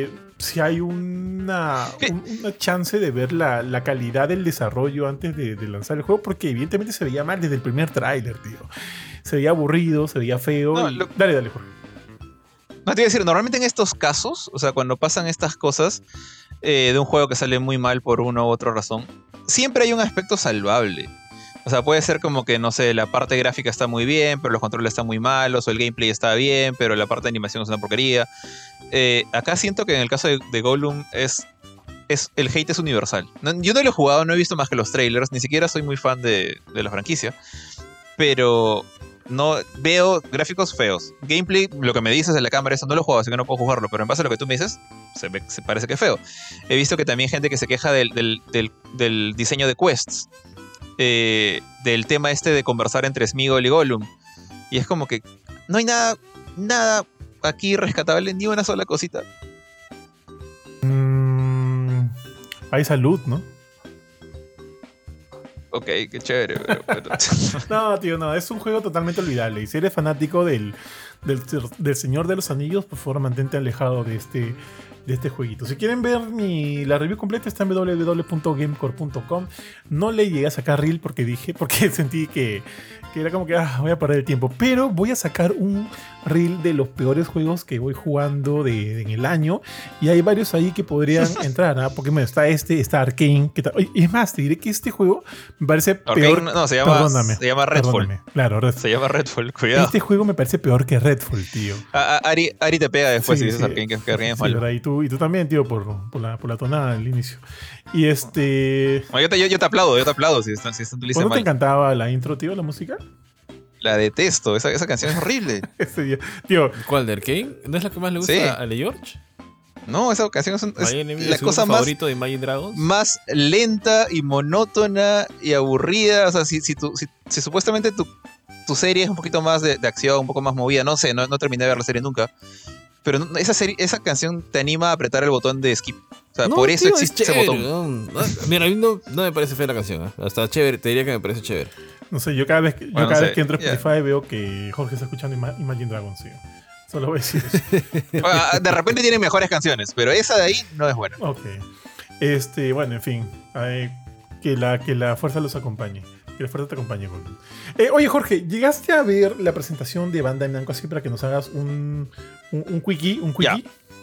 si hay una chance de ver la calidad del desarrollo antes de lanzar el juego, porque evidentemente se veía mal desde el primer tráiler, tío. Se veía aburrido, se veía feo. No, Dale, Jorge. No te iba a decir, normalmente en estos casos, o sea, cuando pasan estas cosas de un juego que sale muy mal por una u otra razón, siempre hay un aspecto salvable. O sea, puede ser como que, no sé, la parte gráfica está muy bien, pero los controles están muy malos, o el gameplay está bien, pero la parte de animación es una porquería. Acá siento que en el caso de Gollum el hate es universal. Yo no lo he jugado, no he visto más que los trailers, ni siquiera soy muy fan de la franquicia, pero no veo gráficos feos. Gameplay, lo que me dices de la cámara, eso no lo he jugado, así que no puedo jugarlo, pero en base a lo que tú me dices, se parece que es feo. He visto que también hay gente que se queja del diseño de quests. Del tema este de conversar entre Sméagol y Gollum. Y es como que no hay nada aquí rescatable, ni una sola cosita. Hay salud, ¿no? Ok, qué chévere, pero... No, tío, no. Es un juego totalmente olvidable. Y si eres fanático del Señor de los Anillos, por favor, mantente alejado de este jueguito. Si quieren ver la review completa, está en www.gamecore.com. No le llegué a sacar reel porque sentí que era como que voy a perder el tiempo. Pero voy a sacar un reel de los peores juegos que voy jugando en el año. Y hay varios ahí que podrían entrar, ¿ah? Porque bueno, está Arcane. Es más, te diré que este juego me parece peor. No, se llama Redfall. Claro, Redfall. Se llama Redfall, cuidado. Este juego me parece peor que Redfall, tío. Ari te pega después si dices sí. Arcane, que Arcane es malo. Y tú también, tío, por la tonada del inicio. Y Bueno, yo te aplaudo si están tu lista ¿Cuándo mal. te encantaba la intro, tío, la música? La detesto, esa canción es horrible. Ese día. Tío, ¿Cuál, de Arcane? ¿No es la que más le gusta Sí. a Le George? No, esa canción es la ¿Su cosa favorito de Imagine Dragons? más lenta y monótona y aburrida. O sea, si supuestamente tu serie es un poquito más de acción, un poco más movida, no sé, no terminé de ver la serie nunca. Pero esa canción te anima a apretar el botón de skip. O sea, por eso tío, existe es ese chévere, botón. ¿no? Mira, a mí no me parece fea la canción. Hasta chévere, te diría que me parece chévere. no sé, yo cada vez que entro a ya. Spotify veo que Jorge está escuchando Imagine Dragons, tío. Solo voy a decir eso. De repente tienen mejores canciones, pero esa de ahí no es buena. Ok. Bueno, en fin. Que la fuerza los acompañe. Que la fuerza te acompañe, Jorge. Oye, Jorge, ¿llegaste a ver la presentación de Bandai Namco así para que nos hagas un quickie? Ya.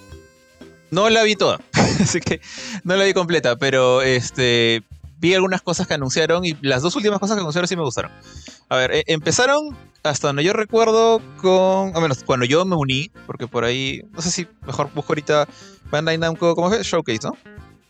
No la vi toda, así que no la vi completa, pero vi algunas cosas que anunciaron y las dos últimas cosas que anunciaron sí me gustaron. A ver, empezaron, hasta donde yo recuerdo, al menos cuando yo me uní, porque por ahí, no sé si mejor busco ahorita Bandai Namco, ¿cómo fue? Showcase, ¿no?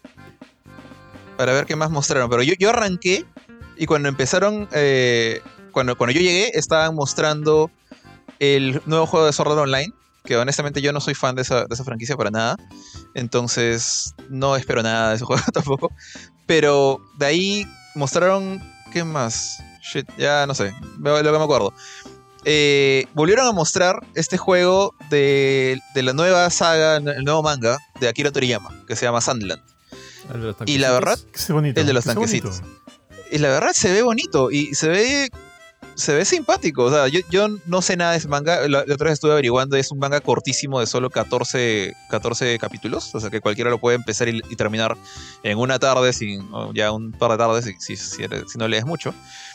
Para ver qué más mostraron, pero yo arranqué y cuando empezaron, cuando yo llegué, estaban mostrando el nuevo juego de Sword Art Online, que honestamente yo no soy fan de esa franquicia para nada, entonces no espero nada de ese juego tampoco, pero de ahí mostraron, ¿qué más? Shit, ya no sé, lo que me acuerdo. Volvieron a mostrar este juego de la nueva saga, el nuevo manga de Akira Toriyama, que se llama Sandland. Y la verdad, Qué bonito. el de los tanquecitos. Y la verdad se ve bonito y se ve simpático. O sea, yo no sé nada de ese manga. La otra vez estuve averiguando, es un manga cortísimo de solo 14 capítulos. O sea que cualquiera lo puede empezar y terminar en una tarde, ya un par de tardes, si no lees mucho.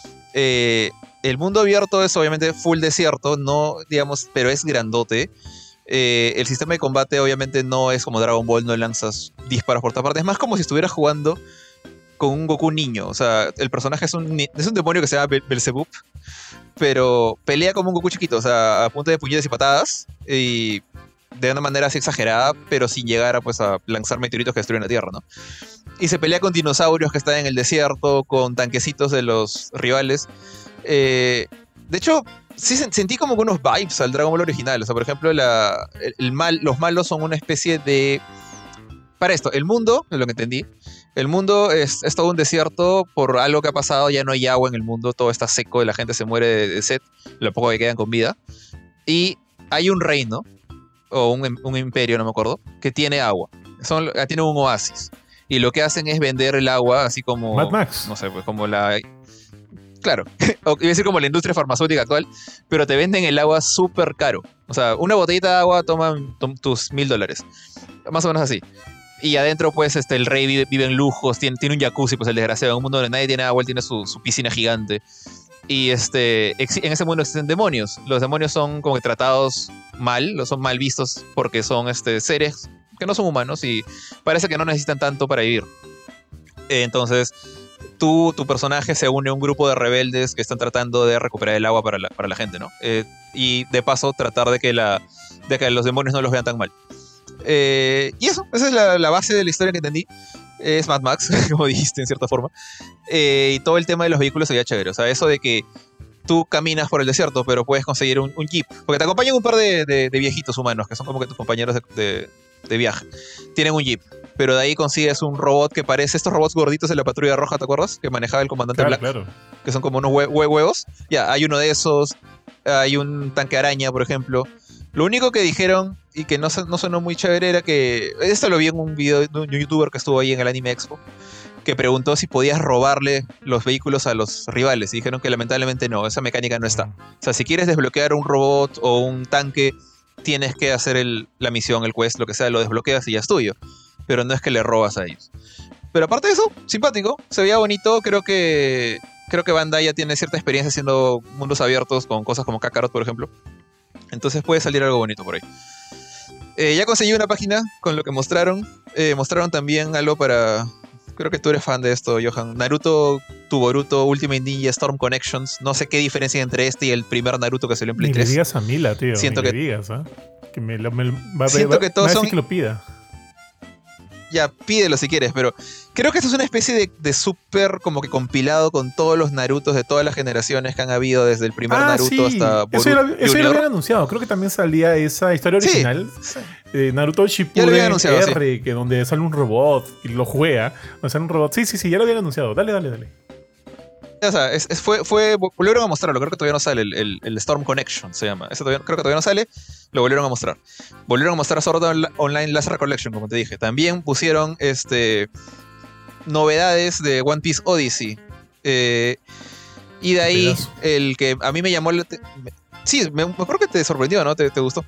El mundo abierto es obviamente full desierto, no, digamos, pero es grandote. El sistema de combate obviamente no es como Dragon Ball, no lanzas disparos por todas partes. Es más como si estuvieras jugando con un Goku niño. O sea, el personaje es un demonio que se llama Belzebub, pero pelea como un Goku chiquito, o sea, a punta de puñetes y patadas, y de una manera así exagerada, pero sin llegar a lanzar meteoritos que destruyen la Tierra, ¿no? Y se pelea con dinosaurios que están en el desierto, con tanquecitos de los rivales. De hecho, sí sentí como unos vibes al Dragon Ball original. O sea, por ejemplo, los malos son una especie de... Para esto, el mundo, es lo que entendí, el mundo es todo un desierto por algo que ha pasado, ya no hay agua en el mundo, todo está seco y la gente se muere de sed, lo poco que quedan con vida. Y hay un reino, o un imperio, no me acuerdo, que tiene agua. Tiene un oasis. Y lo que hacen es vender el agua, así como... Mad Max. No sé, pues como la... claro, iba a decir como la industria farmacéutica actual, pero te venden el agua súper caro. O sea, una botellita de agua toman tus $1,000. Más o menos así. Y adentro, pues, el rey vive en lujos, tiene un jacuzzi, pues el desgraciado, en un mundo donde nadie tiene agua, él tiene su piscina gigante. Y en ese mundo existen demonios. Los demonios son como que tratados mal, son mal vistos porque son seres que no son humanos y parece que no necesitan tanto para vivir. Entonces, tu personaje se une a un grupo de rebeldes que están tratando de recuperar el agua para la gente, ¿no? Y de paso tratar de que los demonios no los vean tan mal. Y esa es la base de la historia que entendí. Es Mad Max, como dijiste en cierta forma. Y todo el tema de los vehículos sería chévere. O sea, eso de que tú caminas por el desierto, pero puedes conseguir un jeep. Porque te acompañan un par de viejitos humanos, que son como que tus compañeros de viaje. Tienen un jeep. Pero de ahí consigues un robot que parece estos robots gorditos de la Patrulla Roja, ¿te acuerdas? Que manejaba el comandante Black. Claro. Que son como unos huevos. Ya, hay uno de esos. Hay un tanque araña, por ejemplo. Lo único que dijeron y que no sonó muy chévere era que... Esto lo vi en un video de un youtuber que estuvo ahí en el Anime Expo, que preguntó si podías robarle los vehículos a los rivales. Y dijeron que lamentablemente no, esa mecánica no está. O sea, si quieres desbloquear un robot o un tanque, tienes que hacer la misión, el quest, lo que sea, lo desbloqueas y ya es tuyo. Pero no es que le robas a ellos. Pero aparte de eso, simpático, se veía bonito. Creo que Bandai ya tiene cierta experiencia haciendo mundos abiertos con cosas como Kakarot, por ejemplo. Entonces puede salir algo bonito por ahí. Ya conseguí una página con lo que mostraron. Mostraron también algo para... Creo que tú eres fan de esto, Johan. Naruto, tu Boruto, Ultimate Ninja Storm Connections. No sé qué diferencia hay entre este y el primer Naruto que salió en Play 3. Ni le digas a Mila, tío. Siento ni que... le digas, ¿eh? Que Siento que todos son... que lo pida. Ya, pídelo si quieres, pero creo que esto es una especie de súper como que compilado con todos los Narutos de todas las generaciones que han habido desde el primer Naruto hasta Boruto. Eso ya lo habían anunciado. Creo que también salía esa historia original. Sí. Naruto Shippuden R, que donde sale un robot y lo juega. Donde sale un robot. Sí, ya lo habían anunciado. Dale. O sea, volvieron a mostrarlo. Creo que todavía no sale. El Storm Connection se llama. Creo que todavía no sale. Lo volvieron a mostrar. Volvieron a mostrar Sword Art Online Laser Collection, como te dije. También pusieron novedades de One Piece Odyssey. Y de ahí, el que a mí me llamó... Sí, me acuerdo que te sorprendió, ¿no? ¿Te gustó?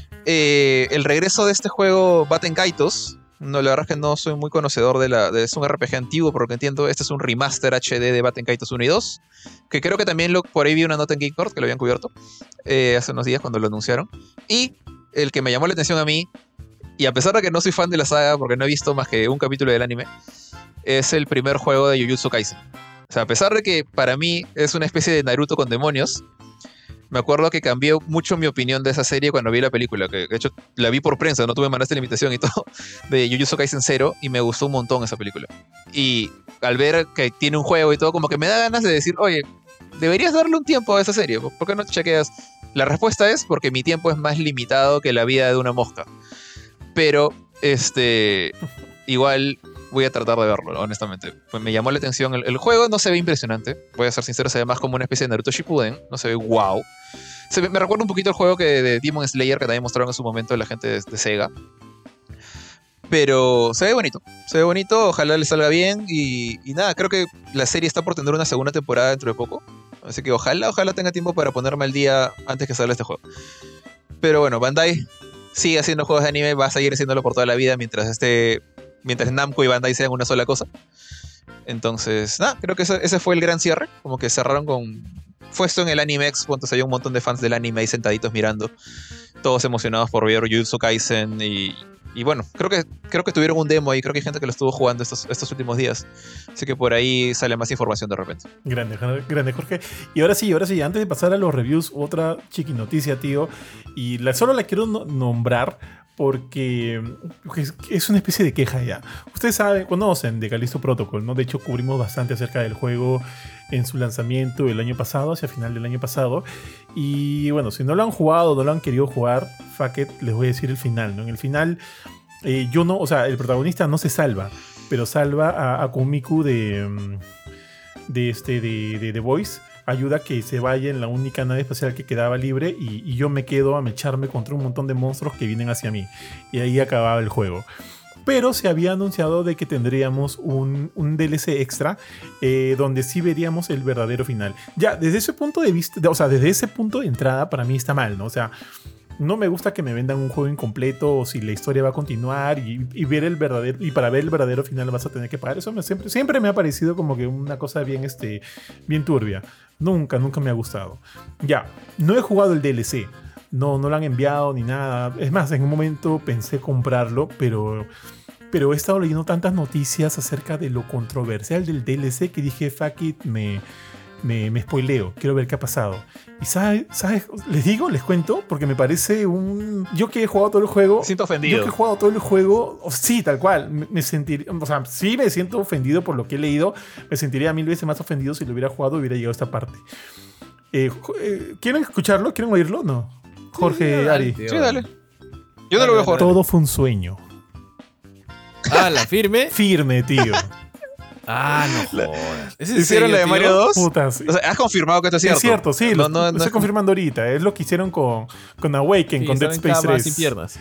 El regreso de este juego Baten Kaitos. No, la verdad es que no soy muy conocedor es un RPG antiguo, por lo que entiendo. Este es un remaster HD de Baten Kaitos 1 y 2. Que creo que también por ahí vi una nota en Geekport que lo habían cubierto hace unos días cuando lo anunciaron. Y el que me llamó la atención a mí, y a pesar de que no soy fan de la saga porque no he visto más que un capítulo del anime, es el primer juego de Jujutsu Kaisen. O sea, a pesar de que para mí es una especie de Naruto con demonios, me acuerdo que cambió mucho mi opinión de esa serie cuando vi la película, que de hecho la vi por prensa, no tuve mandaste la invitación y todo, de Jujutsu Kaisen 0, y me gustó un montón esa película. Y al ver que tiene un juego y todo, como que me da ganas de decir, oye, deberías darle un tiempo a esa serie, ¿por qué no te chequeas? La respuesta es porque mi tiempo es más limitado que la vida de una mosca. Pero, igual voy a tratar de verlo, honestamente. Pues me llamó la atención. El juego no se ve impresionante, voy a ser sincero, se ve más como una especie de Naruto Shippuden, no se ve wow. Me recuerda un poquito el juego de Demon Slayer que también mostraron en su momento la gente de Sega. Pero se ve bonito, ojalá le salga bien y nada, creo que la serie está por tener una segunda temporada dentro de poco. Así que ojalá tenga tiempo para ponerme al día antes que salga este juego. Pero bueno, Bandai sigue haciendo juegos de anime, va a seguir haciéndolo por toda la vida mientras Namco y Bandai sean una sola cosa. Entonces, nada, creo que ese fue el gran cierre. Como que cerraron fue esto en el Anime Expo, entonces había un montón de fans del anime ahí sentaditos mirando, todos emocionados por ver Jujutsu Kaisen y bueno, creo que tuvieron un demo ahí, creo que hay gente que lo estuvo jugando estos últimos días, así que por ahí sale más información de repente. Grande Jorge. Y ahora sí, antes de pasar a los reviews, otra chiqui noticia, tío, y solo la quiero nombrar porque es una especie de queja ya. Ustedes conocen de Callisto Protocol, ¿no? De hecho, cubrimos bastante acerca del juego en su lanzamiento el año pasado, hacia final del año pasado. Y bueno, si no lo han jugado, no lo han querido jugar, fuck it, les voy a decir el final, ¿no? En el final, el protagonista no se salva, pero salva a Kumiku de The Voice. Ayuda a que se vaya en la única nave espacial que quedaba libre y yo me quedo a mecharme contra un montón de monstruos que vienen hacia mí. Y ahí acababa el juego. pero se había anunciado de que tendríamos un DLC extra donde sí veríamos el verdadero final. Ya, desde ese punto de vista, o sea, desde ese punto de entrada para mí está mal, ¿no? O sea, no me gusta que me vendan un juego incompleto o si la historia va a continuar y ver el verdadero, y para ver el verdadero final vas a tener que pagar. Eso siempre me ha parecido como que una cosa bien, bien turbia. Nunca me ha gustado. Ya, no he jugado el DLC. No lo han enviado ni nada. Es más, en un momento pensé comprarlo, pero he estado leyendo tantas noticias acerca de lo controversial del DLC que dije, fuck it, me spoileo, quiero ver qué ha pasado. Y ¿sabes? Les cuento, porque me parece yo que he jugado todo el juego... Me siento ofendido. Yo que he jugado todo el juego... Sí, tal cual. Me sentiría... O sea, sí me siento ofendido por lo que he leído. Me sentiría 1000 veces más ofendido si lo hubiera jugado y hubiera llegado a esta parte. ¿Quieren escucharlo? ¿Quieren oírlo? No. Jorge, Ari. Sí, dale. Yo no lo voy a jugar. Todo fue un sueño. Ah, ¿la firme? Firme, tío. Ah, no jodas. ¿Es en ¿Hicieron serio, la de tío? Mario 2? Putas. O sea, ¿has confirmado que esto es cierto? Es cierto, sí, lo estoy confirmando ahorita. Es lo que hicieron con Awaken, Sí, con Dead estaba en Space cama 3. sin piernas.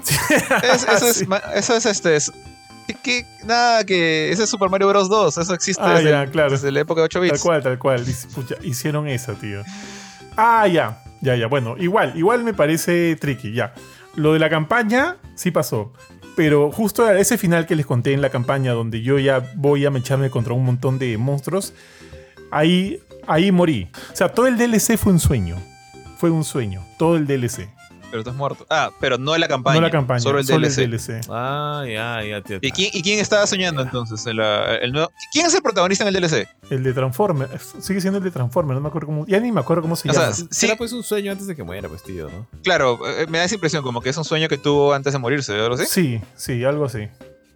Eso es nada que... Ese es Super Mario Bros. 2. Eso existe claro. desde la época de 8 bits. Tal cual. Pucha, hicieron eso, tío. Ya. Bueno, igual me parece tricky, ya. Lo de la campaña sí pasó. Pero justo a ese final que les conté en la campaña, donde yo ya voy a mecharme contra un montón de monstruos, ahí morí. O sea, todo el DLC fue un sueño. Todo el DLC. Pero estás muerto. Pero no en la campaña. No la campaña, solo el DLC. Ah, ya, tío. ¿Y quién estaba soñando entonces? El nuevo... ¿Quién es el protagonista en el DLC? El de Transformers. Sigue siendo el de Transformers. No me acuerdo cómo... Ya ni me acuerdo cómo se llama. Sí, Será pues un sueño antes de que muera, pues, tío, ¿no? claro, me da esa impresión como que es un sueño que tuvo antes de morirse, ¿verdad? Sí, algo así.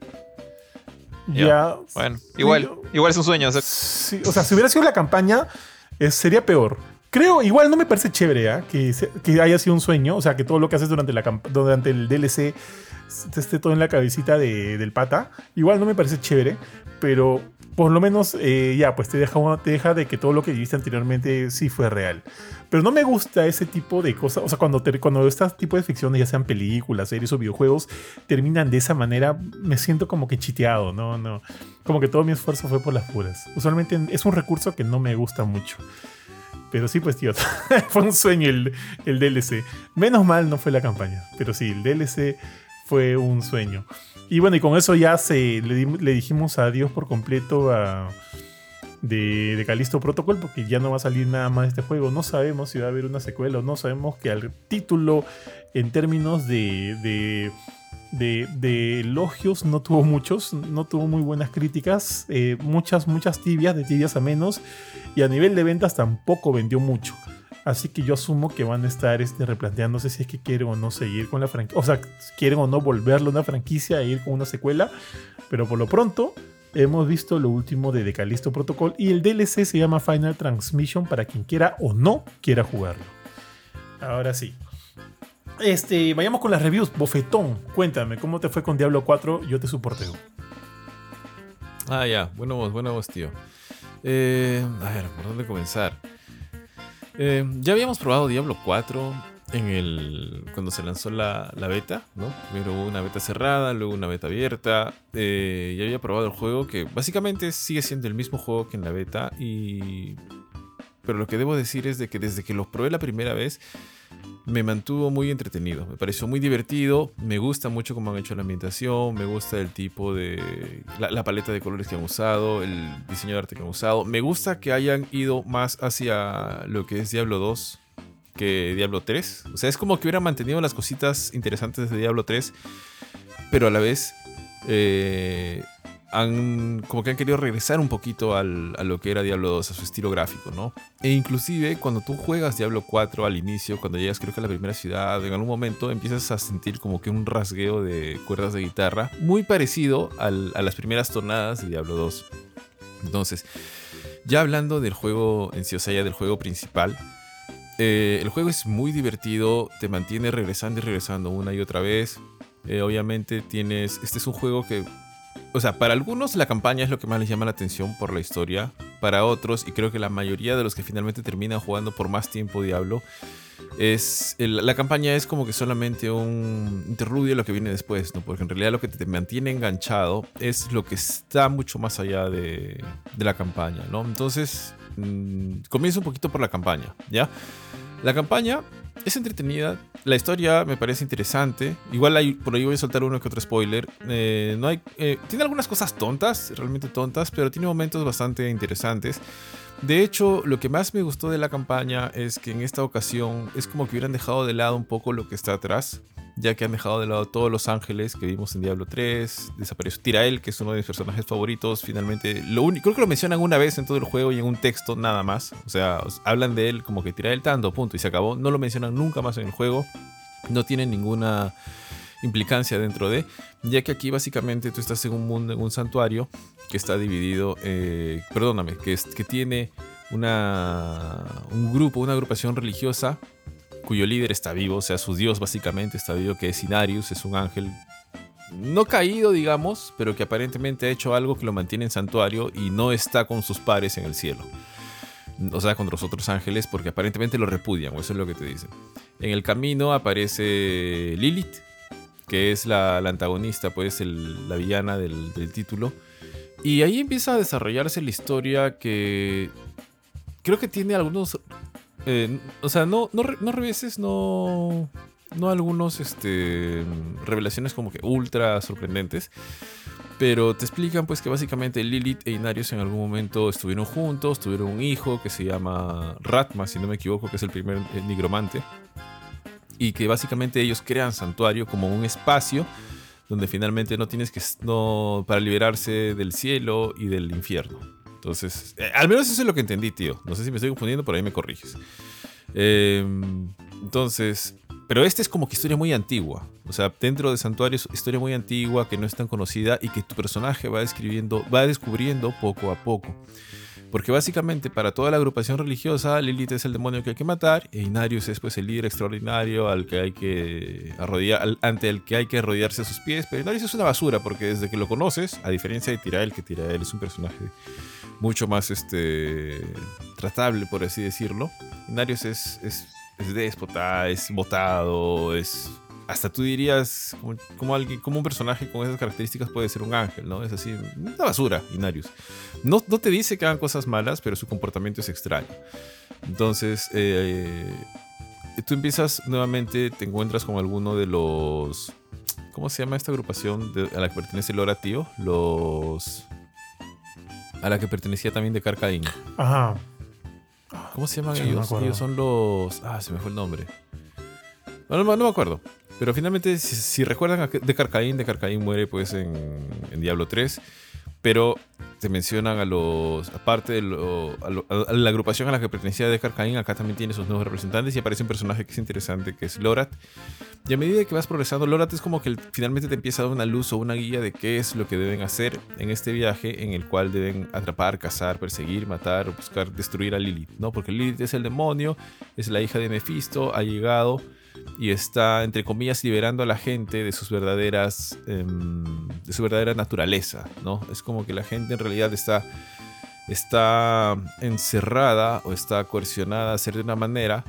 Ya. Bueno, igual es un sueño. O sea, sí, o sea, si hubiera sido la campaña, sería peor. Creo, igual no me parece chévere que haya sido un sueño. O sea, que todo lo que haces durante el DLC esté todo en la cabecita del pata. Igual no me parece chévere, pero por lo menos pues te deja de que todo lo que viviste anteriormente sí fue real. Pero no me gusta ese tipo de cosas. O sea, cuando este tipo de ficciones, ya sean películas, series o videojuegos, terminan de esa manera, me siento como que chiteado, ¿no? Como que todo mi esfuerzo fue por las puras. Usualmente es un recurso que no me gusta mucho. Pero sí, pues, tío, fue un sueño el DLC. Menos mal no fue la campaña, pero sí, el DLC fue un sueño. Y bueno, y con eso ya le dijimos adiós por completo de Callisto Protocol, porque ya no va a salir nada más de este juego. No sabemos si va a haber una secuela o no. Sabemos que al título, en términos de elogios, no tuvo muchos, no tuvo muy buenas críticas, muchas tibias, de tibias a menos, y a nivel de ventas tampoco vendió mucho. Así que yo asumo que van a estar replanteándose si es que quieren o no seguir con la franquicia, o sea, quieren o no volverlo una franquicia e ir con una secuela. Pero por lo pronto hemos visto lo último de Callisto Protocol, y el DLC se llama Final Transmission para quien quiera o no quiera jugarlo. Ahora sí, vayamos con las reviews. Bofetón, cuéntame, ¿cómo te fue con Diablo 4? Yo te soporteo. Ya, buena voz, tío. A ver, ¿por dónde comenzar? Ya habíamos probado Diablo 4 cuando se lanzó la beta, ¿no? Primero hubo una beta cerrada, luego una beta abierta. Ya había probado el juego, que básicamente sigue siendo el mismo juego que en la beta. Pero lo que debo decir es de que desde que lo probé la primera vez, me mantuvo muy entretenido, me pareció muy divertido, me gusta mucho cómo han hecho la ambientación, me gusta el tipo de... la paleta de colores que han usado, el diseño de arte que han usado, me gusta que hayan ido más hacia lo que es Diablo 2 que Diablo 3, o sea, es como que hubieran mantenido las cositas interesantes de Diablo 3, pero a la vez han querido regresar un poquito a lo que era Diablo 2, a su estilo gráfico, ¿no? E inclusive cuando tú juegas Diablo 4 al inicio, cuando llegas creo que a la primera ciudad, en algún momento empiezas a sentir como que un rasgueo de cuerdas de guitarra, muy parecido a las primeras tonadas de Diablo 2. Entonces, ya hablando del juego en sí, o sea, ya del juego principal, el juego es muy divertido, te mantiene regresando y regresando una y otra vez. Obviamente este es un juego que... O sea, para algunos la campaña es lo que más les llama la atención por la historia. Para otros, y creo que la mayoría de los que finalmente terminan jugando por más tiempo Diablo, La campaña es como que solamente un interludio de lo que viene después, ¿no? Porque en realidad lo que te mantiene enganchado es lo que está mucho más allá de la campaña, ¿no? Entonces, comienzo un poquito por la campaña, ¿ya? La campaña es entretenida, la historia me parece interesante. Igual por ahí voy a soltar uno que otro spoiler. Tiene algunas cosas tontas, realmente tontas, pero tiene momentos bastante interesantes. De hecho, lo que más me gustó de la campaña es que en esta ocasión es como que hubieran dejado de lado un poco lo que está atrás, ya que han dejado de lado todos los ángeles que vimos en Diablo 3. Desapareció Tyrael, que es uno de mis personajes favoritos. Finalmente, creo que lo mencionan una vez en todo el juego y en un texto nada más. O sea, hablan de él como que Tyrael tanto, punto, y se acabó. No lo mencionan nunca más en el juego. No tiene ninguna implicancia dentro de, ya que aquí básicamente tú estás en un mundo, en un santuario que está dividido, que tiene una agrupación religiosa cuyo líder está vivo, o sea, su dios básicamente está vivo, que es Inarius, es un ángel no caído, digamos, pero que aparentemente ha hecho algo que lo mantiene en santuario y no está con sus pares en el cielo. O sea, contra los otros ángeles, porque aparentemente lo repudian, o eso es lo que te dicen. En el camino aparece Lilith, que es la antagonista, pues la villana del título. Y ahí empieza a desarrollarse la historia que creo que tiene algunos... o sea, no reveses, no algunos revelaciones como que ultra sorprendentes. Pero te explican pues que básicamente Lilith e Inarius en algún momento estuvieron juntos, tuvieron un hijo que se llama Ratma, si no me equivoco, que es el primer nigromante. Y que básicamente ellos crean santuario como un espacio donde finalmente para liberarse del cielo y del infierno. Entonces, al menos eso es lo que entendí, tío. No sé si me estoy confundiendo, por ahí me corriges. Entonces, pero esta es como que historia muy antigua. O sea, dentro de Santuario es historia muy antigua que no es tan conocida y que tu personaje va descubriendo poco a poco. Porque básicamente para toda la agrupación religiosa, Lilith es el demonio que hay que matar e Inarius es pues el líder extraordinario ante el que hay que arrodillarse a sus pies. Pero Inarius es una basura porque desde que lo conoces, a diferencia de Tyrael, que Tyrael es un personaje mucho más tratable, por así decirlo, Inarius es déspota, es botado, hasta tú dirías como un personaje con esas características puede ser un ángel, ¿no? Es así, una basura, Inarius. No te dice que hagan cosas malas, pero su comportamiento es extraño. Entonces, tú empiezas nuevamente, te encuentras con alguno de los... ¿Cómo se llama esta agrupación a la que pertenece Lora, tío? A la que pertenecía también de Carcaín. Ajá. ¿Cómo se llaman Sí, ellos? no me Ellos son los... se me fue el nombre. No me acuerdo. Pero finalmente, si recuerdan de Carcaín muere pues en Diablo 3. Pero te mencionan aparte de a la agrupación a la que pertenecía de Carcaín, acá también tiene sus nuevos representantes y aparece un personaje que es interesante, que es Lorath. Y a medida que vas progresando, Lorath es como que finalmente te empieza a dar una luz o una guía de qué es lo que deben hacer en este viaje en el cual deben atrapar, cazar, perseguir, matar o buscar destruir a Lilith, ¿no? Porque Lilith es el demonio, es la hija de Mefisto, ha llegado y está, entre comillas, liberando a la gente de su verdadera naturaleza, ¿no? Es como que la gente en realidad está encerrada o está coercionada a hacer de una manera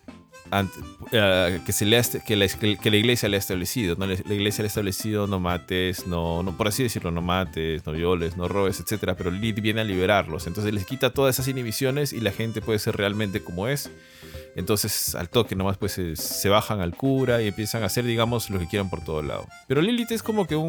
que la iglesia le ha establecido, ¿no? La iglesia le ha establecido no mates, no, por así decirlo, no mates, no violes, no robes, etcétera, pero Lilith viene a liberarlos, entonces les quita todas esas inhibiciones y la gente puede ser realmente como es. Entonces al toque nomás pues se bajan al cura y empiezan a hacer, digamos, lo que quieran por todo lado. Pero Lilith es como que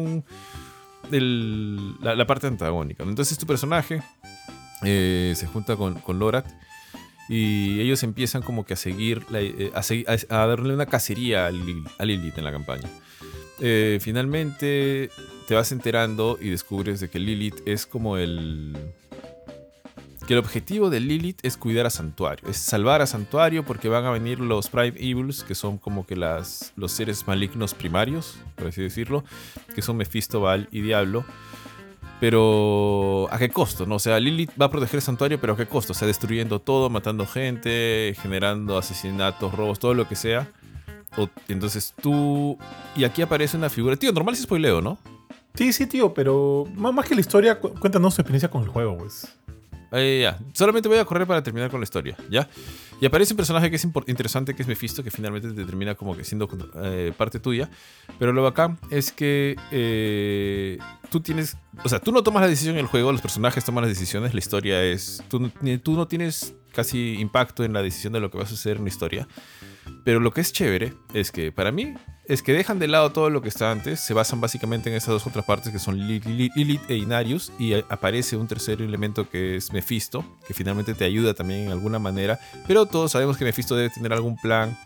la parte antagónica, ¿no? Entonces tu personaje se junta con Lorath y ellos empiezan como que a darle una cacería a Lilith en la campaña. Finalmente te vas enterando y descubres de que Lilith es como que el objetivo de Lilith es cuidar a Santuario, es salvar a Santuario porque van a venir los Prime Evils, que son como que los seres malignos primarios, por así decirlo, que son Mefisto, Baal y Diablo. Pero ¿a qué costo? ¿No? O sea, Lilith va a proteger el Santuario, pero ¿a qué costo? O sea, destruyendo todo, matando gente, generando asesinatos, robos, todo lo que sea. Entonces y aquí aparece una figura... Tío, normal si spoileo, ¿no? Sí, tío, pero más que la historia, cuéntanos tu experiencia con el juego, pues. Ya. Solamente voy a correr para terminar con la historia, ¿ya? Y aparece un personaje que es interesante, que es Mephisto, que finalmente te termina como que siendo parte tuya. Pero lo bacán es que tú tienes... O sea, tú no tomas la decisión en el juego, los personajes toman las decisiones, la historia es... Tú no tienes casi impacto en la decisión de lo que va a suceder en la historia. Pero lo que es chévere es que para mí es que dejan de lado todo lo que está antes, se basan básicamente en esas dos otras partes que son Lilith e Inarius, y aparece un tercer elemento que es Mephisto, que finalmente te ayuda también en alguna manera, pero todos sabemos que Mephisto debe tener algún plan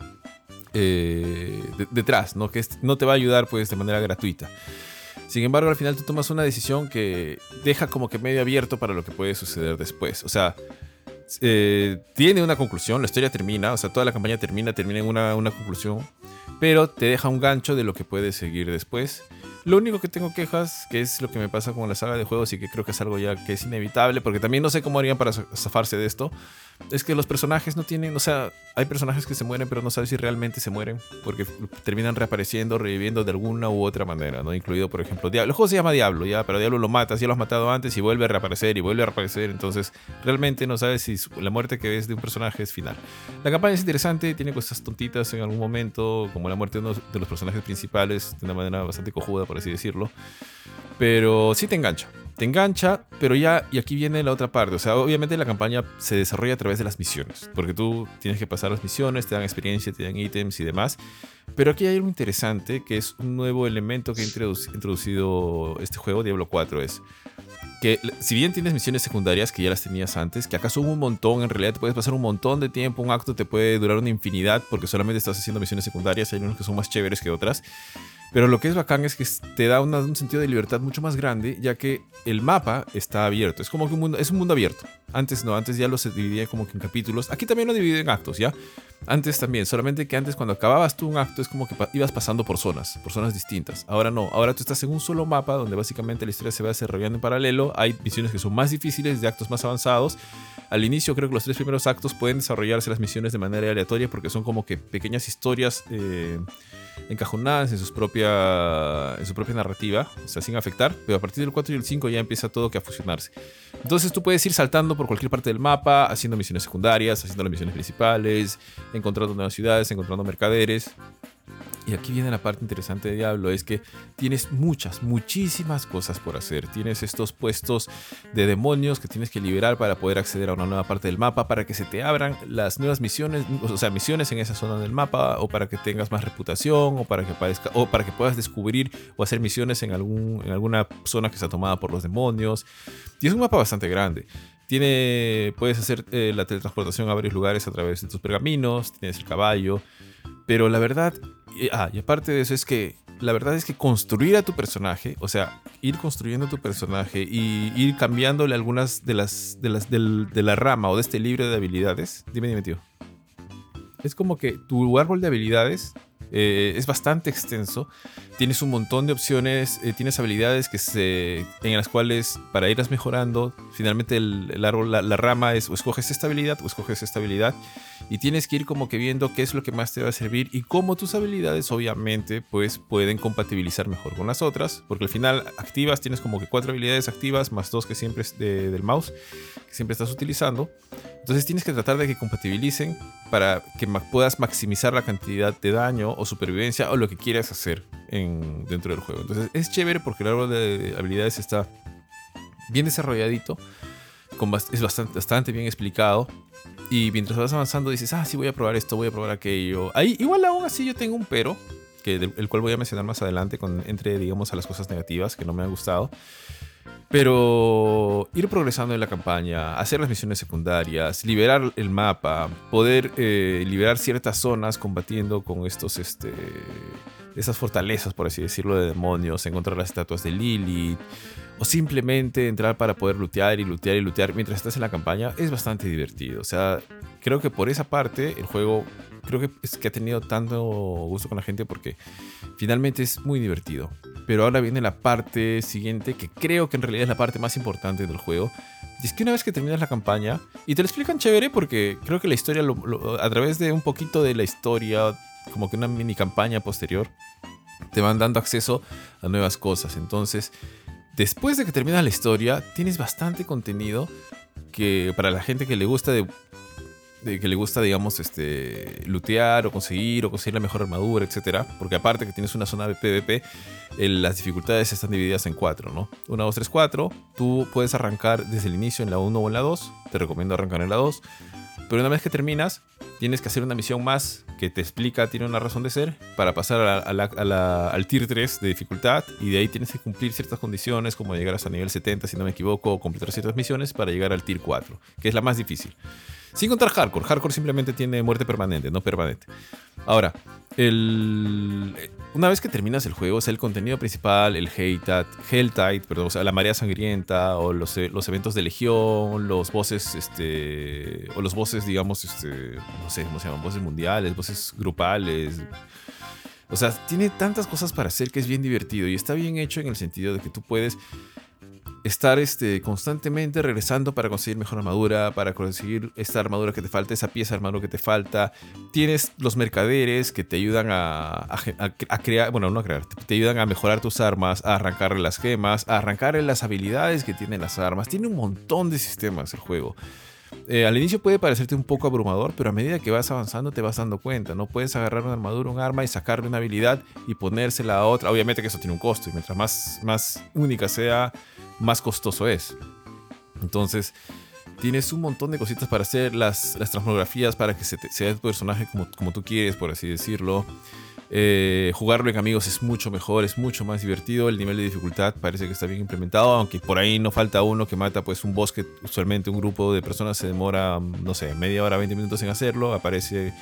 detrás, ¿no? Que no te va a ayudar pues de manera gratuita. Sin embargo, al final tú tomas una decisión que deja como que medio abierto para lo que puede suceder después. O sea, tiene una conclusión, la historia termina, o sea, toda la campaña termina en una conclusión, pero te deja un gancho de lo que puede seguir después. Lo único que tengo quejas, que es lo que me pasa con la saga de juegos y que creo que es algo ya que es inevitable, porque también no sé cómo harían para zafarse de esto, es que los personajes no tienen, o sea, hay personajes que se mueren, pero no sabes si realmente se mueren, porque terminan reapareciendo, reviviendo de alguna u otra manera, ¿no? Incluido, por ejemplo, Diablo. El juego se llama Diablo, ya, pero Diablo lo matas, ya lo has matado antes y vuelve a reaparecer y vuelve a reaparecer, entonces realmente no sabes si la muerte que ves de un personaje es final. La campaña es interesante, tiene cosas tontitas en algún momento, como la muerte de uno de los personajes principales, de una manera bastante cojuda, por así decirlo, pero sí te engancha, pero ya, y aquí viene la otra parte, o sea, obviamente la campaña se desarrolla a través de las misiones, porque tú tienes que pasar las misiones, te dan experiencia, te dan ítems y demás, pero aquí hay algo interesante, que es un nuevo elemento que ha introducido este juego, Diablo 4, es que si bien tienes misiones secundarias que ya las tenías antes, que acaso hubo un montón, en realidad te puedes pasar un montón de tiempo, un acto te puede durar una infinidad, porque solamente estás haciendo misiones secundarias, hay unos que son más chéveres que otras. Pero lo que es bacán es que te da un sentido de libertad mucho más grande, ya que el mapa está abierto. Es como que es un mundo abierto. Antes no, antes ya lo se dividía como que en capítulos. Aquí también lo divide en actos, ¿ya? Antes también, solamente que antes cuando acababas tú un acto es como que ibas pasando por zonas distintas. Ahora no, ahora tú estás en un solo mapa donde básicamente la historia se va desarrollando en paralelo. Hay misiones que son más difíciles, de actos más avanzados. Al inicio creo que los 3 primeros actos pueden desarrollarse las misiones de manera aleatoria porque son como que pequeñas historias encajonadas en su propia narrativa, o sea, sin afectar, pero a partir del 4 y el 5 ya empieza todo que a fusionarse. Entonces tú puedes ir saltando por cualquier parte del mapa, haciendo misiones secundarias, haciendo las misiones principales, encontrando nuevas ciudades, encontrando mercaderes. Y aquí viene la parte interesante de Diablo, es que tienes muchísimas cosas por hacer. Tienes estos puestos de demonios que tienes que liberar para poder acceder a una nueva parte del mapa, para que se te abran las nuevas misiones, o sea, misiones en esa zona del mapa, o para que tengas más reputación, o para que puedas descubrir o hacer misiones en alguna zona que está tomada por los demonios. Y es un mapa bastante grande. Puedes hacer la teletransportación a varios lugares a través de tus pergaminos, tienes el caballo, pero la verdad, y aparte de eso es que la verdad es que construir a tu personaje, o sea, ir construyendo tu personaje y ir cambiándole algunas de la rama o de este libro de habilidades. Dime, tío. Es como que tu árbol de habilidades es bastante extenso. Tienes un montón de opciones, tienes habilidades en las cuales para irlas mejorando, finalmente el árbol, la rama es o escoges esta habilidad o escoges esta habilidad, y tienes que ir como que viendo qué es lo que más te va a servir y cómo tus habilidades obviamente pues pueden compatibilizar mejor con las otras, porque al final tienes como que 4 habilidades activas más 2 que siempre es del mouse, que siempre estás utilizando. Entonces tienes que tratar de que compatibilicen para que puedas maximizar la cantidad de daño o supervivencia o lo que quieras hacer dentro del juego. Entonces es chévere porque el árbol de habilidades está bien desarrolladito, es bastante bien explicado. Y mientras vas avanzando dices, sí, voy a probar esto, voy a probar aquello. Igual aún así yo tengo un pero, el cual voy a mencionar más adelante digamos, a las cosas negativas que no me han gustado. Pero ir progresando en la campaña, hacer las misiones secundarias, liberar el mapa, poder liberar ciertas zonas combatiendo con esas fortalezas, por así decirlo, de demonios, encontrar las estatuas de Lilith, o simplemente entrar para poder lootear mientras estás en la campaña, es bastante divertido. O sea, creo que por esa parte el juego que ha tenido tanto gusto con la gente porque finalmente es muy divertido. Pero ahora viene la parte siguiente, que creo que en realidad es la parte más importante del juego. Y es que una vez que terminas la campaña, y te lo explican chévere porque creo que la historia, a través de un poquito de la historia, como que una mini campaña posterior, te van dando acceso a nuevas cosas. Entonces, después de que terminas la historia, tienes bastante contenido que para la gente que le gusta digamos, lootear o conseguir la mejor armadura, etcétera. Porque aparte que tienes una zona de PvP, las dificultades están divididas en 4, ¿no? 1, 2, 3, 4. Tú puedes arrancar desde el inicio en la 1 o en la 2. Te recomiendo arrancar en la 2. Pero una vez que terminas, tienes que hacer una misión más que te explica, tiene una razón de ser, para pasar al tier 3 de dificultad. Y de ahí tienes que cumplir ciertas condiciones, como llegar hasta nivel 70, si no me equivoco, o completar ciertas misiones para llegar al tier 4, que es la más difícil. Sin contar hardcore. Hardcore simplemente tiene muerte permanente, no permanente. Ahora, una vez que terminas el juego, o sea, el contenido principal, el Helltide, perdón, o sea, la marea sangrienta, o los eventos de legión, los bosses, digamos, no sé cómo se llaman, bosses mundiales, bosses grupales. O sea, tiene tantas cosas para hacer que es bien divertido y está bien hecho en el sentido de que tú puedes estar constantemente regresando para conseguir mejor armadura, para conseguir esta armadura que te falta, esa pieza de armadura que te falta. Tienes los mercaderes que te ayudan a crear, bueno, no a crear, te ayudan a mejorar tus armas, a arrancar las gemas, a arrancar las habilidades que tienen las armas. Tiene un montón de sistemas el juego. Al inicio puede parecerte un poco abrumador, pero a medida que vas avanzando te vas dando cuenta, ¿no? Puedes agarrar una armadura, un arma y sacarle una habilidad y ponérsela a otra. Obviamente que eso tiene un costo y mientras más única sea, más costoso es. Entonces tienes un montón de cositas para hacer, las transmografías para que sea tu personaje como tú quieres, por así decirlo. Jugarlo en amigos es mucho mejor, es mucho más divertido. El nivel de dificultad parece que está bien implementado, aunque por ahí no falta uno que mata pues un boss que usualmente un grupo de personas se demora, no sé, media hora, 20 minutos en hacerlo. Aparece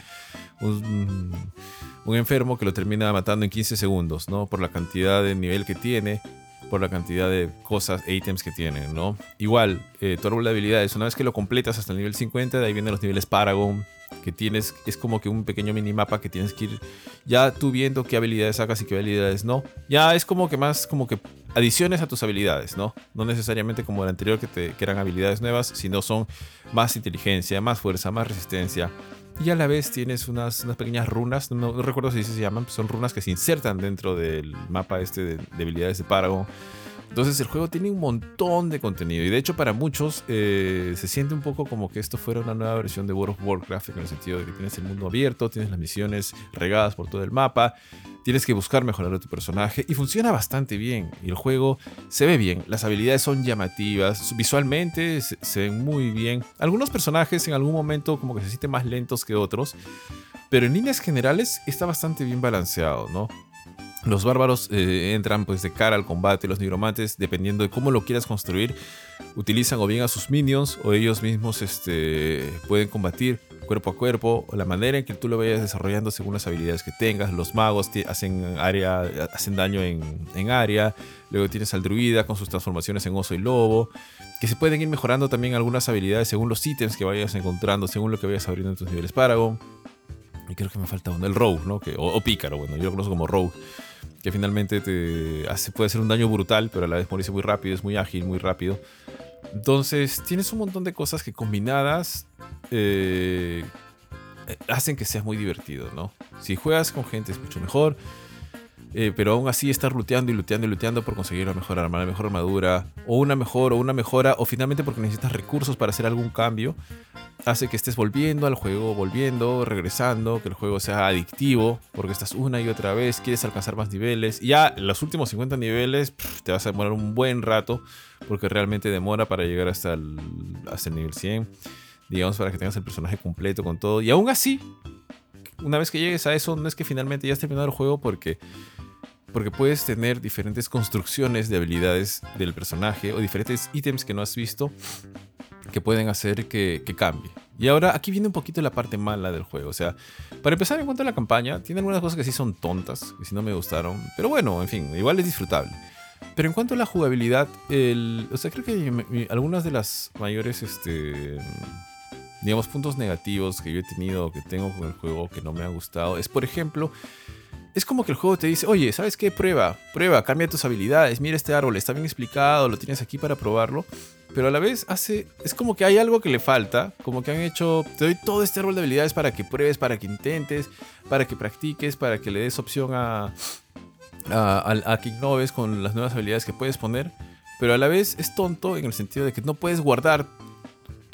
un enfermo que lo termina matando en 15 segundos, ¿no? Por la cantidad de nivel que tiene, por la cantidad de cosas e ítems que tienen, ¿no? Igual, tu árbol de habilidades, una vez que lo completas hasta el nivel 50, de ahí vienen los niveles Paragon, que tienes, es como que un pequeño minimapa que tienes que ir ya tú viendo qué habilidades sacas y qué habilidades no. Ya es como que más como que adiciones a tus habilidades, ¿no? No necesariamente como el anterior que eran habilidades nuevas, sino son más inteligencia, más fuerza, más resistencia. Y a la vez tienes unas pequeñas runas, no recuerdo si se llaman, son runas que se insertan dentro del mapa de habilidades de Paragon. Entonces el juego tiene un montón de contenido y de hecho para muchos se siente un poco como que esto fuera una nueva versión de World of Warcraft, en el sentido de que tienes el mundo abierto, tienes las misiones regadas por todo el mapa, tienes que buscar mejorar a tu personaje y funciona bastante bien. Y el juego se ve bien, las habilidades son llamativas, visualmente se ven muy bien. Algunos personajes en algún momento como que se sienten más lentos que otros, pero en líneas generales está bastante bien balanceado, ¿no? Los bárbaros entran pues de cara al combate. Los nigromantes, dependiendo de cómo lo quieras construir, utilizan o bien a sus minions o ellos mismos pueden combatir cuerpo a cuerpo, o la manera en que tú lo vayas desarrollando según las habilidades que tengas. Los magos hacen daño en área. Luego tienes al druida con sus transformaciones en oso y lobo, que se pueden ir mejorando también algunas habilidades según los ítems que vayas encontrando, según lo que vayas abriendo en tus niveles Paragon. Y creo que me falta uno, el Rogue, ¿no? O Pícaro, bueno, yo lo conozco como Rogue, que finalmente puede hacer un daño brutal, pero a la vez morirse muy rápido, es muy ágil, muy rápido. Entonces tienes un montón de cosas que combinadas hacen que sea muy divertido, ¿no? Si juegas con gente es mucho mejor, pero aún así estar looteando y looteando y looteando por conseguir la mejor arma, la mejor armadura, o una mejora, o finalmente porque necesitas recursos para hacer algún cambio, hace que estés volviendo al juego, regresando, que el juego sea adictivo, porque estás una y otra vez, quieres alcanzar más niveles. Y ya los últimos 50 niveles te vas a demorar un buen rato, porque realmente demora para llegar hasta el nivel 100, digamos, para que tengas el personaje completo con todo. Y aún así, una vez que llegues a eso, no es que finalmente ya has terminado el juego, porque puedes tener diferentes construcciones de habilidades del personaje o diferentes ítems que no has visto que pueden hacer que cambie. Y ahora aquí viene un poquito la parte mala del juego. O sea, para empezar, en cuanto a la campaña, tiene algunas cosas que sí son tontas, que sí no me gustaron, pero bueno, en fin, igual es disfrutable. Pero en cuanto a la jugabilidad, o sea, creo que algunas de las mayores digamos, puntos negativos que yo he tenido, que tengo con el juego, que no me ha gustado, es, por ejemplo, es como que el juego te dice, oye, ¿sabes qué? Prueba, cambia tus habilidades, mira este árbol, está bien explicado, lo tienes aquí para probarlo, pero a la vez es como que hay algo que le falta, como que han hecho, te doy todo este árbol de habilidades para que pruebes, para que intentes, para que practiques, para que le des opción a que innoves con las nuevas habilidades que puedes poner, pero a la vez es tonto en el sentido de que no puedes guardar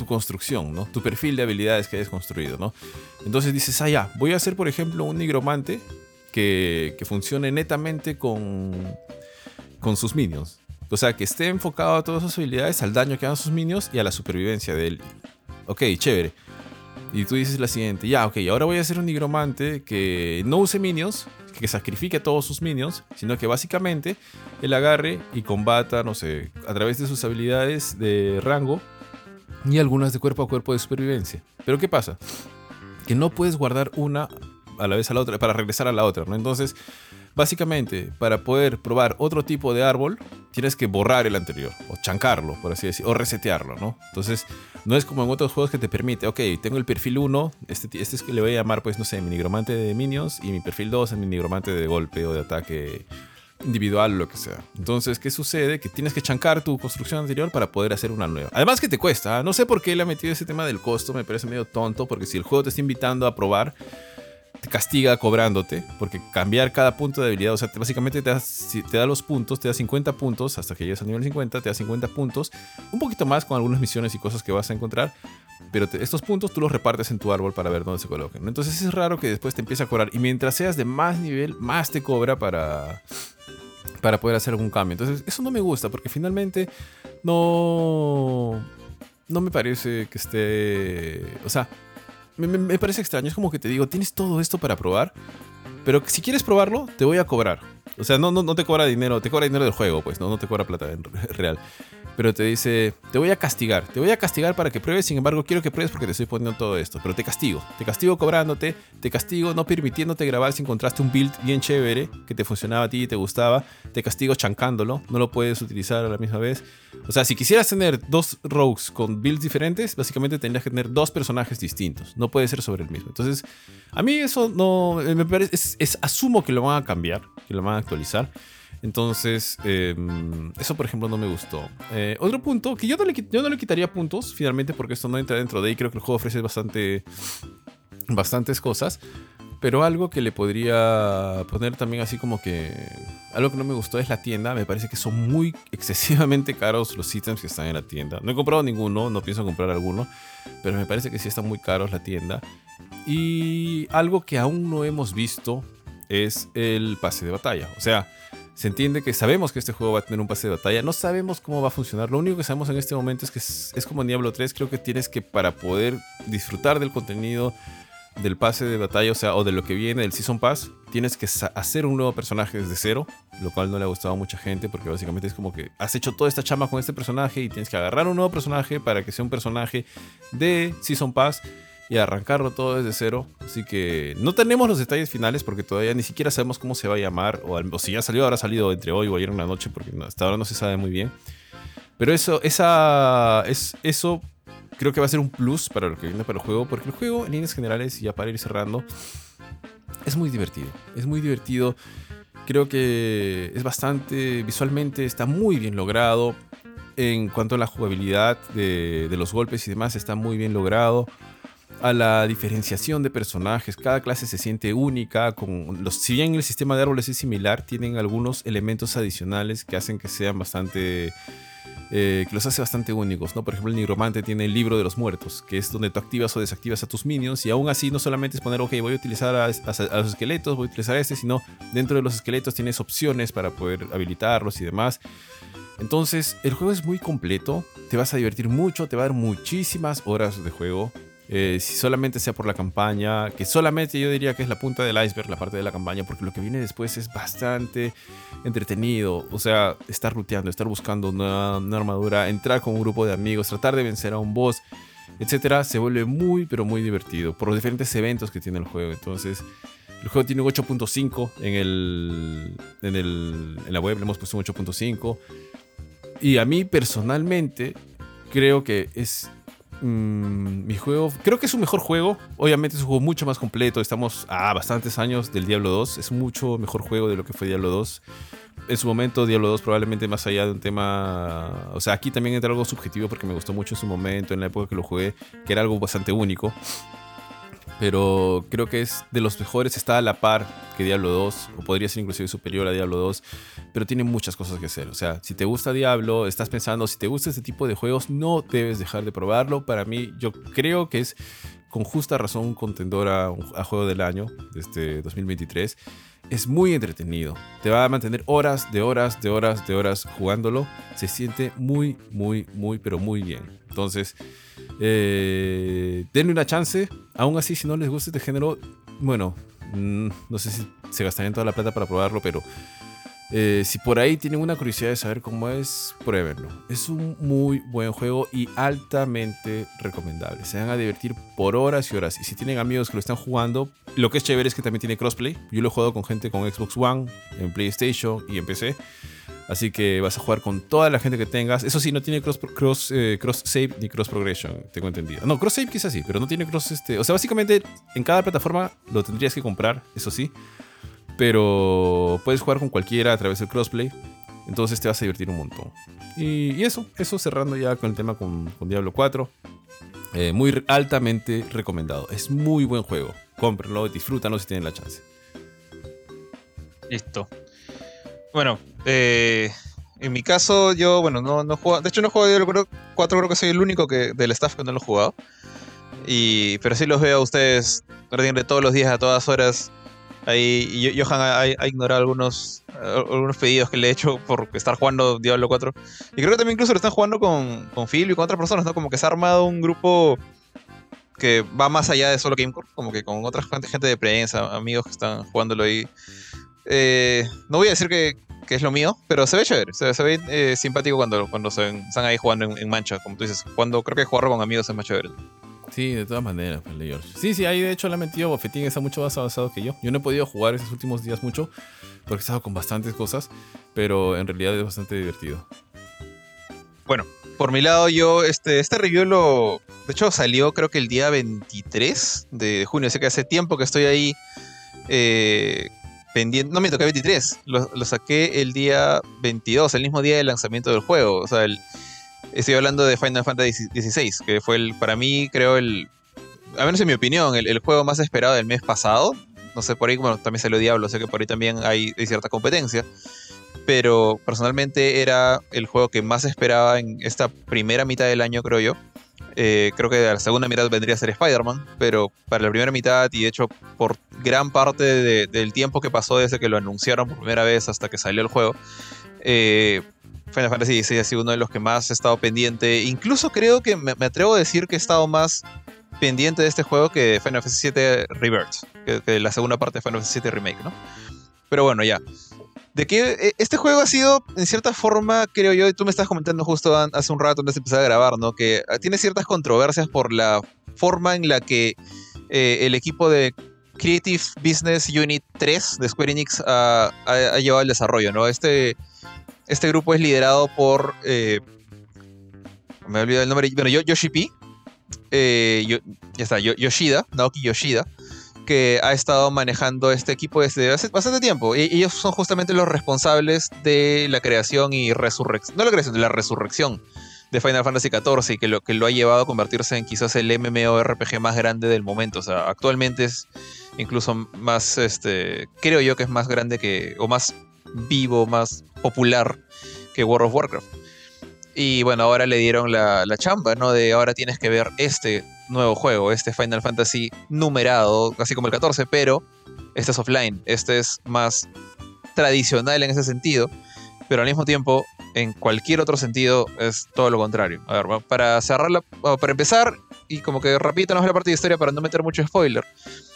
tu construcción, ¿no? Tu perfil de habilidades que hayas construido, ¿no? Entonces dices, ya, voy a hacer, por ejemplo, un nigromante que funcione netamente con sus minions. O sea, que esté enfocado a todas sus habilidades, al daño que hagan sus minions y a la supervivencia de él. Ok, chévere. Y tú dices la siguiente, ok, ahora voy a hacer un nigromante que no use minions, que sacrifique a todos sus minions, sino que básicamente él agarre y combata, no sé, a través de sus habilidades de rango y algunas de cuerpo a cuerpo de supervivencia. Pero ¿qué pasa? Que no puedes guardar una a la vez a la otra para regresar a la otra, ¿no? Entonces, básicamente, para poder probar otro tipo de árbol, tienes que borrar el anterior, o chancarlo, por así decirlo, o resetearlo, ¿no? Entonces, no es como en otros juegos que te permite, ok, tengo el perfil 1, este es que le voy a llamar, pues, no sé, mi nigromante de minions, y mi perfil 2 es mi nigromante de golpe o de ataque individual o lo que sea. Entonces, ¿qué sucede? Que tienes que chancar tu construcción anterior para poder hacer una nueva. Además que te cuesta, ¿eh? No sé por qué le ha metido ese tema del costo, me parece medio tonto, porque si el juego te está invitando a probar, te castiga cobrándote, porque cambiar cada punto de habilidad, o sea, básicamente te da los puntos, te da 50 puntos, hasta que llegues al nivel 50, te da 50 puntos, un poquito más con algunas misiones y cosas que vas a encontrar, pero estos puntos tú los repartes en tu árbol para ver dónde se colocan, ¿no? Entonces es raro que después te empiece a cobrar, y mientras seas de más nivel, más te cobra para poder hacer algún cambio. Entonces eso no me gusta, porque finalmente no me parece que esté, o sea, me parece extraño. Es como que te digo, tienes todo esto para probar, pero si quieres probarlo, te voy a cobrar. O sea, no te cobra dinero, te cobra dinero del juego, pues, no te cobra plata en real. Pero te dice, te voy a castigar para que pruebes, sin embargo, quiero que pruebes porque te estoy poniendo todo esto. Pero te castigo cobrándote, te castigo no permitiéndote grabar si encontraste un build bien chévere, que te funcionaba a ti y te gustaba, te castigo chancándolo, no lo puedes utilizar a la misma vez. O sea, si quisieras tener dos rogues con builds diferentes, básicamente tendrías que tener dos personajes distintos, no puede ser sobre el mismo. Entonces, a mí eso no, me parece, asumo que lo van a cambiar, que lo van a actualizar. Entonces, eso por ejemplo no me gustó. Otro punto, que yo no le quitaría puntos, finalmente, porque esto no entra dentro de ahí. Creo que el juego ofrece bastantes cosas. Pero algo que le podría poner también así como que... Algo que no me gustó es la tienda. Me parece que son muy excesivamente caros los ítems que están en la tienda. No he comprado ninguno, no pienso comprar alguno. Pero me parece que sí están muy caros la tienda. Y algo que aún no hemos visto es el pase de batalla. O sea... Se entiende que sabemos que este juego va a tener un pase de batalla. No sabemos cómo va a funcionar. Lo único que sabemos en este momento es que es como en Diablo 3. Creo que tienes que, para poder disfrutar del contenido del pase de batalla, o sea, o de lo que viene del Season Pass, tienes que hacer un nuevo personaje desde cero, lo cual no le ha gustado a mucha gente, porque básicamente es como que has hecho toda esta chamba con este personaje y tienes que agarrar un nuevo personaje para que sea un personaje de Season Pass y arrancarlo todo desde cero. Así que no tenemos los detalles finales porque todavía ni siquiera sabemos cómo se va a llamar, o si ya salió, habrá salido entre hoy o ayer en la noche, porque hasta ahora no se sabe muy bien. Pero eso creo que va a ser un plus para lo que viene para el juego, porque el juego en líneas generales, y ya para ir cerrando, es muy divertido. Es muy divertido. Creo que es bastante, visualmente está muy bien logrado. En cuanto a la jugabilidad de los golpes y demás, está muy bien logrado. A la diferenciación de personajes, cada clase se siente única. Si bien el sistema de árboles es similar, tienen algunos elementos adicionales que hacen que sean bastante... que los hace bastante únicos, ¿no? Por ejemplo, el nigromante tiene el libro de los muertos, que es donde tú activas o desactivas a tus minions, y aún así no solamente es poner, ok, voy a utilizar a los esqueletos, voy a utilizar a sino dentro de los esqueletos tienes opciones para poder habilitarlos y demás. Entonces, el juego es muy completo, te vas a divertir mucho, te va a dar muchísimas horas de juego. Si solamente sea por la campaña, que solamente yo diría que es la punta del iceberg, la parte de la campaña, porque lo que viene después es bastante entretenido. O sea, estar ruteando, estar buscando una armadura, entrar con un grupo de amigos, tratar de vencer a un boss, etcétera, se vuelve muy, pero muy divertido por los diferentes eventos que tiene el juego. Entonces, el juego tiene un 8.5 en la web, le hemos puesto un 8.5. Y a mí personalmente creo que es mi juego, creo que es un mejor juego. Obviamente es un juego mucho más completo. Estamos a bastantes años del Diablo 2. Es mucho mejor juego de lo que fue Diablo 2. En su momento Diablo 2 probablemente más allá de un tema... O sea, aquí también entra algo subjetivo porque me gustó mucho en su momento, en la época que lo jugué, que era algo bastante único. pero creo que es de los mejores, está a la par que Diablo 2, o podría ser inclusive superior a Diablo 2, pero tiene muchas cosas que hacer. O sea, si te gusta Diablo, estás pensando, si te gusta este tipo de juegos, no debes dejar de probarlo. Para mí, yo creo que es con justa razón un contendor a juego del año de este 2023. Es muy entretenido, te va a mantener horas jugándolo. Se siente muy, pero muy bien. Entonces, denle una chance. Aún así, si no les gusta este género, bueno, no sé si se gastarían toda la plata para probarlo, pero si por ahí tienen una curiosidad de saber cómo es, pruébenlo. Es un muy buen juego y altamente recomendable. Se van a divertir por horas y horas. Y si tienen amigos que lo están jugando, lo que es chévere es que también tiene crossplay. Yo lo he jugado con gente con Xbox One, en PlayStation y en PC. Así que vas a jugar con toda la gente que tengas. Eso sí, no tiene cross save ni cross progression, tengo entendido. No, cross save quizás sí, pero no tiene cross O sea, básicamente en cada plataforma lo tendrías que comprar, eso sí. Pero puedes jugar con cualquiera a través del crossplay. Entonces te vas a divertir un montón. Y eso cerrando ya con el tema con Diablo 4. Muy altamente recomendado. Es muy buen juego. Cómprenlo, disfrútanlo si tienen la chance. Listo. Bueno, en mi caso, yo, bueno, no juego. De hecho, no juego Diablo 4, creo que soy el único del staff que no lo he jugado. Pero sí los veo a ustedes prácticamente todos los días, a todas horas. Ahí, y Johan ha ignorado algunos pedidos que le he hecho por estar jugando Diablo 4. Y creo que también incluso lo están jugando con Phil y con otras personas, ¿no? Como que se ha armado un grupo que va más allá de solo Gamecore, como que con otra gente de prensa, amigos que están jugándolo ahí. No voy a decir que es lo mío, pero se ve chévere, se ve simpático cuando están ahí jugando en mancha, como tú dices. Creo que jugar con amigos es más chévere. Sí, de todas maneras, George. Sí, ahí de hecho le ha metido Bofetín, está mucho más avanzado que yo. Yo no he podido jugar esos últimos días mucho, porque he estado con bastantes cosas, pero en realidad es bastante divertido. Bueno, por mi lado yo, este review de hecho salió creo que el día 23 de junio, así que hace tiempo que estoy ahí pendiente. No miento, que 23, lo saqué el día 22, el mismo día del lanzamiento del juego, o sea, estoy hablando de Final Fantasy XVI, que fue para mí, creo, al menos en mi opinión, el juego más esperado del mes pasado. No sé, por ahí, bueno, también salió Diablo, sé que por ahí también hay cierta competencia. Pero personalmente era el juego que más esperaba en esta primera mitad del año, creo yo. Creo que la segunda mitad vendría a ser Spider-Man, pero para la primera mitad, y de hecho por gran parte del tiempo que pasó desde que lo anunciaron por primera vez hasta que salió el juego, Final Fantasy XVI ha sido uno de los que más he estado pendiente. Incluso creo que me atrevo a decir que he estado más pendiente de este juego que Final Fantasy VII Rebirth, que la segunda parte de Final Fantasy VII Remake, ¿no? Pero bueno, ya. De que este juego ha sido, en cierta forma, creo yo, y tú me estás comentando justo hace un rato antes de empezar a grabar, ¿no? Que tiene ciertas controversias por la forma en la que el equipo de Creative Business Unit 3 de Square Enix ha llevado el desarrollo, ¿no? Este grupo es liderado por... me he olvidado el nombre. Bueno, Yoshi P. Ya está, Naoki Yoshida, que ha estado manejando este equipo desde hace bastante tiempo. Y ellos son justamente los responsables de la creación y resurrección. No la creación, de la resurrección de Final Fantasy XIV, y que lo ha llevado a convertirse en quizás el MMORPG más grande del momento. O sea, actualmente es incluso más, creo yo que es más grande o más vivo, más popular que World of Warcraft. Y bueno, ahora le dieron la chamba, ¿no? De ahora tienes que ver este nuevo juego, este Final Fantasy numerado, así como el 14, pero este es offline, este es más tradicional en ese sentido, pero al mismo tiempo, en cualquier otro sentido, es todo lo contrario. A ver, para empezar, y como que repítanos la parte de historia para no meter mucho spoiler.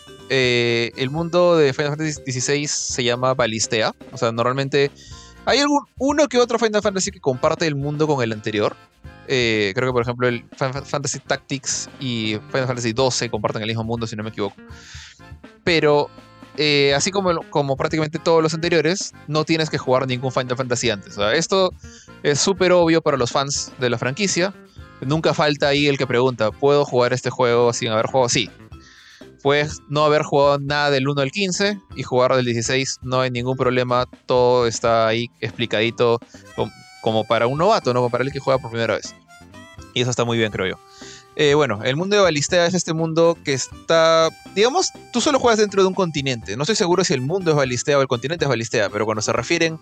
El mundo de Final Fantasy XVI se llama Balistea. O sea, normalmente hay uno que otro Final Fantasy que comparte el mundo con el anterior. Creo que, por ejemplo, el Final Fantasy Tactics y Final Fantasy XII comparten el mismo mundo, si no me equivoco. Pero, así como prácticamente todos los anteriores, no tienes que jugar ningún Final Fantasy antes. O sea, esto es súper obvio para los fans de la franquicia. Nunca falta ahí el que pregunta, ¿puedo jugar este juego sin haber jugado? Sí. Puedes no haber jugado nada del 1 al 15 y jugar del 16, no hay ningún problema. Todo está ahí explicadito como para un novato, ¿no? Como para el que juega por primera vez. Y eso está muy bien, creo yo. Bueno, el mundo de Valistea es este mundo que está, digamos, tú solo juegas dentro de un continente. No estoy seguro si el mundo es Valistea o el continente es Valistea, pero cuando se refieren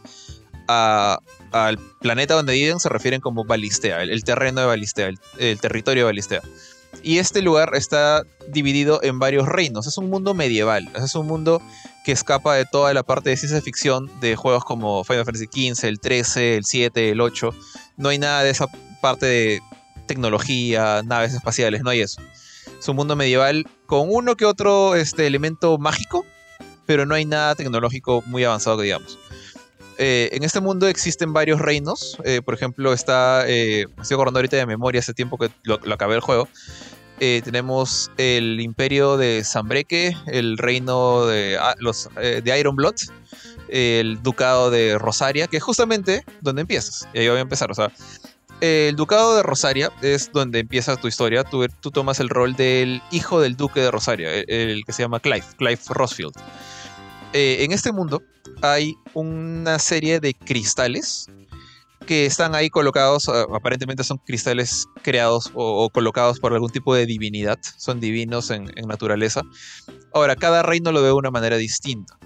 al planeta donde viven, se refieren como Valistea, el terreno de Valistea, el territorio de Valistea. Y este lugar está dividido en varios reinos. Es un mundo medieval, es un mundo que escapa de toda la parte de ciencia ficción de juegos como Final Fantasy XV, el 13, el 7, el 8. No hay nada de esa parte de tecnología, naves espaciales, no hay eso. Es un mundo medieval con uno que otro elemento mágico, pero no hay nada tecnológico muy avanzado que digamos. En este mundo existen varios reinos. Por ejemplo, me estoy acordando ahorita de memoria, hace tiempo que lo acabé el juego. Tenemos el imperio de Sanbreque, el reino de Ironblood, el ducado de Rosaria, que es justamente donde empiezas. Y ahí voy a empezar, o sea, el ducado de Rosaria es donde empieza tu historia. Tú tomas el rol del hijo del duque de Rosaria, el que se llama Clive Rosfield. En este mundo hay una serie de cristales que están ahí colocados, aparentemente son cristales creados o colocados por algún tipo de divinidad, son divinos en naturaleza. Ahora, cada reino lo ve de una manera distinta.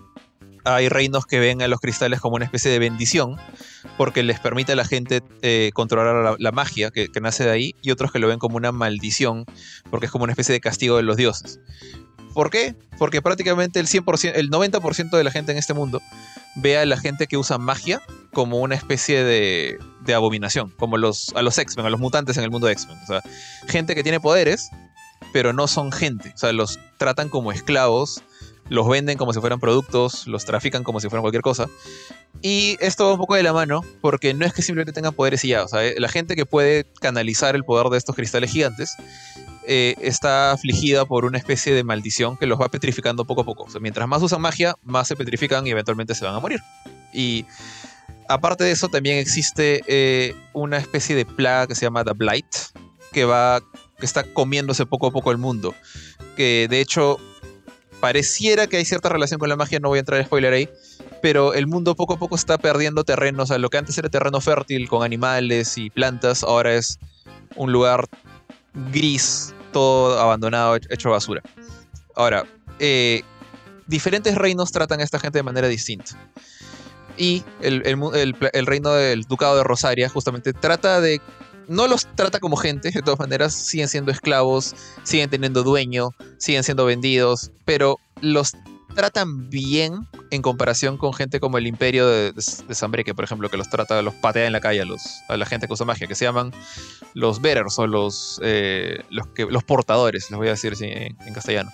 Hay reinos que ven a los cristales como una especie de bendición, porque les permite a la gente controlar la magia que nace de ahí, y otros que lo ven como una maldición, porque es como una especie de castigo de los dioses. ¿Por qué? Porque prácticamente el 90% de la gente en este mundo ve a la gente que usa magia como una especie de abominación, como a los X-Men, a los mutantes en el mundo de X-Men. O sea, gente que tiene poderes, pero no son gente. O sea, los tratan como esclavos, los venden como si fueran productos, los trafican como si fueran cualquier cosa. Y esto va un poco de la mano, porque no es que simplemente tengan poderes y ya. O sea, la gente que puede canalizar el poder de estos cristales gigantes está afligida por una especie de maldición que los va petrificando poco a poco. O sea, mientras más usan magia, más se petrifican y eventualmente se van a morir. Y aparte de eso, también existe una especie de plaga que se llama The Blight, que está comiéndose poco a poco el mundo. Que de hecho pareciera que hay cierta relación con la magia, no voy a entrar en spoiler ahí, pero el mundo poco a poco está perdiendo terreno. O sea, lo que antes era terreno fértil con animales y plantas, ahora es un lugar gris, todo abandonado, hecho basura. Ahora, diferentes reinos tratan a esta gente de manera distinta. Y el reino del ducado de Rosaria justamente no los trata como gente, de todas maneras siguen siendo esclavos, siguen teniendo dueño, siguen siendo vendidos, pero los tratan bien en comparación con gente como el imperio de Sanbreque, por ejemplo, que los patea en la calle a la gente que usa magia, que se llaman los bearers o los portadores, les voy a decir en castellano.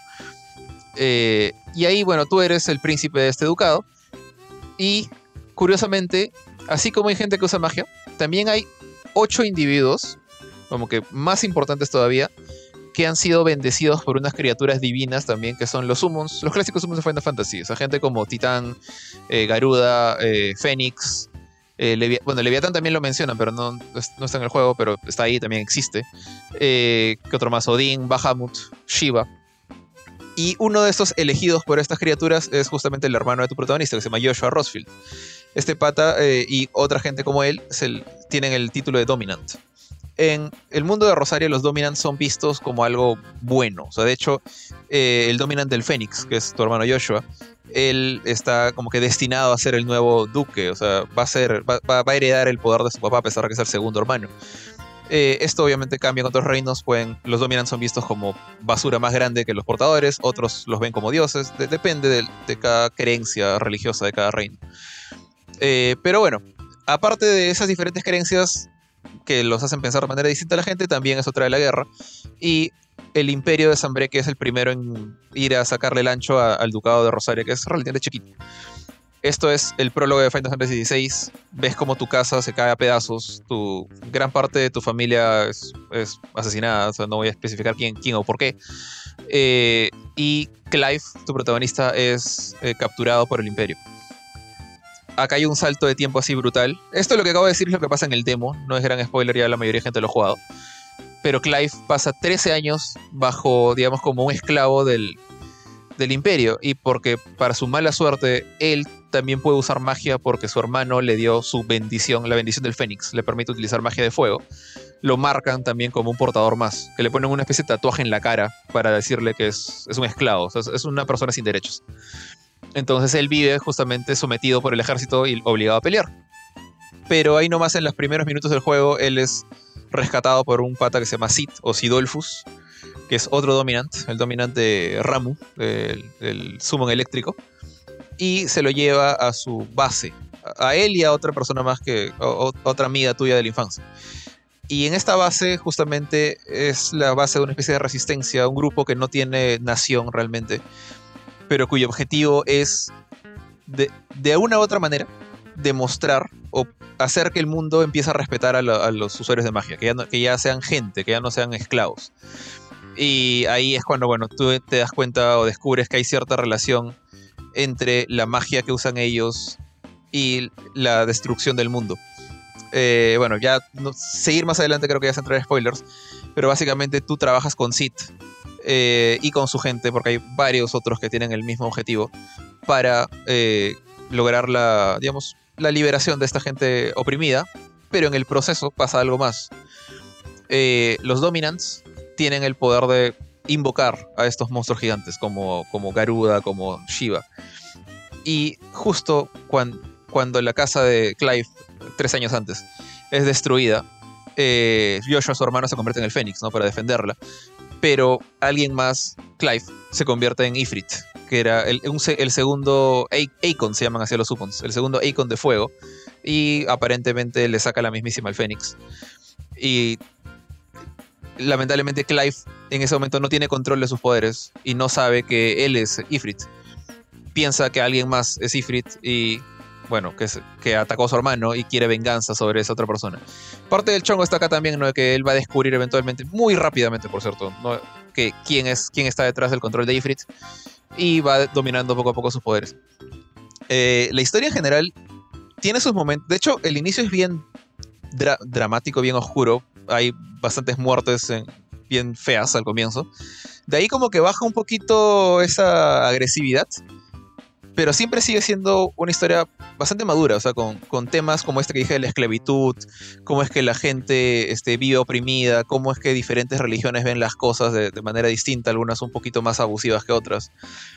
Y ahí, bueno, tú eres el príncipe de este ducado, y curiosamente, así como hay gente que usa magia, también hay 8 individuos, como que más importantes todavía, que han sido bendecidos por unas criaturas divinas también, que son los summons, los clásicos summons de Final Fantasy. O sea, gente como Titán, Garuda, Fénix, Leviatán también lo mencionan, pero no está en el juego, pero está ahí, también existe. ¿Qué otro más? Odín, Bahamut, Shiva. Y uno de estos elegidos por estas criaturas es justamente el hermano de tu protagonista, que se llama Joshua Rosfield. Este pata y otra gente como él tienen el título de Dominant. En el mundo de Rosaria, los Dominant son vistos como algo bueno. O sea, de hecho, el Dominant del Fénix, que es tu hermano Joshua, él está como que destinado a ser el nuevo duque. O sea, va a heredar el poder de su papá, a pesar de que es el segundo hermano. Esto obviamente cambia con otros reinos. Los Dominant son vistos como basura más grande que los portadores. Otros los ven como dioses. Depende de cada creencia religiosa de cada reino. Pero bueno, aparte de esas diferentes creencias que los hacen pensar de manera distinta a la gente, también eso trae la guerra. Y el imperio de Sanbreque es el primero en ir a sacarle el ancho al ducado de Rosaria, que es relativamente chiquito. Esto es el prólogo de Final Fantasy XVI. Ves como tu casa se cae a pedazos, gran parte de tu familia es asesinada. O sea, no voy a especificar quién o por qué. Y Clive, tu protagonista, es capturado por el imperio. Acá hay un salto de tiempo así brutal. Esto lo que acabo de decir es lo que pasa en el demo. No es gran spoiler, ya la mayoría de gente lo ha jugado. Pero Clive pasa 13 años bajo, digamos, como un esclavo del imperio. Y porque para su mala suerte, él también puede usar magia porque su hermano le dio su bendición, la bendición del Fénix. Le permite utilizar magia de fuego. lo marcan también como un portador más, que le ponen una especie de tatuaje en la cara para decirle que es un esclavo, o sea, es una persona sin derechos. Entonces él vive justamente sometido por el ejército y obligado a pelear. Pero ahí nomás en los primeros minutos del juego, él es rescatado por un pata que se llama Sid o Sidolfus, que es otro Dominant, el Dominant de Ramu, el Summon eléctrico, y se lo lleva a su base, a él y a otra persona más otra amiga tuya de la infancia. Y en esta base justamente es la base de una especie de resistencia, un grupo que no tiene nación realmente, pero cuyo objetivo es de una u otra manera demostrar o hacer que el mundo empiece a respetar a los usuarios de magia, que ya sean gente, que ya no sean esclavos. Y ahí es cuando, bueno, tú te das cuenta o descubres que hay cierta relación entre la magia que usan ellos y la destrucción del mundo. Bueno, ya seguir más adelante creo que ya se entra en spoilers, pero básicamente tú trabajas con Sid y con su gente, porque hay varios otros que tienen el mismo objetivo, para lograr la liberación de esta gente oprimida, pero en el proceso pasa algo más. Los Dominants tienen el poder de invocar a estos monstruos gigantes como Garuda, como Shiva. Y justo cuando la casa de Clive, 3 años antes, es destruida, Joshua, su hermano, se convierte en el Fénix, ¿no? Para defenderla. Pero alguien más, Clive, se convierte en Ifrit, que era el segundo Eikon, se llaman así los Summons, el segundo Eikon de fuego, y aparentemente le saca la mismísima al Fénix. Y lamentablemente Clive en ese momento no tiene control de sus poderes y no sabe que él es Ifrit. Piensa que alguien más es Ifrit y, bueno, que atacó a su hermano y quiere venganza sobre esa otra persona. Parte del chongo está acá también, ¿no? Que él va a descubrir eventualmente, muy rápidamente por cierto, ¿no? Que quién está detrás del control de Ifrit y va dominando poco a poco sus poderes. La historia en general tiene sus momentos. De hecho, el inicio es bien dramático, bien oscuro. Hay bastantes muertes bien feas al comienzo. De ahí como que baja un poquito esa agresividad, pero siempre sigue siendo una historia bastante madura, o sea, con temas como este que dije de la esclavitud, cómo es que la gente vive oprimida, cómo es que diferentes religiones ven las cosas de manera distinta, algunas un poquito más abusivas que otras.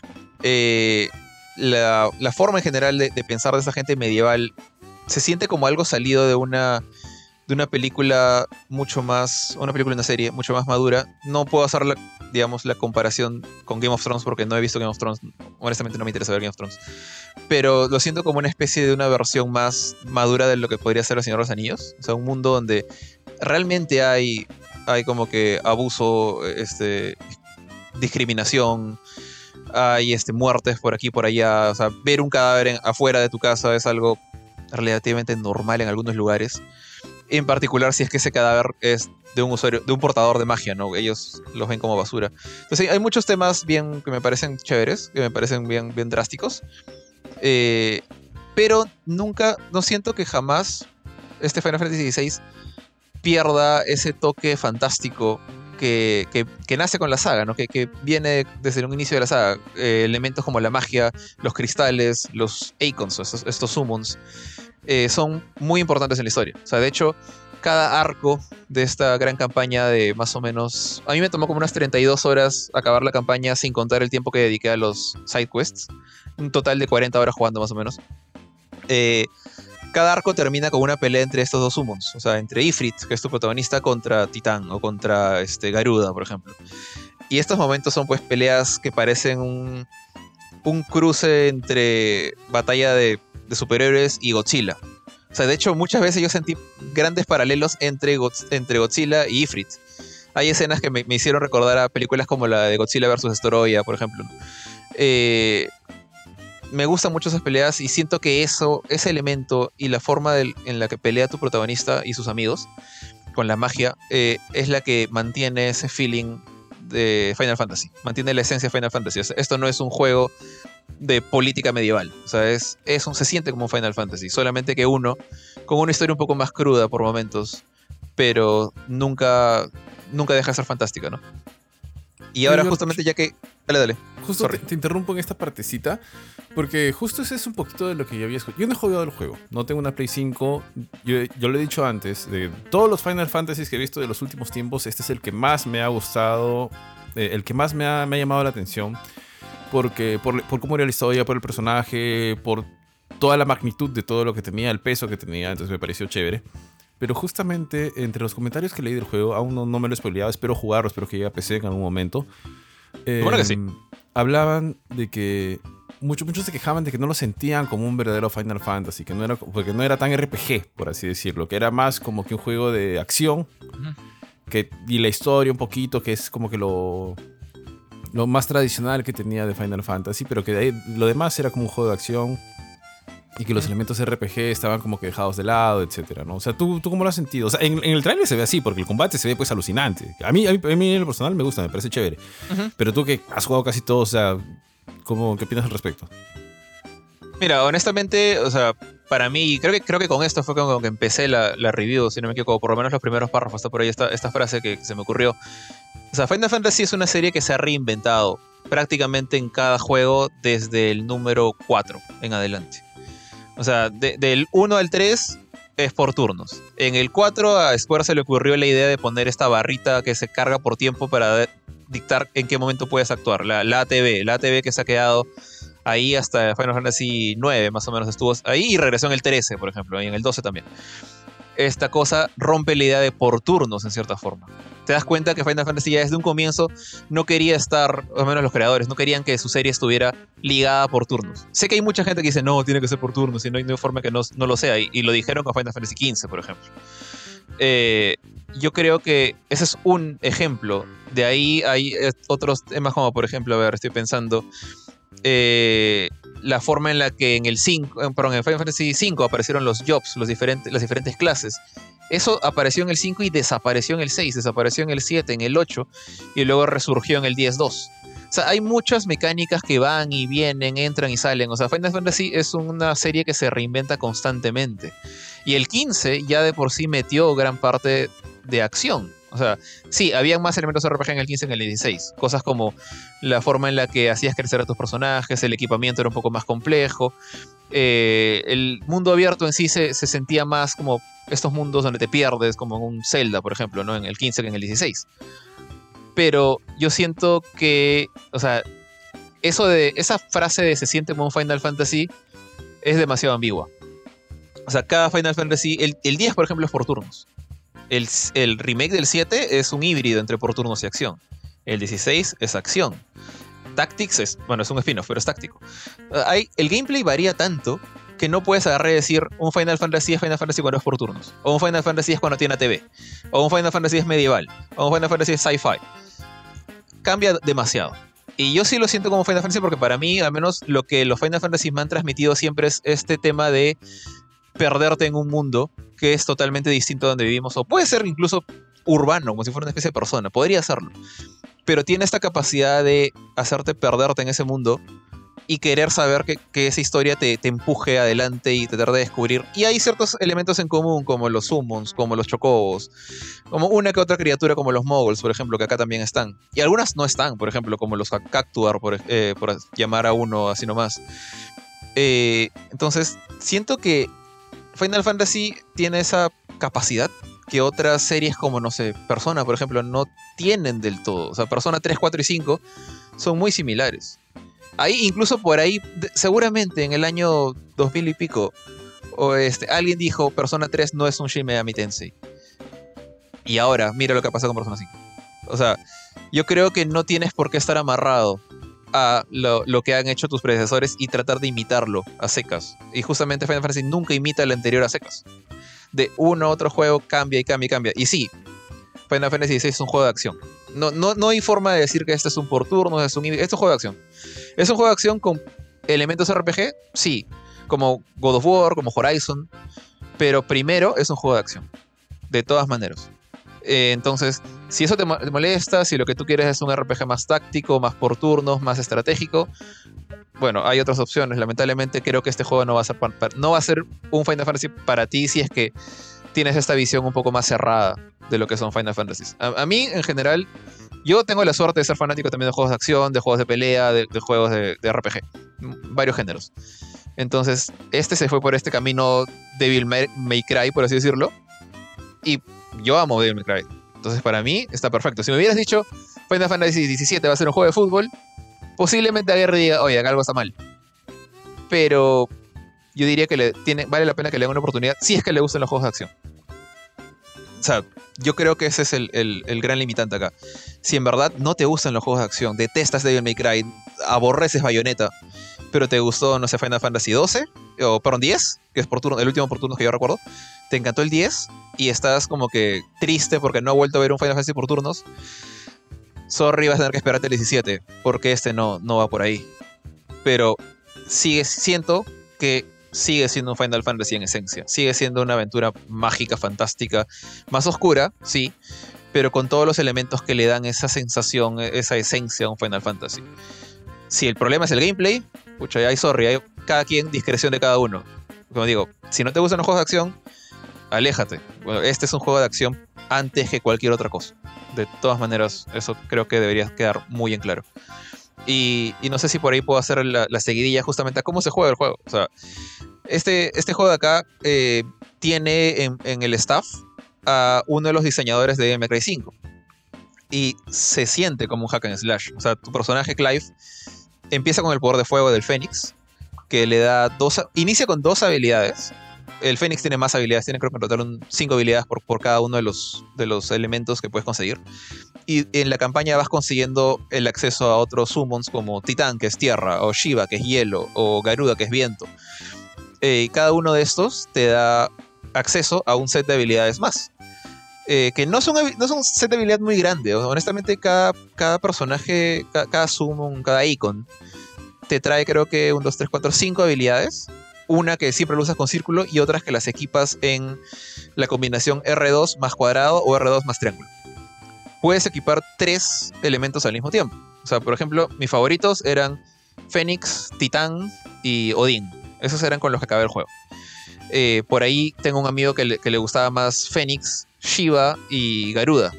La forma en general de pensar de esa gente medieval se siente como algo salido de una película una serie mucho más madura. No puedo hacer la comparación con Game of Thrones porque no he visto Game of Thrones. Honestamente no me interesa ver Game of Thrones. Pero lo siento como una especie de una versión más madura de lo que podría ser El Señor de los Anillos. O sea, un mundo donde realmente hay como que abuso, discriminación, hay muertes por aquí y por allá. O sea, ver un cadáver afuera de tu casa es algo relativamente normal en algunos lugares. En particular si es que ese cadáver es de un usuario, de un portador de magia, ¿no? Ellos los ven como basura. Entonces hay muchos temas que me parecen chéveres, que me parecen bien drásticos. Pero no siento que jamás Final Fantasy XVI pierda ese toque fantástico que nace con la saga, ¿no? Que viene desde un inicio de la saga. Elementos como la magia, los cristales, los Eikons, estos summons, son muy importantes en la historia. O sea, de hecho, cada arco de esta gran campaña de más o menos... A mí me tomó como unas 32 horas acabar la campaña sin contar el tiempo que dediqué a los side quests. Un total de 40 horas jugando más o menos. Cada arco termina con una pelea entre estos dos summons. O sea, entre Ifrit, que es tu protagonista, contra Titán o contra Garuda, por ejemplo. Y estos momentos son pues peleas que parecen un cruce entre batalla de superhéroes y Godzilla. O sea, de hecho, muchas veces yo sentí grandes paralelos entre Godzilla y Ifrit. Hay escenas que me hicieron recordar a películas como la de Godzilla vs. Destoroyah, por ejemplo. Me gustan mucho esas peleas y siento que ese elemento y la forma en la que pelea tu protagonista y sus amigos con la magia es la que mantiene ese feeling de Final Fantasy. Mantiene la esencia de Final Fantasy. O sea, esto no es un juego de política medieval. O sea, se siente como un Final Fantasy. Solamente que con una historia un poco más cruda por momentos, pero nunca deja de ser fantástica, ¿no? Y ahora justamente ya que Dale. Justo te interrumpo en esta partecita, porque justo ese es un poquito de lo que yo había escuchado. Yo no he jugado el juego, no tengo una Play 5. Yo lo he dicho antes, de todos los Final Fantasies que he visto de los últimos tiempos, este es el que más me ha gustado, el que más me ha llamado la atención, porque por cómo era la historia, por el personaje, por toda la magnitud de todo lo que tenía, el peso que tenía, entonces me pareció chévere. Pero justamente entre los comentarios que leí del juego, aún no me lo he spoileado, espero jugarlo, espero que llegue a PC en algún momento. Bueno que sí. Hablaban de que muchos se quejaban de que no lo sentían como un verdadero Final Fantasy, porque no era tan RPG, por así decirlo, que era más como que un juego de acción, y la historia un poquito, que es como que lo más tradicional que tenía de Final Fantasy, pero que de ahí, lo demás era como un juego de acción y que los elementos RPG estaban como que dejados de lado, etcétera, ¿no? O sea, ¿tú cómo lo has sentido? O sea, en el tráiler se ve así, porque el combate se ve pues alucinante. A mí en lo personal me gusta, me parece chévere. Pero tú que has jugado casi todo, o sea, ¿qué opinas al respecto? Mira, honestamente, o sea, para mí, creo que con esto fue con que empecé la review, si no me equivoco, por lo menos los primeros párrafos, está por ahí esta frase que se me ocurrió. O sea, Final Fantasy es una serie que se ha reinventado prácticamente en cada juego desde el número 4 en adelante. O sea, del 1 al 3 es por turnos. En el 4 a Square se le ocurrió la idea de poner esta barrita que se carga por tiempo para dictar en qué momento puedes actuar. La ATB que se ha quedado ahí hasta Final Fantasy 9 más o menos estuvo ahí y regresó en el 13, por ejemplo, y en el 12 también. Esta cosa rompe la idea de por turnos en cierta forma. Te das cuenta que Final Fantasy ya desde un comienzo no quería estar, o al menos los creadores, no querían que su serie estuviera ligada por turnos. Sé que hay mucha gente que dice, no, tiene que ser por turnos, y no hay forma que no lo sea, y lo dijeron con Final Fantasy XV, por ejemplo. Yo creo que ese es un ejemplo. De ahí hay otros temas como, por ejemplo, a ver, estoy pensando... la forma en la que en Final Fantasy V aparecieron los jobs, las diferentes clases. Eso apareció en el 5 y desapareció en el 6, desapareció en el 7, en el 8 y luego resurgió en el 10-2. O sea, hay muchas mecánicas que van y vienen, entran y salen. O sea, Final Fantasy es una serie que se reinventa constantemente. Y el 15 ya de por sí metió gran parte de acción. O sea, sí, había más elementos RPG en el 15 que en el 16. Cosas como la forma en la que hacías crecer a tus personajes, el equipamiento era un poco más complejo. El mundo abierto en sí se sentía más como estos mundos donde te pierdes, como en un Zelda, por ejemplo, ¿no? En el 15 que en el 16. Pero yo siento que, o sea, esa frase de se siente como un Final Fantasy es demasiado ambigua. O sea, cada Final Fantasy, el 10, por ejemplo, es por turnos. El remake del 7 es un híbrido entre por turnos y acción. El 16 es acción. Tactics es un spin-off, pero es táctico. El gameplay varía tanto que no puedes agarrar y decir un Final Fantasy es Final Fantasy cuando es por turnos. O un Final Fantasy es cuando tiene ATV. O un Final Fantasy es medieval. O un Final Fantasy es sci-fi. Cambia demasiado. Y yo sí lo siento como Final Fantasy porque para mí, al menos, lo que los Final Fantasy me han transmitido siempre es este tema de perderte en un mundo que es totalmente distinto a donde vivimos, o puede ser incluso urbano, como si fuera una especie de persona, podría serlo, pero tiene esta capacidad de hacerte perderte en ese mundo y querer saber que esa historia te empuje adelante y te trate de descubrir. Y hay ciertos elementos en común, como los summons, como los chocobos, como una que otra criatura como los moguls, por ejemplo, que acá también están, y algunas no están, por ejemplo, como los Cactuar, por llamar a uno así nomás. Entonces, siento que Final Fantasy tiene esa capacidad que otras series como, no sé, Persona, por ejemplo, no tienen del todo. O sea, Persona 3, 4 y 5 son muy similares. Ahí, incluso por ahí, seguramente en el año 2000 y pico, alguien dijo, Persona 3 no es un Shin Megami Tensei. Y ahora, mira lo que ha pasado con Persona 5. O sea, yo creo que no tienes por qué estar amarrado a lo que han hecho tus predecesores y tratar de imitarlo a secas. Y justamente Final Fantasy nunca imita el anterior a secas. De uno a otro juego cambia y cambia y cambia. Y sí, Final Fantasy XVI es un juego de acción. No hay forma de decir que este es un por turnos, este es un juego de acción. Es un juego de acción con elementos RPG, sí, como God of War, como Horizon, pero primero es un juego de acción, de todas maneras. Entonces, si eso te molesta, si lo que tú quieres es un RPG más táctico, más por turnos, más estratégico, bueno, hay otras opciones. Lamentablemente creo que este juego no va a ser un Final Fantasy para ti si es que tienes esta visión un poco más cerrada de lo que son Final Fantasies. A mí, en general, Yo tengo la suerte de ser fanático también de juegos de acción, de juegos de pelea, de juegos de RPG. Varios géneros. Entonces, este se fue por este camino Devil May Cry, por así decirlo. Y yo amo Devil May Cry. Entonces, para mí, está perfecto. Si me hubieras dicho Final Fantasy XVII va a ser un juego de fútbol, posiblemente agarre y diga, oye, acá algo está mal. Pero yo diría que vale la pena que le den una oportunidad si es que le gustan los juegos de acción. O sea, yo creo que ese es el gran limitante acá. Si en verdad no te gustan los juegos de acción, detestas Devil May Cry, aborreces Bayonetta, pero te gustó, no sé, Final Fantasy XII, o perdón, 10, que es por turno, el último por turnos que yo recuerdo, te encantó el 10 y estás como que triste porque no ha vuelto a ver un Final Fantasy por turnos, sorry, vas a tener que esperarte el 17, porque este no va por ahí. Pero siento que sigue siendo un Final Fantasy en esencia. Sigue siendo una aventura mágica, fantástica, más oscura, sí, pero con todos los elementos que le dan esa sensación, esa esencia a un Final Fantasy. Si el problema es el gameplay, pucha, hay sorry, hay cada quien, discreción de cada uno. Como digo, si no te gustan los juegos de acción, aléjate. Bueno, este es un juego de acción antes que cualquier otra cosa. De todas maneras, eso creo que debería quedar muy en claro. Y no sé si por ahí puedo hacer la seguidilla justamente a cómo se juega el juego. O sea, este juego de acá tiene en el staff a uno de los diseñadores de Devil May Cry 5. Y se siente como un hack and slash. O sea, tu personaje Clive empieza con el poder de fuego del Fénix, que le da inicia con 2 habilidades. El Fénix tiene más habilidades, tiene creo que en total 5 habilidades por cada uno de los elementos que puedes conseguir. Y en la campaña vas consiguiendo el acceso a otros summons como Titán, que es tierra, o Shiva, que es hielo, o Garuda, que es viento. Cada uno de estos te da acceso a un set de habilidades más. Que no son un set de habilidades muy grande. Honestamente, cada personaje, cada summon, cada icon, te trae creo que 1, 2, 3, 4, 5 habilidades. Una que siempre lo usas con círculo y otras que las equipas en la combinación R2 más cuadrado o R2 más triángulo. Puedes equipar 3 elementos al mismo tiempo. O sea, por ejemplo, mis favoritos eran Fénix, Titán y Odín. Esos eran con los que acabé el juego. Por ahí tengo un amigo que le gustaba más Fénix, Shiva y Garuda.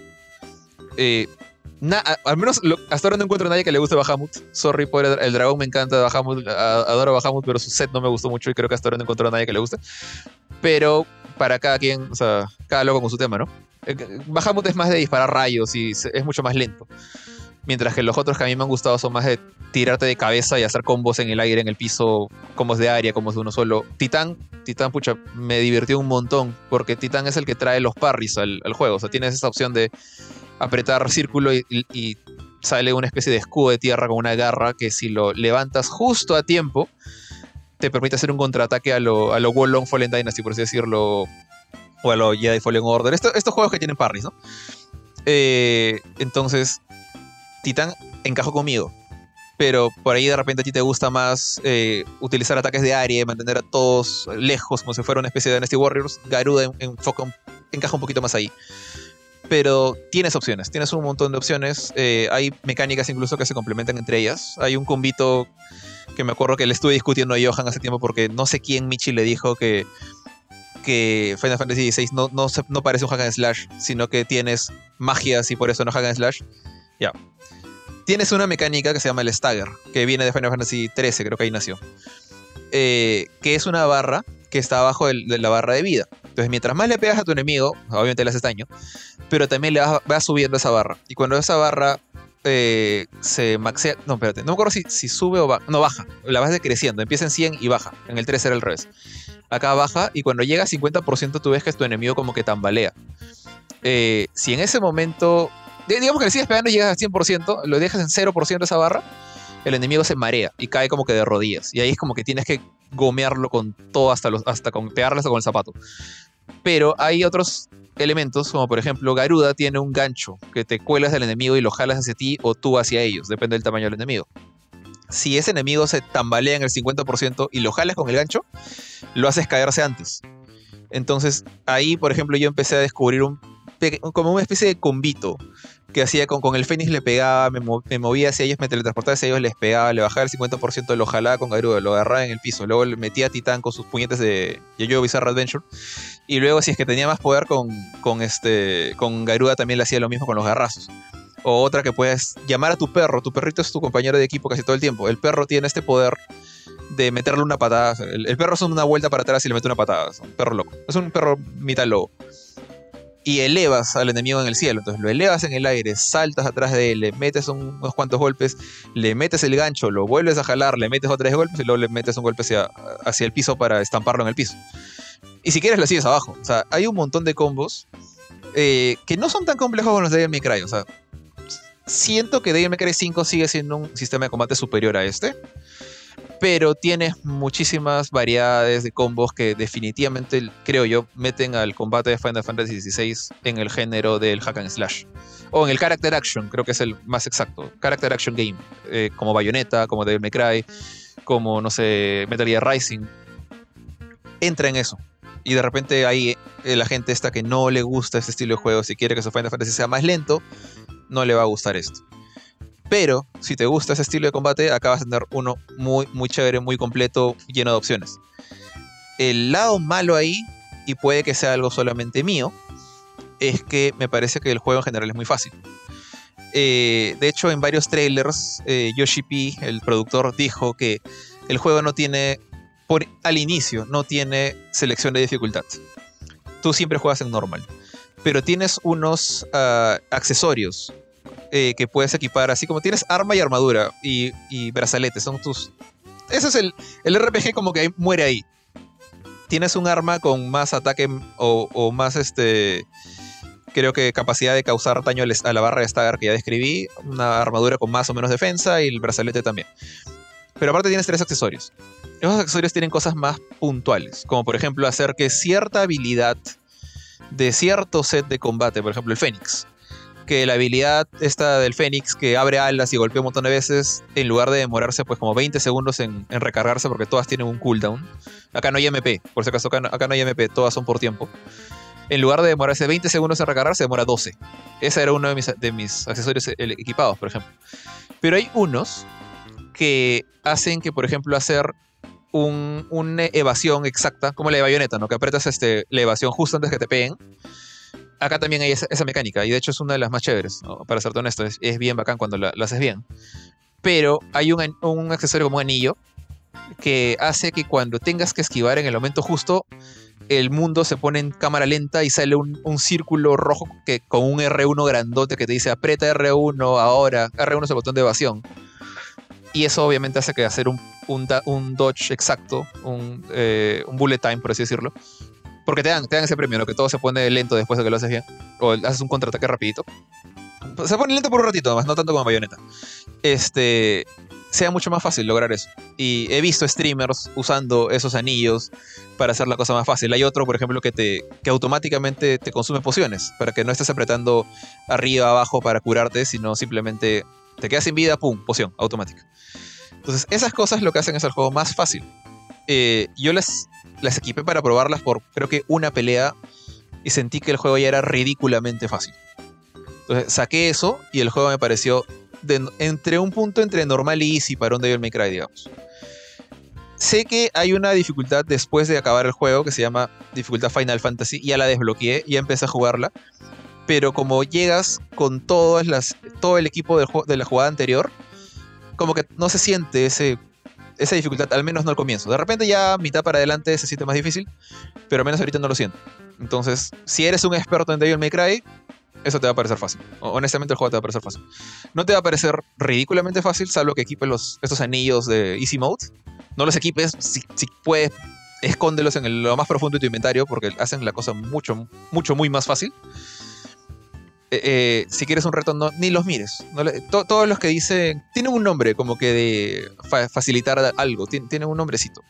Al menos hasta ahora no encuentro a nadie que le guste Bahamut. Sorry por el dragón, me encanta Bahamut, adoro Bahamut, pero su set no me gustó mucho y creo que hasta ahora no encontré a nadie que le guste. Pero para cada quien, o sea, cada loco con su tema, ¿no? Bahamut es más de disparar rayos y es mucho más lento. Mientras que los otros que a mí me han gustado son más de tirarte de cabeza y hacer combos en el aire, en el piso, combos de área, combos de uno solo. Titán, pucha, me divirtió un montón, porque Titán es el que trae los parries al juego. O sea, tienes esa opción de apretar círculo y sale una especie de escudo de tierra con una garra que si lo levantas justo a tiempo, te permite hacer un contraataque a lo Wolong Fallen Dynasty, por así decirlo, o a lo Jedi Fallen Order. Estos juegos que tienen parries, ¿no? Entonces, Titán encajó conmigo. Pero por ahí de repente a ti te gusta más utilizar ataques de área y mantener a todos lejos, como si fuera una especie de Dynasty Warriors. Garuda encaja un poquito más ahí. Pero tienes opciones, tienes un montón de opciones. Hay mecánicas incluso que se complementan entre ellas. Hay un combito que me acuerdo que le estuve discutiendo a Johan hace tiempo porque no sé quién Michi le dijo que Final Fantasy XVI no parece un hack and slash, sino que tienes magias y por eso no hack and slash. Ya. Tienes una mecánica que se llama el Stagger, que viene de Final Fantasy XIII, creo que ahí nació. Que es una barra que está abajo de la barra de vida. Entonces, mientras más le pegas a tu enemigo, obviamente le haces daño, pero también le vas subiendo esa barra. Y cuando esa barra se maxea... No, espérate, no me acuerdo si sube o baja. No, baja. La vas decreciendo. Empieza en 100 y baja. En el 3 era al revés. Acá baja y cuando llega a 50% tú ves que tu enemigo como que tambalea. Si en ese momento... Digamos que le sigues pegando y llegas al 100%, lo dejas en 0% esa barra, el enemigo se marea y cae como que de rodillas. Y ahí es como que tienes que gomearlo con todo hasta pegarle hasta con el zapato. Pero hay otros elementos, como por ejemplo Garuda tiene un gancho que te cuelas del enemigo y lo jalas hacia ti o tú hacia ellos, depende del tamaño del enemigo. Si ese enemigo se tambalea en el 50% y lo jalas con el gancho, lo haces caerse antes. Entonces ahí, por ejemplo, yo empecé a descubrir como una especie de combito que hacía con el Fénix, le pegaba, me movía hacia ellos, me teletransportaba hacia ellos, les pegaba, le bajaba el 50%, lo jalaba con Garuda, lo agarraba en el piso, luego le metía a Titán con sus puñetes de Yo-Yo Bizarre Adventure, y luego si es que tenía más poder con Garuda también le hacía lo mismo con los garrazos. O otra que puedes llamar a tu perro. Tu perrito es tu compañero de equipo casi todo el tiempo. El perro tiene este poder de meterle una patada. El perro hace una vuelta para atrás y le mete una patada. Es un perro loco. Es un perro mitad lobo. Y elevas al enemigo en el cielo. Entonces lo elevas en el aire, saltas atrás de él, le metes unos cuantos golpes, le metes el gancho, lo vuelves a jalar, le metes otros 3 golpes y luego le metes un golpe hacia el piso para estamparlo en el piso. Y si quieres lo sigues abajo. O sea, hay un montón de combos que no son tan complejos como los de Devil May Cry. O sea, siento que Devil May Cry 5 sigue siendo un sistema de combate superior a este. Pero tienes muchísimas variedades de combos que definitivamente, creo yo, meten al combate de Final Fantasy XVI en el género del hack and slash. O en el character action, creo que es el más exacto. Character action game. Como Bayonetta, como Devil May Cry, como, no sé, Metal Gear Rising. Entra en eso. Y de repente hay la gente esta que no le gusta este estilo de juego. Si quiere que su Final Fantasy sea más lento, no le va a gustar esto. Pero si te gusta ese estilo de combate, acá vas a tener uno muy, muy chévere, muy completo, lleno de opciones. El lado malo ahí, y puede que sea algo solamente mío, es que me parece que el juego en general es muy fácil. De hecho, en varios trailers, Yoshi P, el productor, dijo que el juego no tiene, al inicio, no tiene selección de dificultad. Tú siempre juegas en normal. Pero tienes unos accesorios que puedes equipar, así como tienes arma y armadura y brazaletes, son tus... Ese es el RPG como que muere ahí. Tienes un arma con más ataque o más creo que capacidad de causar daño a la barra de stagger que ya describí, una armadura con más o menos defensa y el brazalete también. Pero aparte tienes 3 accesorios. Esos accesorios tienen cosas más puntuales, como por ejemplo hacer que cierta habilidad de cierto set de combate, por ejemplo el Fénix, que la habilidad esta del Fénix que abre alas y golpea un montón de veces, en lugar de demorarse pues como 20 segundos en recargarse, porque todas tienen un cooldown. Acá no hay MP, por si acaso acá no hay MP, todas son por tiempo. En lugar de demorarse 20 segundos en recargarse, demora 12. Ese era uno de mis accesorios equipados, por ejemplo. Pero hay unos que hacen que, por ejemplo, hacer una evasión exacta, como la de Bayonetta, ¿no? Que apretas la evasión justo antes que te peguen. Acá también hay esa mecánica, y de hecho es una de las más chéveres, ¿no? Para serte honesto, es bien bacán cuando la haces bien. Pero hay un accesorio como un anillo que hace que cuando tengas que esquivar en el momento justo, el mundo se pone en cámara lenta y sale un círculo rojo con un R1 grandote que te dice aprieta R1 ahora. R1 es el botón de evasión. Y eso obviamente hace que hacer un dodge exacto, un bullet time, por así decirlo. Porque te dan ese premio, ¿no? Que todo se pone lento después de que lo haces bien. O haces un contraataque rapidito. Se pone lento por un ratito, más no tanto como Bayonetta. Sea mucho más fácil lograr eso. Y he visto streamers usando esos anillos para hacer la cosa más fácil. Hay otro, por ejemplo, que automáticamente te consume pociones, para que no estés apretando arriba, abajo para curarte, sino simplemente te quedas sin vida, pum, poción, automática. Entonces, esas cosas lo que hacen es el juego más fácil. Yo las equipé para probarlas por creo que una pelea y sentí que el juego ya era ridículamente fácil. Entonces saqué eso y el juego me pareció entre un punto entre normal y easy para un Devil May Cry, digamos. Sé que hay una dificultad después de acabar el juego que se llama dificultad Final Fantasy, ya la desbloqueé, ya empecé a jugarla, pero como llegas con todo el equipo de la jugada anterior, como que no se siente esa dificultad, al menos no al comienzo. De repente ya mitad para adelante se siente más difícil, pero al menos ahorita no lo siento. Entonces, si eres un experto en Devil May Cry, eso te va a parecer fácil. Honestamente, el juego te va a parecer fácil. No te va a parecer ridículamente fácil, salvo que equipes estos anillos de Easy Mode. No los equipes, si puedes, escóndelos en lo más profundo de tu inventario, porque hacen la cosa mucho, mucho, muy más fácil. Si quieres un reto, ni los mires. Todos los que dicen... Tienen un nombre como que de facilitar algo. Tienen un nombrecito.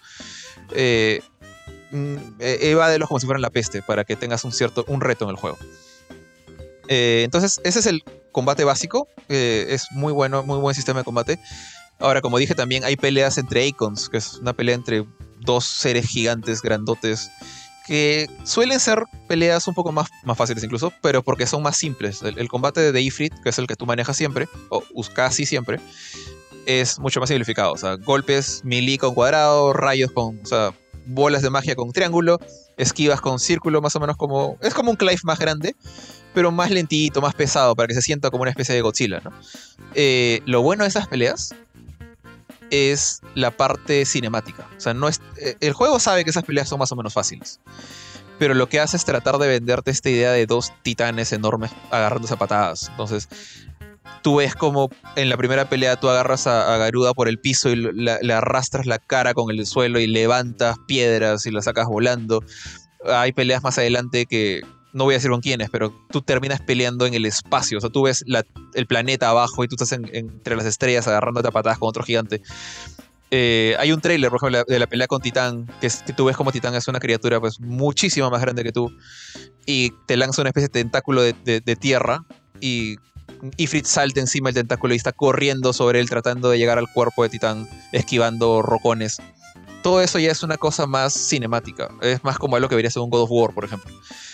Evádelos como si fueran la peste, para que tengas un reto en el juego. Entonces, ese es el combate básico. Es muy bueno, muy buen sistema de combate. Ahora, como dije, también hay peleas entre Icons, que es una pelea entre dos seres gigantes, grandotes, que suelen ser peleas un poco más fáciles incluso, pero porque son más simples. El combate de Ifrit, que es el que tú manejas siempre, o casi siempre, es mucho más simplificado. O sea, golpes melee con cuadrado, rayos con... O sea, bolas de magia con triángulo, esquivas con círculo, más o menos como... Es como un Clive más grande, pero más lentito, más pesado, para que se sienta como una especie de Godzilla, ¿no? Lo bueno de esas peleas es la parte cinemática. O sea, no es, el juego sabe que esas peleas son más o menos fáciles, pero lo que hace es tratar de venderte esta idea de dos titanes enormes agarrándose a patadas. Entonces, tú ves como en la primera pelea tú agarras a Garuda por el piso y le arrastras la cara con el suelo y levantas piedras y la sacas volando. Hay peleas más adelante que no voy a decir con quiénes, pero tú terminas peleando en el espacio. O sea, tú ves el planeta abajo y tú estás entre las estrellas agarrándote a patadas con otro gigante. Hay un tráiler, por ejemplo, de la pelea con Titán, que tú ves como Titán es una criatura pues muchísimo más grande que tú y te lanza una especie de tentáculo de tierra y Ifrit salta encima del tentáculo y está corriendo sobre él tratando de llegar al cuerpo de Titán, esquivando rocones. Todo eso ya es una cosa más cinemática, es más como algo que debería ser un God of War, por ejemplo.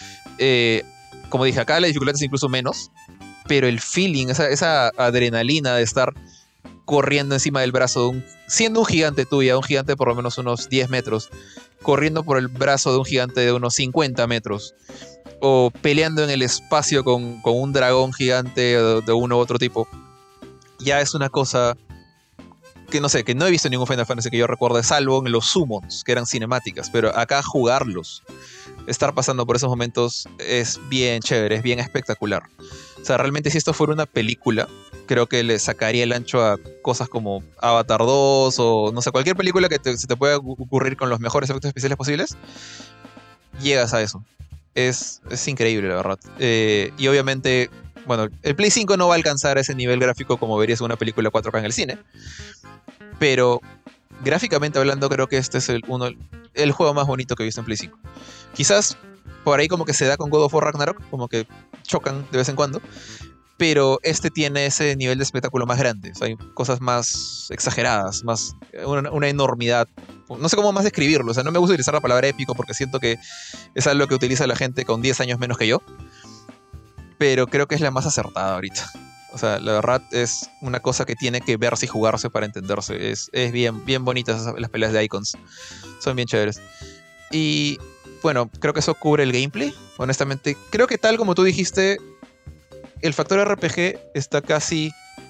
Como dije, acá la dificultad es incluso menos, pero el feeling, esa adrenalina de estar corriendo encima del brazo siendo un gigante tuya, un gigante de por lo menos unos 10 metros, corriendo por el brazo de un gigante de unos 50 metros, o peleando en el espacio con un dragón gigante de uno u otro tipo, ya es una cosa que no sé, que no he visto en ningún Final Fantasy que yo recuerde, salvo en los summons, que eran cinemáticas, pero acá jugarlos, estar pasando por esos momentos es bien chévere, es bien espectacular. O sea, realmente si esto fuera una película, creo que le sacaría el ancho a cosas como Avatar 2 o no sé, cualquier película que se te pueda ocurrir con los mejores efectos especiales posibles, llegas a eso. Es increíble, la verdad. Y obviamente, bueno, el Play 5 no va a alcanzar ese nivel gráfico como verías en una película 4K en el cine, pero gráficamente hablando creo que este es el juego más bonito que he visto en Play 5. Quizás por ahí como que se da con God of War Ragnarok, como que chocan de vez en cuando, pero este tiene ese nivel de espectáculo más grande. O sea, hay cosas más exageradas, más una enormidad. No sé cómo más describirlo. O sea, no me gusta utilizar la palabra épico porque siento que es algo que utiliza la gente con 10 años menos que yo, pero creo que es la más acertada ahorita. O sea, la verdad es una cosa que tiene que verse y jugarse para entenderse. Es bien, bien bonitas las peleas de Icons. Son bien chéveres. Y bueno, creo que eso cubre el gameplay. Honestamente, creo que tal como tú dijiste, el factor RPG está casi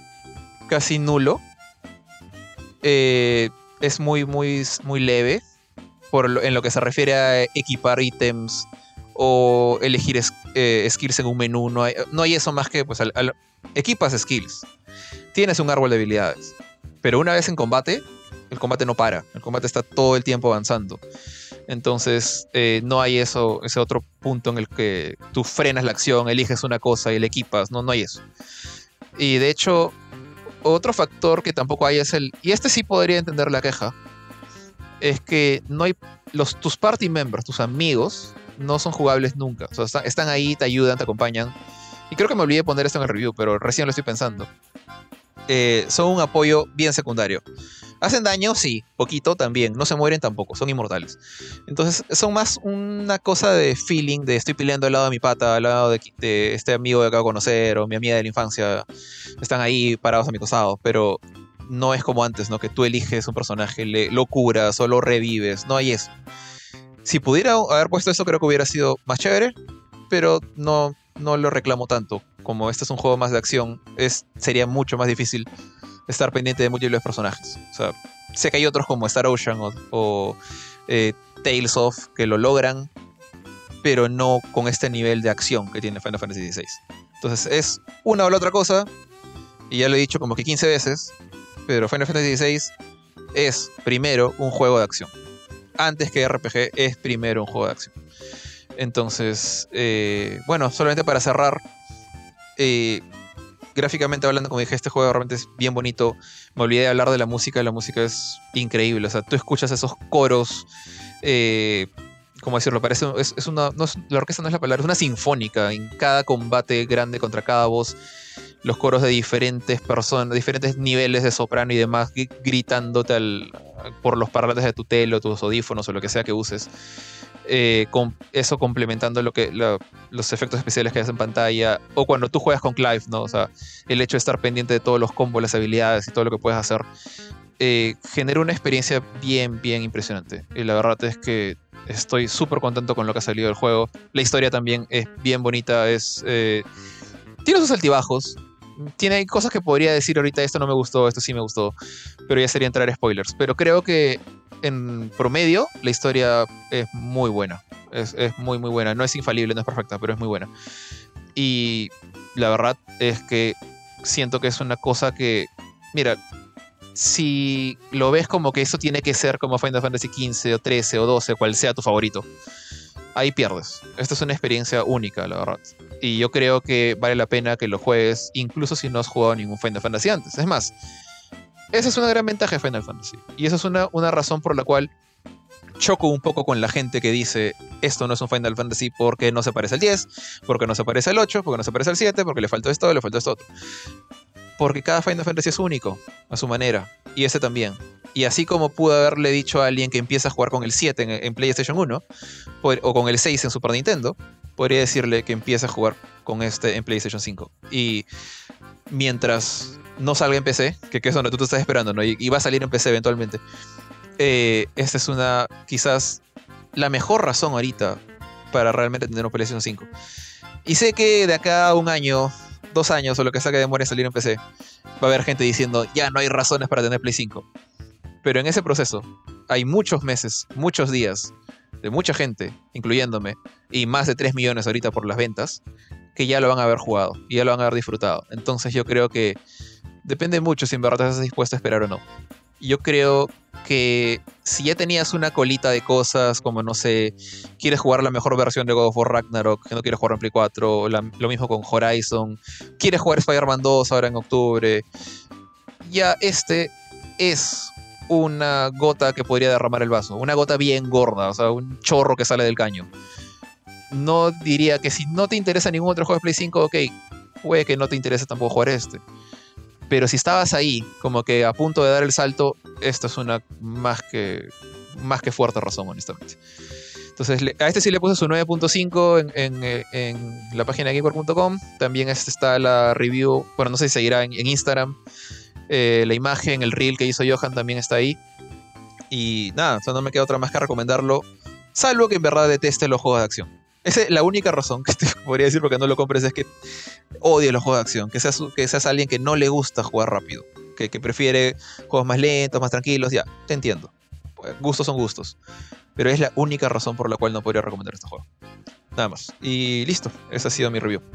nulo. Es muy, muy, muy leve en lo que se refiere a equipar ítems o elegir skills en un menú. No hay eso más que pues, equipas skills. Tienes un árbol de habilidades. Pero una vez en combate, el combate no para. El combate está todo el tiempo avanzando. Entonces no hay ese otro punto en el que tú frenas la acción, eliges una cosa y la equipas. No hay eso. Y de hecho, otro factor que tampoco hay es y este sí podría entender la queja, es que no hay tus party members, tus amigos, no son jugables nunca. O sea, están ahí, te ayudan, te acompañan. Y creo que me olvidé de poner esto en el review, pero recién lo estoy pensando. Son un apoyo bien secundario. ¿Hacen daño? Sí. Poquito también. No se mueren tampoco. Son inmortales. Entonces son más una cosa de feeling, de estoy peleando al lado de mi pata, al lado de este amigo que acabo de conocer, o mi amiga de la infancia. Están ahí parados a mi costado. Pero no es como antes, ¿no? Que tú eliges un personaje, lo curas o lo revives. No hay eso. Si pudiera haber puesto eso, creo que hubiera sido más chévere. Pero no lo reclamo tanto. Como este es un juego más de acción, sería mucho más difícil estar pendiente de múltiples personajes. O sea, sé que hay otros como Star Ocean o Tales of que lo logran, pero no con este nivel de acción que tiene Final Fantasy XVI. Entonces es una o la otra cosa, y ya lo he dicho como que 15 veces, pero Final Fantasy XVI es primero un juego de acción. Antes que RPG es primero un juego de acción. Entonces, bueno, solamente para cerrar, gráficamente hablando, como dije, este juego realmente es bien bonito. Me olvidé de hablar de la música es increíble. O sea, tú escuchas esos coros, ¿cómo decirlo? Parece, la orquesta no es la palabra, es una sinfónica en cada combate grande contra cada boss. Los coros de diferentes personas, diferentes niveles de soprano y demás, gritándote por los parlantes de tu tele o tus audífonos o lo que sea que uses. con eso complementando los efectos especiales que haces en pantalla, o cuando tú juegas con Clive, ¿no? O sea, el hecho de estar pendiente de todos los combos, las habilidades y todo lo que puedes hacer, genera una experiencia bien, bien impresionante. Y la verdad es que estoy súper contento con lo que ha salido del juego. La historia también es bien bonita, tiene sus altibajos. Tiene cosas que podría decir ahorita, esto no me gustó, esto sí me gustó, pero ya sería entrar a spoilers. Pero creo que en promedio la historia es muy buena. Es muy, muy buena. No es infalible, no es perfecta, pero es muy buena. Y la verdad es que siento que es una cosa que, mira, si lo ves como que eso tiene que ser como Final Fantasy XV o 13 o 12, cual sea tu favorito, ahí pierdes. Esta es una experiencia única, la verdad. Y yo creo que vale la pena que lo juegues, incluso si no has jugado ningún Final Fantasy antes. Es más, esa es una gran ventaja de Final Fantasy. Y esa es una razón por la cual choco un poco con la gente que dice esto no es un Final Fantasy porque no se parece al 10, porque no se parece al 8, porque no se parece al 7, porque le faltó esto, le faltó esto otro. Porque cada Final Fantasy es único, a su manera. Y ese también. Y así como pude haberle dicho a alguien que empieza a jugar con el 7 en PlayStation 1, o con el 6 en Super Nintendo, podría decirle que empiece a jugar con este en PlayStation 5. Y mientras no salga en PC, que es donde tú te estás esperando, ¿no? Y va a salir en PC eventualmente, esta es quizás la mejor razón ahorita para realmente tener un PlayStation 5. Y sé que de acá a un año, 2 años o lo que sea que demore en salir en PC, va a haber gente diciendo ya no hay razones para tener Play 5. Pero en ese proceso hay muchos meses, muchos días de mucha gente, incluyéndome, y más de 3 millones ahorita por las ventas, que ya lo van a haber jugado y ya lo van a haber disfrutado. Entonces yo creo que depende mucho si en verdad estás dispuesto a esperar o no. Yo creo que si ya tenías una colita de cosas, como no sé, quieres jugar la mejor versión de God of War Ragnarok, que no quieres jugar en Play 4, lo mismo con Horizon, quieres jugar Spider-Man 2 ahora en octubre, ya este es una gota que podría derramar el vaso, una gota bien gorda, o sea, un chorro que sale del caño. No diría que si no te interesa ningún otro juego de Play 5, ok, puede que no te interese tampoco jugar este. Pero si estabas ahí, como que a punto de dar el salto, esto es una más que fuerte razón, honestamente. Entonces, a este sí le puse su 9.5 en la página de gamecore.com. También está la review, bueno, no sé si seguirá en Instagram. La imagen, el reel que hizo Johan también está ahí. Y nada, o sea, no me queda otra más que recomendarlo, salvo que en verdad deteste los juegos de acción. Esa es la única razón que te podría decir porque no lo compres, es que odio los juegos de acción, que seas alguien que no le gusta jugar rápido, que prefiere juegos más lentos, más tranquilos. Ya, te entiendo, gustos son gustos, pero es la única razón por la cual no podría recomendar este juego. Nada más, y listo, esa ha sido mi review.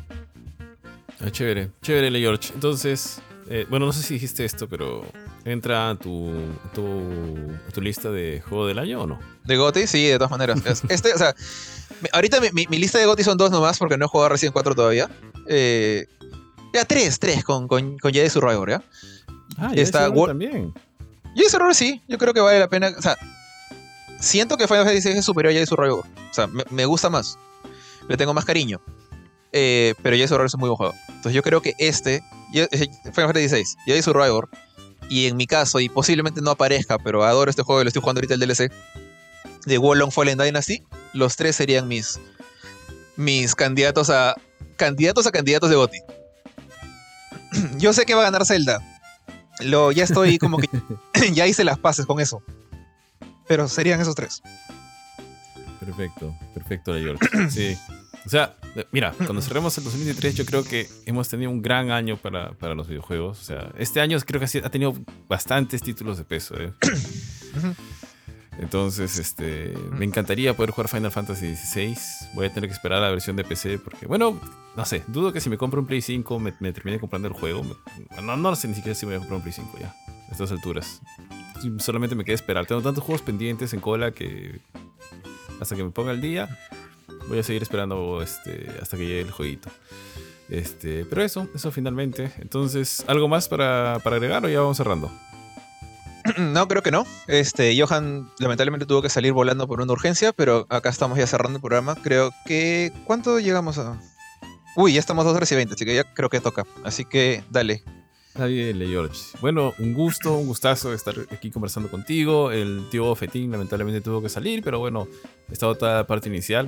Chévere, chévere, George. Entonces, bueno, no sé si dijiste esto, pero ¿entra a tu lista de juego del año o no? ¿De GOTY? Sí, de todas maneras. O sea, ahorita mi lista de GOTY son 2 nomás porque no he jugado Resident 4 todavía. Ya 3 con Jedi Survivor, ¿ya? Jedi Survivor también. Jedi Survivor sí, yo creo que vale la pena. O sea, siento que Final Fantasy VI es superior a Jedi Survivor. O sea, me gusta más. Le tengo más cariño. Pero Jedi Survivor es un muy buen juego. Entonces yo creo que Final Fantasy VI, Jedi Survivor, y en mi caso, y posiblemente no aparezca, pero adoro este juego y lo estoy jugando ahorita el DLC de Wolong Fallen Dynasty, los 3 serían mis candidatos a candidatos de GOTY. Yo sé que va a ganar Zelda. Ya estoy como que ya hice las paces con eso. Pero serían esos 3. Perfecto, George. Sí. O sea, mira, cuando cerremos el 2023 yo creo que hemos tenido un gran año para los videojuegos. O sea, este año creo que ha tenido bastantes títulos de peso, ¿eh? Entonces, me encantaría poder jugar Final Fantasy XVI. Voy a tener que esperar a la versión de PC porque, bueno, no sé, dudo que si me compro un Play 5 me termine comprando el juego. No sé ni siquiera si me voy a comprar un Play 5 ya, a estas alturas. Solamente me queda esperar. Tengo tantos juegos pendientes en cola que hasta que me ponga al día voy a seguir esperando hasta que llegue el jueguito. Pero eso finalmente. Entonces, ¿algo más para agregar o ya vamos cerrando? No, creo que no. Johan lamentablemente tuvo que salir volando por una urgencia, pero acá estamos ya cerrando el programa. Creo que... ¿Cuánto llegamos a...? Uy, ya estamos 2 horas y 20, así que ya creo que toca. Así que, dale. Está bien, Le George. Bueno, un gustazo estar aquí conversando contigo. El tío Fetín lamentablemente tuvo que salir, pero bueno, esta otra parte inicial.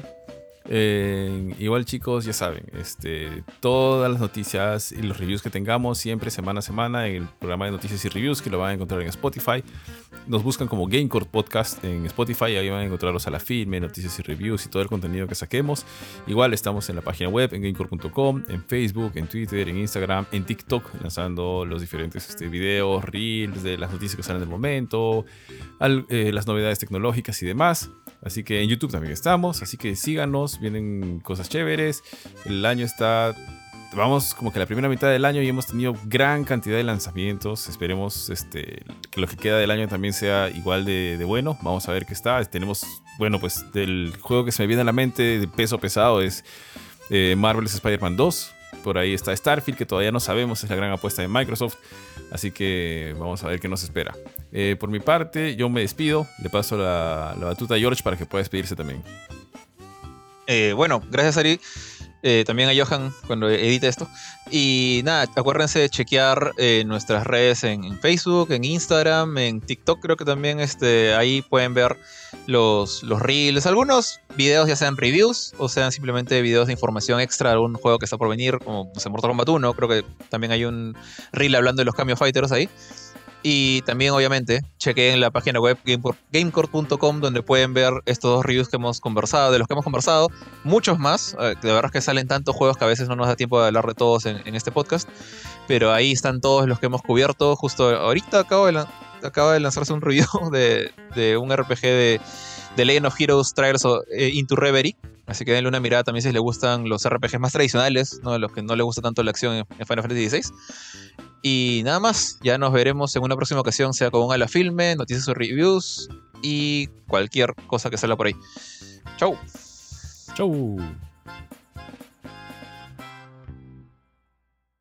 Igual chicos, ya saben, todas las noticias y los reviews que tengamos siempre semana a semana en el programa de noticias y reviews que lo van a encontrar en Spotify. Nos buscan como Gamecore Podcast en Spotify, ahí van a encontrarlos a la firme, noticias y reviews y todo el contenido que saquemos. Igual estamos en la página web, en gamecore.com, en Facebook, en Twitter, en Instagram, en TikTok, lanzando los diferentes videos, reels de las noticias que salen del momento, las novedades tecnológicas y demás. Así que en YouTube también estamos, así que síganos, vienen cosas chéveres. El año está... Vamos como que la primera mitad del año y hemos tenido gran cantidad de lanzamientos. Esperemos que lo que queda del año también sea igual de bueno. Vamos a ver qué está. Tenemos, bueno, pues del juego que se me viene a la mente de peso pesado es Marvel's Spider-Man 2. Por ahí está Starfield, que todavía no sabemos, es la gran apuesta de Microsoft. Así que vamos a ver qué nos espera. Por mi parte, yo me despido. Le paso la batuta a George para que pueda despedirse también. Bueno, gracias Ari. También a Johan cuando edite esto. Y nada, acuérdense de chequear nuestras redes en Facebook, en Instagram, en TikTok. Creo que también ahí pueden ver los reels, algunos videos, ya sean reviews o sean simplemente videos de información extra de algún juego que está por venir, como Mortal Kombat 1. Creo que también hay un reel hablando de los Cameo Fighters ahí. Y también, obviamente, chequen la página web gamecore.com, donde pueden ver estos dos reviews que hemos conversado, de los que hemos conversado, muchos más. De verdad es que salen tantos juegos que a veces no nos da tiempo de hablar de todos en este podcast. Pero ahí están todos los que hemos cubierto. Justo ahorita acaba de lanzarse un review de un RPG de Legend of Heroes Trials Into Reverie. Así que denle una mirada también si les gustan los RPGs más tradicionales, ¿no? Los que no les gusta tanto la acción en Final Fantasy XVI. Y nada más, ya nos veremos en una próxima ocasión, sea con un ala filme, noticias o reviews y cualquier cosa que salga por ahí. Chau. Chau.